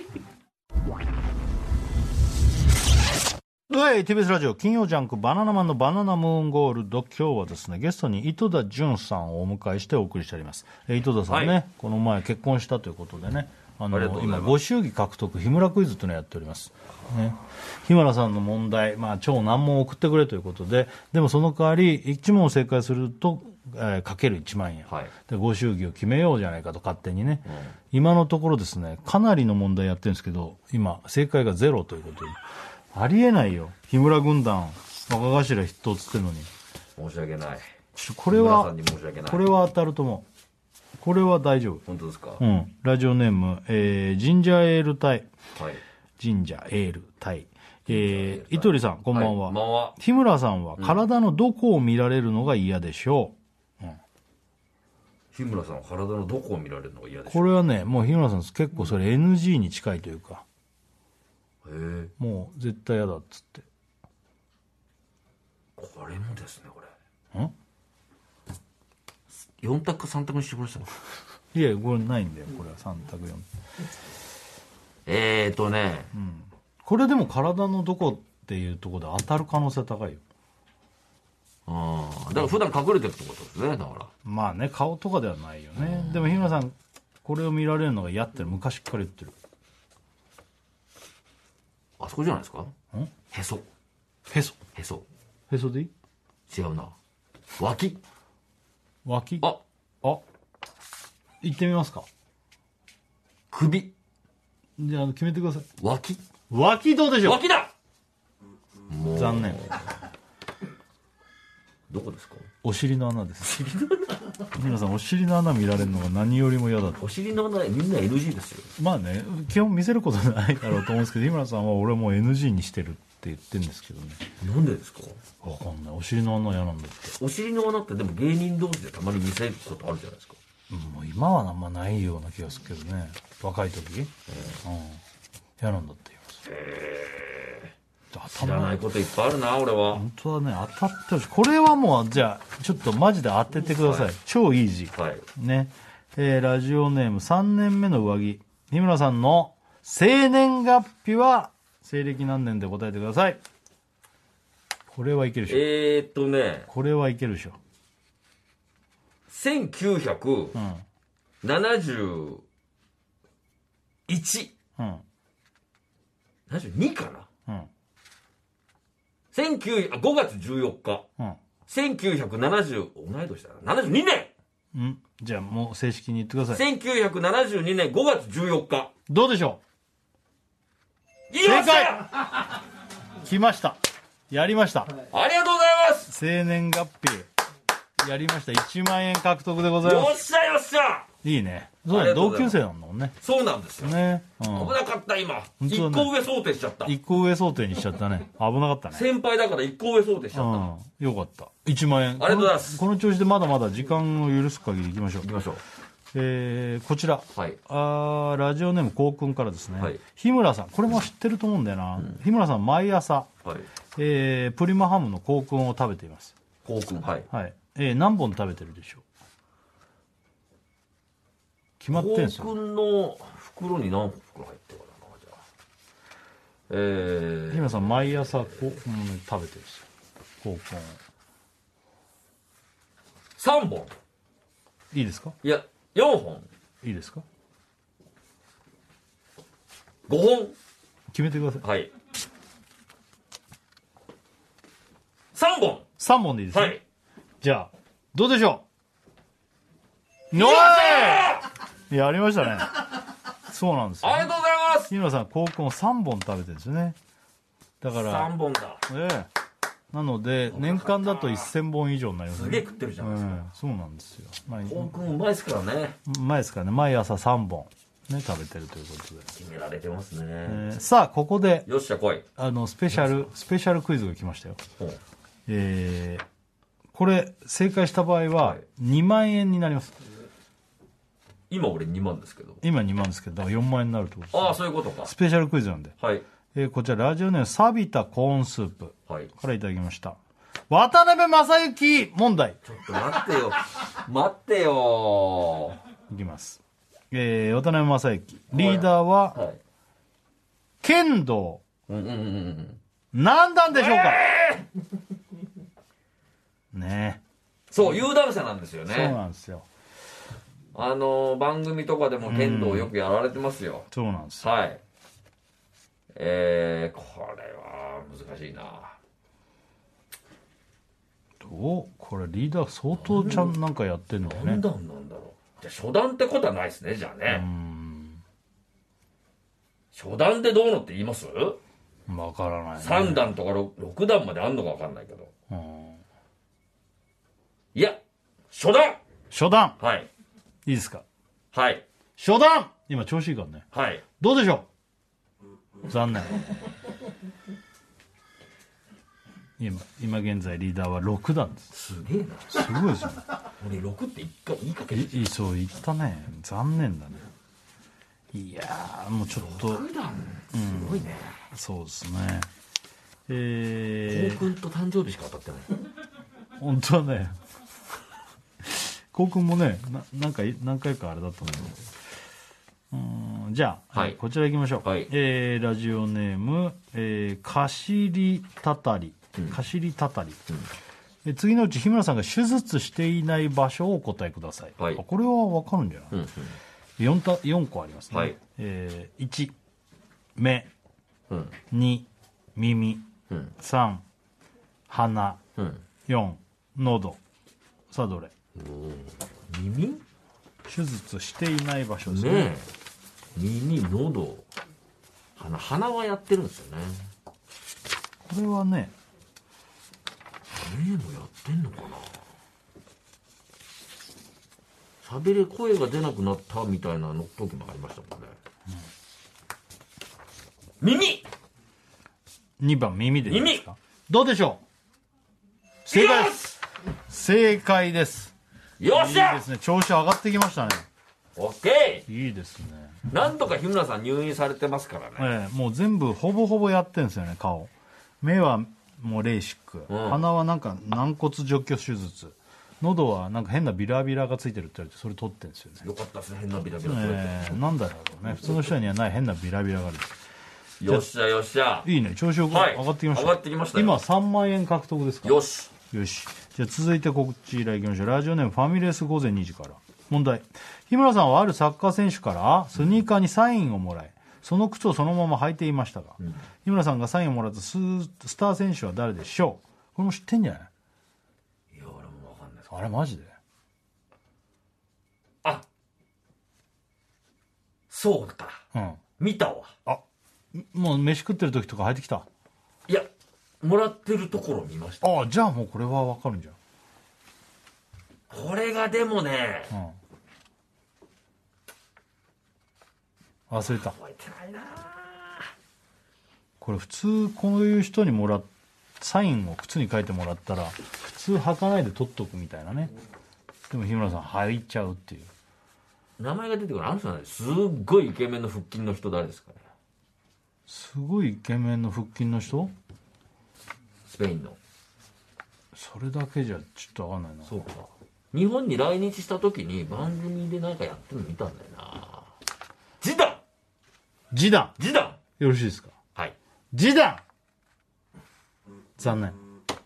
Speaker 1: はい、ティービーエス ラジオ金曜ジャンクバナナマンのバナナムーンゴールド。今日はですねゲストに井戸田潤さんをお迎えしてお送りしております。井戸田さんね、はい、この前結婚したということでね、あの今ご祝儀獲得日村クイズというのをやっております、ね、日村さんの問題、まあ、超難問を送ってくれということで、でもその代わりいち問正解すると、えー、かけるいちまんえん、はい、でご祝儀を決めようじゃないかと勝手にね、うん、今のところですねかなりの問題やってるんですけど今正解がゼロということでありえないよ。日村軍団若頭筆頭つってるのに
Speaker 2: 申し訳ない。
Speaker 1: これはこれは当たると思う。これは大丈夫。
Speaker 2: 本当ですか？
Speaker 1: うん。ラジオネーム、えー、ジンジャーエール隊、はい、ジンジャーエール隊、えー、糸里さんこんばんは、
Speaker 2: はい、こんばんは。
Speaker 1: 日村さんは体のどこを見られるのが嫌でしょう？うん、
Speaker 2: 日村さんは体のどこを見られるのが嫌でしょう？
Speaker 1: これはねもう日村さん結構それ エヌジー に近いというか、
Speaker 2: へえ、
Speaker 1: もう絶対嫌だっつって。
Speaker 2: これもですねこれ
Speaker 1: ん
Speaker 2: よん択かさん択にしてくれました。
Speaker 1: いやこれないんだよ、これはさん択よん。
Speaker 2: えーとね、
Speaker 1: うん、これでも体のどこっていうところで当たる可能性高いよ。
Speaker 2: ああ、だから普段隠れてるってことですね。だから
Speaker 1: まあね顔とかではないよね、うん、でも日村さんこれを見られるのが嫌って昔から言ってる。
Speaker 2: あそこじゃないですか？
Speaker 1: ん
Speaker 2: へそ。
Speaker 1: へそ
Speaker 2: へそ
Speaker 1: へそでいい？
Speaker 2: 違うな。脇
Speaker 1: 脇。
Speaker 2: あ
Speaker 1: あ行ってみますか。
Speaker 2: 首。
Speaker 1: じゃあ決めてください。
Speaker 2: 脇。
Speaker 1: 脇どうでしょう？
Speaker 2: 脇だ。
Speaker 1: もう残念。
Speaker 2: どこですか？
Speaker 1: お尻の穴です。皆さんお尻の穴見られるのが何よりも嫌だと。
Speaker 2: お尻の穴みんな エヌジー ですよ。
Speaker 1: まあね基本見せることないだろうと思うんですけど日村さんは俺も エヌジー にしてるって言ってるんですけどね。
Speaker 2: なんでですか？
Speaker 1: わかんない。お尻の穴嫌なんだって。
Speaker 2: お尻の穴ってでも芸人同士でたまに見せることあるじゃないですか。
Speaker 1: もう今はあんまないような気がするけどね。若い時、えー、うん、嫌なんだって言います。
Speaker 2: へえ。
Speaker 1: と
Speaker 2: 知
Speaker 1: 頭
Speaker 2: らないこといっぱいあるな俺は。
Speaker 1: 本当だね、当たってほしい。これはもうじゃあちょっとマジで当ててください、
Speaker 2: はい、
Speaker 1: 超イージー、
Speaker 2: はい、
Speaker 1: ねえー、ラジオネームさんねんめの上着、日村さんの生年月日は西暦何年で答えてください。これはいけるでしょ。
Speaker 2: えーっとね
Speaker 1: これはいけるでしょ。
Speaker 2: せんきゅうひゃくななじゅういち、
Speaker 1: うんうん
Speaker 2: ななじゅうにかな、
Speaker 1: うん
Speaker 2: せんきゅうあごがつじゅうよっか、
Speaker 1: うん
Speaker 2: せんきゅうひゃくななじゅう同い年だなななじゅうにねん、
Speaker 1: うん、じゃあもう正式に言ってください。
Speaker 2: せんきゅうひゃくななじゅうにねんごがつじゅうよっか。
Speaker 1: どうでしょ
Speaker 2: 言いました。
Speaker 1: う。来ました。やりました。
Speaker 2: ありがとうございます。
Speaker 1: 生年月日やりました。いちまんえん獲得でござい
Speaker 2: よ
Speaker 1: ます。
Speaker 2: っしゃよっしゃ。
Speaker 1: いいね。そうだね、同級生なんだもんね。
Speaker 2: そうなんですよ、
Speaker 1: ね、うん、
Speaker 2: 危なかった今、
Speaker 1: 本当だね、
Speaker 2: いっこ上想定しちゃった。
Speaker 1: いっこ上想定にしちゃったね。危なかったね。
Speaker 2: 先輩だからいっこ上想定しちゃった、
Speaker 1: うん、よかった。いちまんえん。
Speaker 2: ありがとうございます。
Speaker 1: この、この調子でまだまだ時間を許す限りいきましょう。
Speaker 2: 行きましょう。
Speaker 1: えー、こちら、
Speaker 2: はい、
Speaker 1: あラジオネームこうくんからですね、
Speaker 2: はい、
Speaker 1: 日村さん、これも知ってると思うんだよな、うん、日村さん毎朝、
Speaker 2: はい、
Speaker 1: えー、プリマハムのこうくんを食べています。
Speaker 2: こうくん、はい、
Speaker 1: はい、えー、何本食べてるでしょう。決まってんすよ。
Speaker 2: こうくんの袋に何袋入ってるかな。じゃあえー、
Speaker 1: 日村さん毎朝こう、うん、食べてるんですよ、こうくん。
Speaker 2: さんぼん
Speaker 1: いいですか。
Speaker 2: いやよんほん
Speaker 1: いいですか。
Speaker 2: ごほん
Speaker 1: 決めてください。
Speaker 2: はい、さんぼん
Speaker 1: さんぼんでいいですか、
Speaker 2: はい、
Speaker 1: じゃあどうでしょう。おいやりましたね。そうなんですよ、
Speaker 2: ありがとうございます。
Speaker 1: 日村さんコークンをさんぼん食べてるんですよね。だから
Speaker 2: さんぼんだ、
Speaker 1: ええ、なので年間だとせんぼん以上になりますね。
Speaker 2: すげえ食ってるじゃないですか、
Speaker 1: ええ、そうなんですよ。
Speaker 2: コークンうまいですからね。
Speaker 1: うまいですからね。毎朝さんぼん、ね、食べてるということで
Speaker 2: 決められてますね、
Speaker 1: えー、さあここで
Speaker 2: よっしゃ来い。
Speaker 1: あのスペシャルスペシャルクイズが来ましたよ。
Speaker 2: ほう、
Speaker 1: えー、これ正解した場合はにまんえんになります。
Speaker 2: 今俺にまんですけど。
Speaker 1: 今にまんですけど、だからよんまんえんになるってことです、ね、
Speaker 2: ああそういうことか。
Speaker 1: スペシャルクイズなんで、
Speaker 2: はい、
Speaker 1: えー、こちらラジオネームサビタコーンスープからいただきました、
Speaker 2: はい、
Speaker 1: 渡辺正行問題。
Speaker 2: ちょっと待ってよ待ってよ
Speaker 1: いきます、えー、渡辺正行リーダーは、はいはい、剣道、
Speaker 2: うんうんうんうん
Speaker 1: 何段でしょうか、えー、ねえ、
Speaker 2: そう有段者なんですよね。
Speaker 1: そうなんですよ。
Speaker 2: あの番組とかでも剣道よくやられてますよ、
Speaker 1: うん、そうなんですよ。
Speaker 2: はい、えー、これは難しいな。
Speaker 1: どうこれリーダー相当ちゃんなんかやってんのよね。
Speaker 2: 何段なんだろう。じゃあ初段ってことはないですね。じゃあね、うん、初段でどうのって言います？
Speaker 1: わからない、ね、
Speaker 2: さん段とか 6, ろく段まであんのかわかんないけど、うん、いや初段
Speaker 1: 初段、
Speaker 2: はい、
Speaker 1: いいですか。
Speaker 2: はい、
Speaker 1: 初段今調子いいからね。
Speaker 2: はい、
Speaker 1: どうでしょう。残念今, 今現在リーダーはろく段です。
Speaker 2: すげえな。
Speaker 1: すごいですよね。
Speaker 2: 俺ろくっていっかいいかけて
Speaker 1: いいそう言ったね。残念だね。いやーもうちょっと
Speaker 2: ろく段すごいね、
Speaker 1: うん、そうですね。え
Speaker 2: ー、コウ君と誕生日しか当たってない
Speaker 1: 本当はねコウ君もねななんか何回かあれだったんだけど、うん、じゃあ、はい、こちら行きましょう、はい、えー、ラジオネーム、えー、かしりたたりかしりたたり、うん、え次のうち日村さんが手術していない場所をお答えください、はい、これは分かるんじゃない、うんうん、4, たよんこありますね、はい、えー、いち目、うん、に耳、うん、さん鼻、うん、よん喉。さあどれ？
Speaker 2: 耳？
Speaker 1: 手術していない場所ですね。
Speaker 2: ねえ、耳、喉、鼻、鼻はやってるんですよね。
Speaker 1: これはね、
Speaker 2: 目もやってんのかな。喋れ声が出なくなったみたいなの時もありましたもんね、うん、耳
Speaker 1: にばん耳でいいですか。どうでしょう。正解です。正解です。
Speaker 2: よっしゃ。
Speaker 1: いいですね。調子上がってきましたね。
Speaker 2: オッケ
Speaker 1: ー。いいですね。
Speaker 2: なんとか日村さん入院されてますからね、
Speaker 1: ええ、もう全部ほぼほぼやってるんですよね。顔目はもうレーシック、
Speaker 2: うん
Speaker 1: 鼻はなんか軟骨除去手術、喉はなんか変なビラビラがついてるって言われてそれ取ってるんですよね。
Speaker 2: よかったですね、変なビラビラ取れて。
Speaker 1: えー、なんだろうね、普通の人にはない変なビラビラがある。
Speaker 2: よっしゃよっしゃ。
Speaker 1: いいね、調子よく
Speaker 2: はい
Speaker 1: 上がってきました、
Speaker 2: 上がってきましたよ
Speaker 1: 今さんまんえん獲得ですか。
Speaker 2: よし。
Speaker 1: よし、じゃあ続いてこちら行きましょう。ラジオネームファミレス午前にじから問題。日村さんはあるサッカー選手からスニーカーにサインをもらい、その靴をそのまま履いていましたが、うん、日村さんがサインをもらったススター選手は誰でしょう。これも知ってんじゃない。
Speaker 2: いや、俺も分かんないです。
Speaker 1: あれマジで。
Speaker 2: あ、そうか、うん、見たわ。
Speaker 1: あ、もう飯食ってる時とか履いてきた。
Speaker 2: いや、もらってるところ見ました。
Speaker 1: ああ、じゃあもうこれは分かるんじゃん。
Speaker 2: これがでもね、
Speaker 1: うん、忘れた。
Speaker 2: 覚えてないな。
Speaker 1: これ普通こういう人にもらっサインを靴に書いてもらったら普通履かないで取っとくみたいなね。でも日村さん履いちゃうっていう。
Speaker 2: 名前が出てくる。あの人はね、すっごいイケメンの腹筋の人誰ですかね。
Speaker 1: すごいイケメンの腹筋の人。
Speaker 2: スペインの。
Speaker 1: それだけじゃちょっとわかんないな。
Speaker 2: そうか。日本に来日した時に番組でなんかやってるの見たんだよな。ジダン
Speaker 1: ジダン
Speaker 2: ジダン
Speaker 1: よろしいですか。
Speaker 2: はい。
Speaker 1: ジダン残念。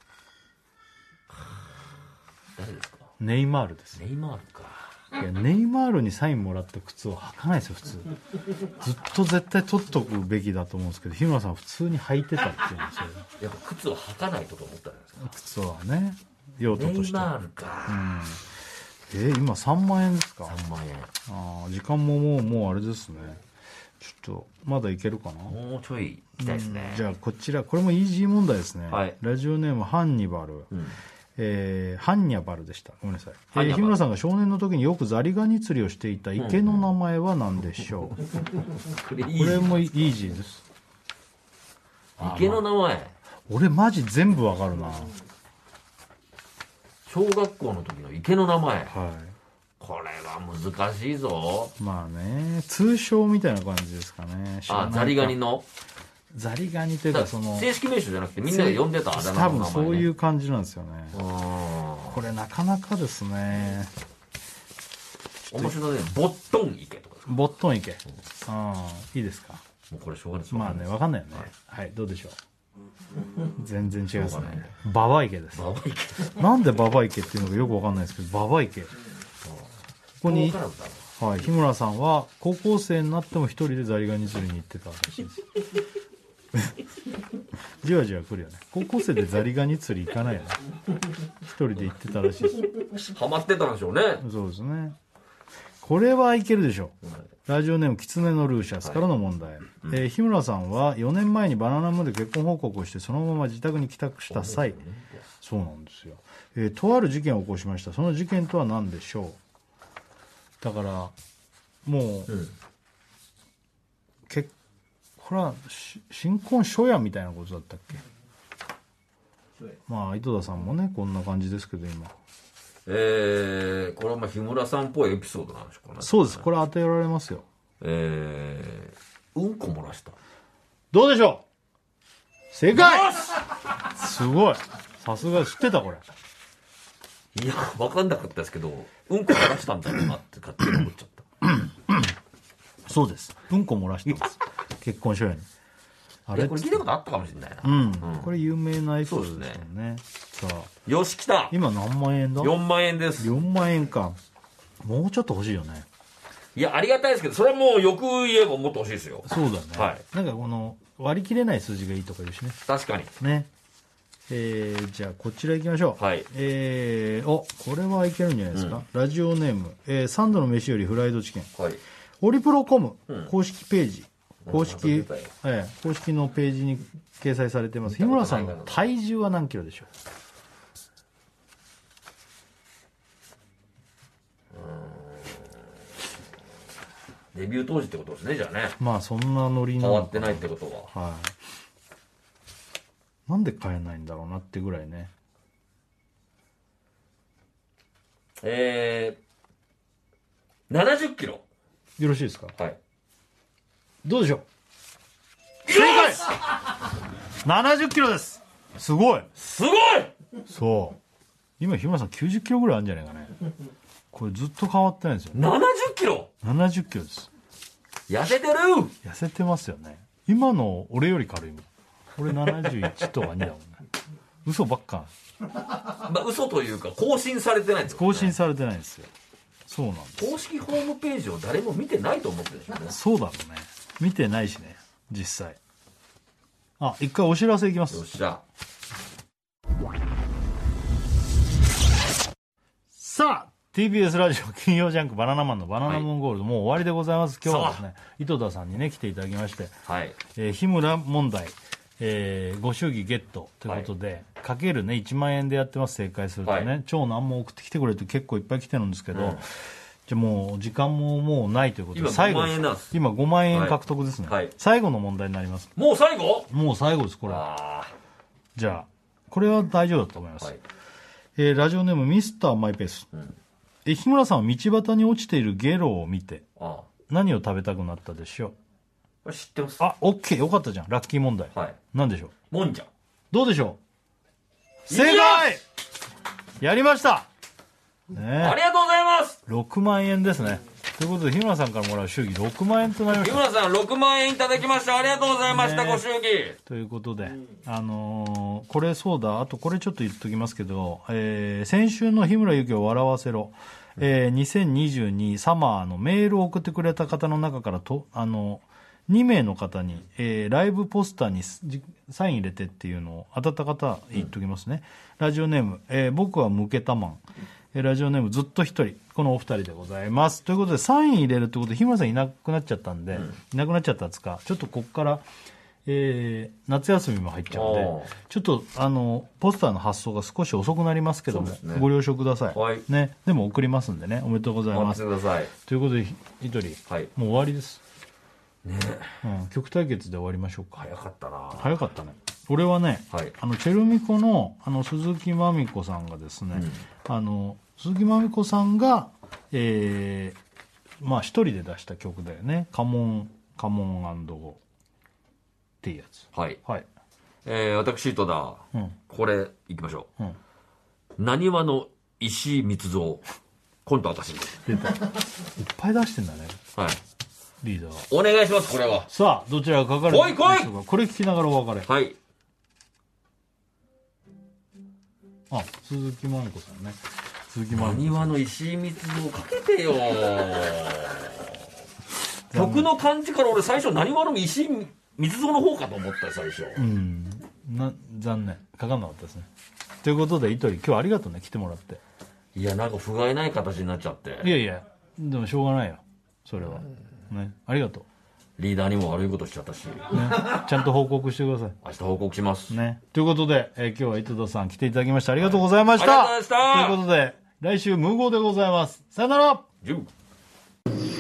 Speaker 2: 誰ですか。
Speaker 1: ネイマールです。
Speaker 2: ネイマールか。
Speaker 1: いや、ネイマールにサインもらった靴を履かないですよ普通。ずっと絶対取っとくべきだと思うんですけど、日村さんは普通に履いてたっていうんですよ。
Speaker 2: やっぱ靴を履かないとと思ったんですか。
Speaker 1: 靴はね、用途として。
Speaker 2: ネイマールか、
Speaker 1: うん、えー、今さんまんえんですか。
Speaker 2: さんまんえん。
Speaker 1: ああ、時間ももうもうあれですね。ちょっとまだいけるかな。
Speaker 2: もうちょい行きたいですね。
Speaker 1: じゃあこちら、これもイージー問題ですね。
Speaker 2: はい、
Speaker 1: ラジオネームハンニバル、うん、えー、ハンニャバルでした。ごめんなさい。えー、日村さんが少年の時によくザリガニ釣りをしていた池の名前は何でしょう。これこれもイージーです。
Speaker 2: 池の名前、まあ、
Speaker 1: 俺マジ全部わかるな。
Speaker 2: 小学校の時の池の名前、はい、これは難しいぞ。
Speaker 1: まあね、通称みたいな感じですかね。
Speaker 2: あ、ザリガニの
Speaker 1: ザリガニというか、その
Speaker 2: 正式名称じゃなくてみんなが呼んでたあだ名の名前、ね、
Speaker 1: 多分そういう感じなんですよね。これなかなかですね。
Speaker 2: 面白いね。ボットン池とか。
Speaker 1: ボットン池、うん、いいですか。
Speaker 2: もうこれしょうがないです。
Speaker 1: まあね、わかんないよね。はい、はい、どうでしょう。全然違いますね。ババ池です。
Speaker 2: ババ池。
Speaker 1: なんでババ池っていうのかよくわかんないですけど、ババ池。ここに、はい、日村さんは高校生になっても一人でザリガニ釣りに行ってたらしいです。じわじわ来るよね。高校生でザリガニ釣り行かないよね。一人で行ってたらしいです。
Speaker 2: ハマってたんでしょうね。
Speaker 1: そうですね。これはいけるでしょう。ラジオネームキツネのルーシャスからの問題、はい、えー、日村さんはよねんまえにバナナムーンで結婚報告をしてそのまま自宅に帰宅した際、そうなんですよ、えー、とある事件を起こしました。その事件とは何でしょう。だからもう、うん、けこれは新婚初夜みたいなことだったっけ。まあ井戸田さんもねこんな感じですけど今、
Speaker 2: えー、これはまあ日村さんっぽいエピソードなんでしょうかね。
Speaker 1: そうです。これ当てられますよ。
Speaker 2: えー、うんこ漏らした。
Speaker 1: どうでしょう。正解。すごい。さすが知ってたこれ。
Speaker 2: いや分かんなかったですけど、うんこ漏らしたんだろうなって勝手に思っちゃった。
Speaker 1: そうです。うんこ漏らしたんです。結婚初夜に。
Speaker 2: あれこれ聞いたことあったかもしれないな。
Speaker 1: うん。うん、これ有名なエピソードですよね。さあ。
Speaker 2: よし、来た。
Speaker 1: 今何万円だ ?
Speaker 2: よん 万円です。
Speaker 1: よんまん円か。もうちょっと欲しいよね。
Speaker 2: いや、ありがたいですけど、それはもうよく言えばもっと欲しいですよ。
Speaker 1: そうだね。
Speaker 2: はい。
Speaker 1: なんかこの、割り切れない数字がいいとか言うしね。
Speaker 2: 確かに。
Speaker 1: ね。えー、じゃあこちら行きましょう。
Speaker 2: はい。
Speaker 1: えー、お、これはいけるんじゃないですか。うん、ラジオネーム、えー、三度の飯よりフライドチキン。はい。オリプロコム公式ページ。うん、公式、ええ、公式のページに掲載されています。日村さんの体重は何キロでしょ
Speaker 2: う。デビュー当時ってことですね、じゃあね。
Speaker 1: まあそんなノリな
Speaker 2: 変わってないってことは。
Speaker 1: はい。なんで買えないんだろうなってぐらいね。
Speaker 2: えー、ななじゅっキロ。
Speaker 1: よろしいですか。
Speaker 2: はい。
Speaker 1: どうでしょう。
Speaker 2: 正解。
Speaker 1: ななじゅっキロです。すごい。
Speaker 2: すごい。
Speaker 1: そう。今日村さんきゅうじゅっキロぐらいあるんじゃないかね。これずっと変わってないんですよ。
Speaker 2: ななじゅっキロ。
Speaker 1: ななじゅっキロです。
Speaker 2: 痩せてる。
Speaker 1: 痩せてますよね。今の俺より軽いもん。俺ななじゅういちとかにだもんね。嘘ばっか。
Speaker 2: まあ嘘というか更新されてないんですよ、ね。
Speaker 1: 更新されてないんですよ。そうなんです。
Speaker 2: 公式ホームページを誰も見てないと思ってるでしょうね。
Speaker 1: そうだろうね。見てないしね、実際。あ、一回お知らせいきます。
Speaker 2: よっしゃ。
Speaker 1: さあ、ティービーエス ラジオ金曜ジャンクバナナマンのバナナムーンゴールド、はい、もう終わりでございます。今日はですね、井戸田さんにね来ていただきまして、
Speaker 2: はい、
Speaker 1: えー、日村問題、えー、ご祝儀ゲットということで、はい、かけるねいちまんえんでやってます。正解するとね、はい、長男も送ってきてくれて結構いっぱい来てるんですけど、うん、じゃもう時間ももうないということで、最後今ごまんえん獲得ですね、はいはい、最後の問題になります。
Speaker 2: もう最後？
Speaker 1: もう最後ですこれ。じゃあこれは大丈夫だと思います、はい。えー、ラジオネームミスターマイペース、うん、え日村さんは道端に落ちているゲロを見てああ何を食べたくなったでしょう？
Speaker 2: これ知ってます。
Speaker 1: あ、オッケー、よかったじゃん。ラッキー問題、はい、何でしょう？
Speaker 2: もんじゃ。
Speaker 1: どうでしょう？正解。やりました、ね、
Speaker 2: ありがとうございます。
Speaker 1: ろくまんえんですね。ということで日村さんからもらう祝儀ろくまんえんとなりました。
Speaker 2: 日村さんろくまんえんいただきました。ありがとうございました、ね、ご祝儀
Speaker 1: ということで、あのー、これそうだ、あとこれちょっと言っときますけど、えー、先週の日村ゆきを笑わせろ、えー、にせんにじゅうにサマーのメールを送ってくれた方の中からと、あのにめいの方に、えー、ライブポスターにサイン入れてっていうのを当たった方言っときますね、うん、ラジオネーム、えー、僕はムケタマン、えー、ラジオネームずっと一人、このお二人でございます。ということでサイン入れるってことで日村さんいなくなっちゃったんで、うん、いなくなっちゃったんですか。ちょっとこっから、えー、夏休みも入っちゃうんでちょっとあのポスターの発送が少し遅くなりますけども、ね、ご了承ください、はいね、でも送りますんでね。おめでとうございます。
Speaker 2: お待ちください。
Speaker 1: ということでひとり、はい、もう終わりですね、うん、曲対決で終わりましょうか。
Speaker 2: 早かったな。
Speaker 1: 早かったね。俺はね、はい、あのチェルミコ の, あの鈴木まみこさんがですね、うん、あの鈴木まみこさんが、えー、まあ一人で出した曲だよね。カモンカモン&ゴっていうやつ。
Speaker 2: はい、はい、えー、私とだ、うん、これいきましょう。なにわの石井光三コント私
Speaker 1: 出たいっぱい出してんだね。
Speaker 2: はい、
Speaker 1: リーダー
Speaker 2: お願いします。これは
Speaker 1: さあどちらがかかる
Speaker 2: 来い来い。
Speaker 1: これ聞きながらお別れ。
Speaker 2: はい。
Speaker 1: あ、鈴木まみこさんね。鈴木
Speaker 2: まみこさん。なにわの石井光三かけてよ曲の感じから俺最初なにわの石井光三の方かと思ったよ最初。
Speaker 1: うんな残念かかんなかったですね。ということでイトリ今日ありがとうね、来てもらって。
Speaker 2: いやなんか不甲斐ない形になっちゃって。
Speaker 1: いやいやでもしょうがないよそれは、ね、ありがとう。
Speaker 2: リーダーにも悪いことしちゃったし、ね、
Speaker 1: ちゃんと報告してください。
Speaker 2: 明日報告します、ね、
Speaker 1: ということで、えー、今日は井戸田さん来ていただきました。ありがとうございました、
Speaker 2: はい、ありがとうございました。
Speaker 1: ということで来週無謀でございます。さよなら。
Speaker 2: じゅう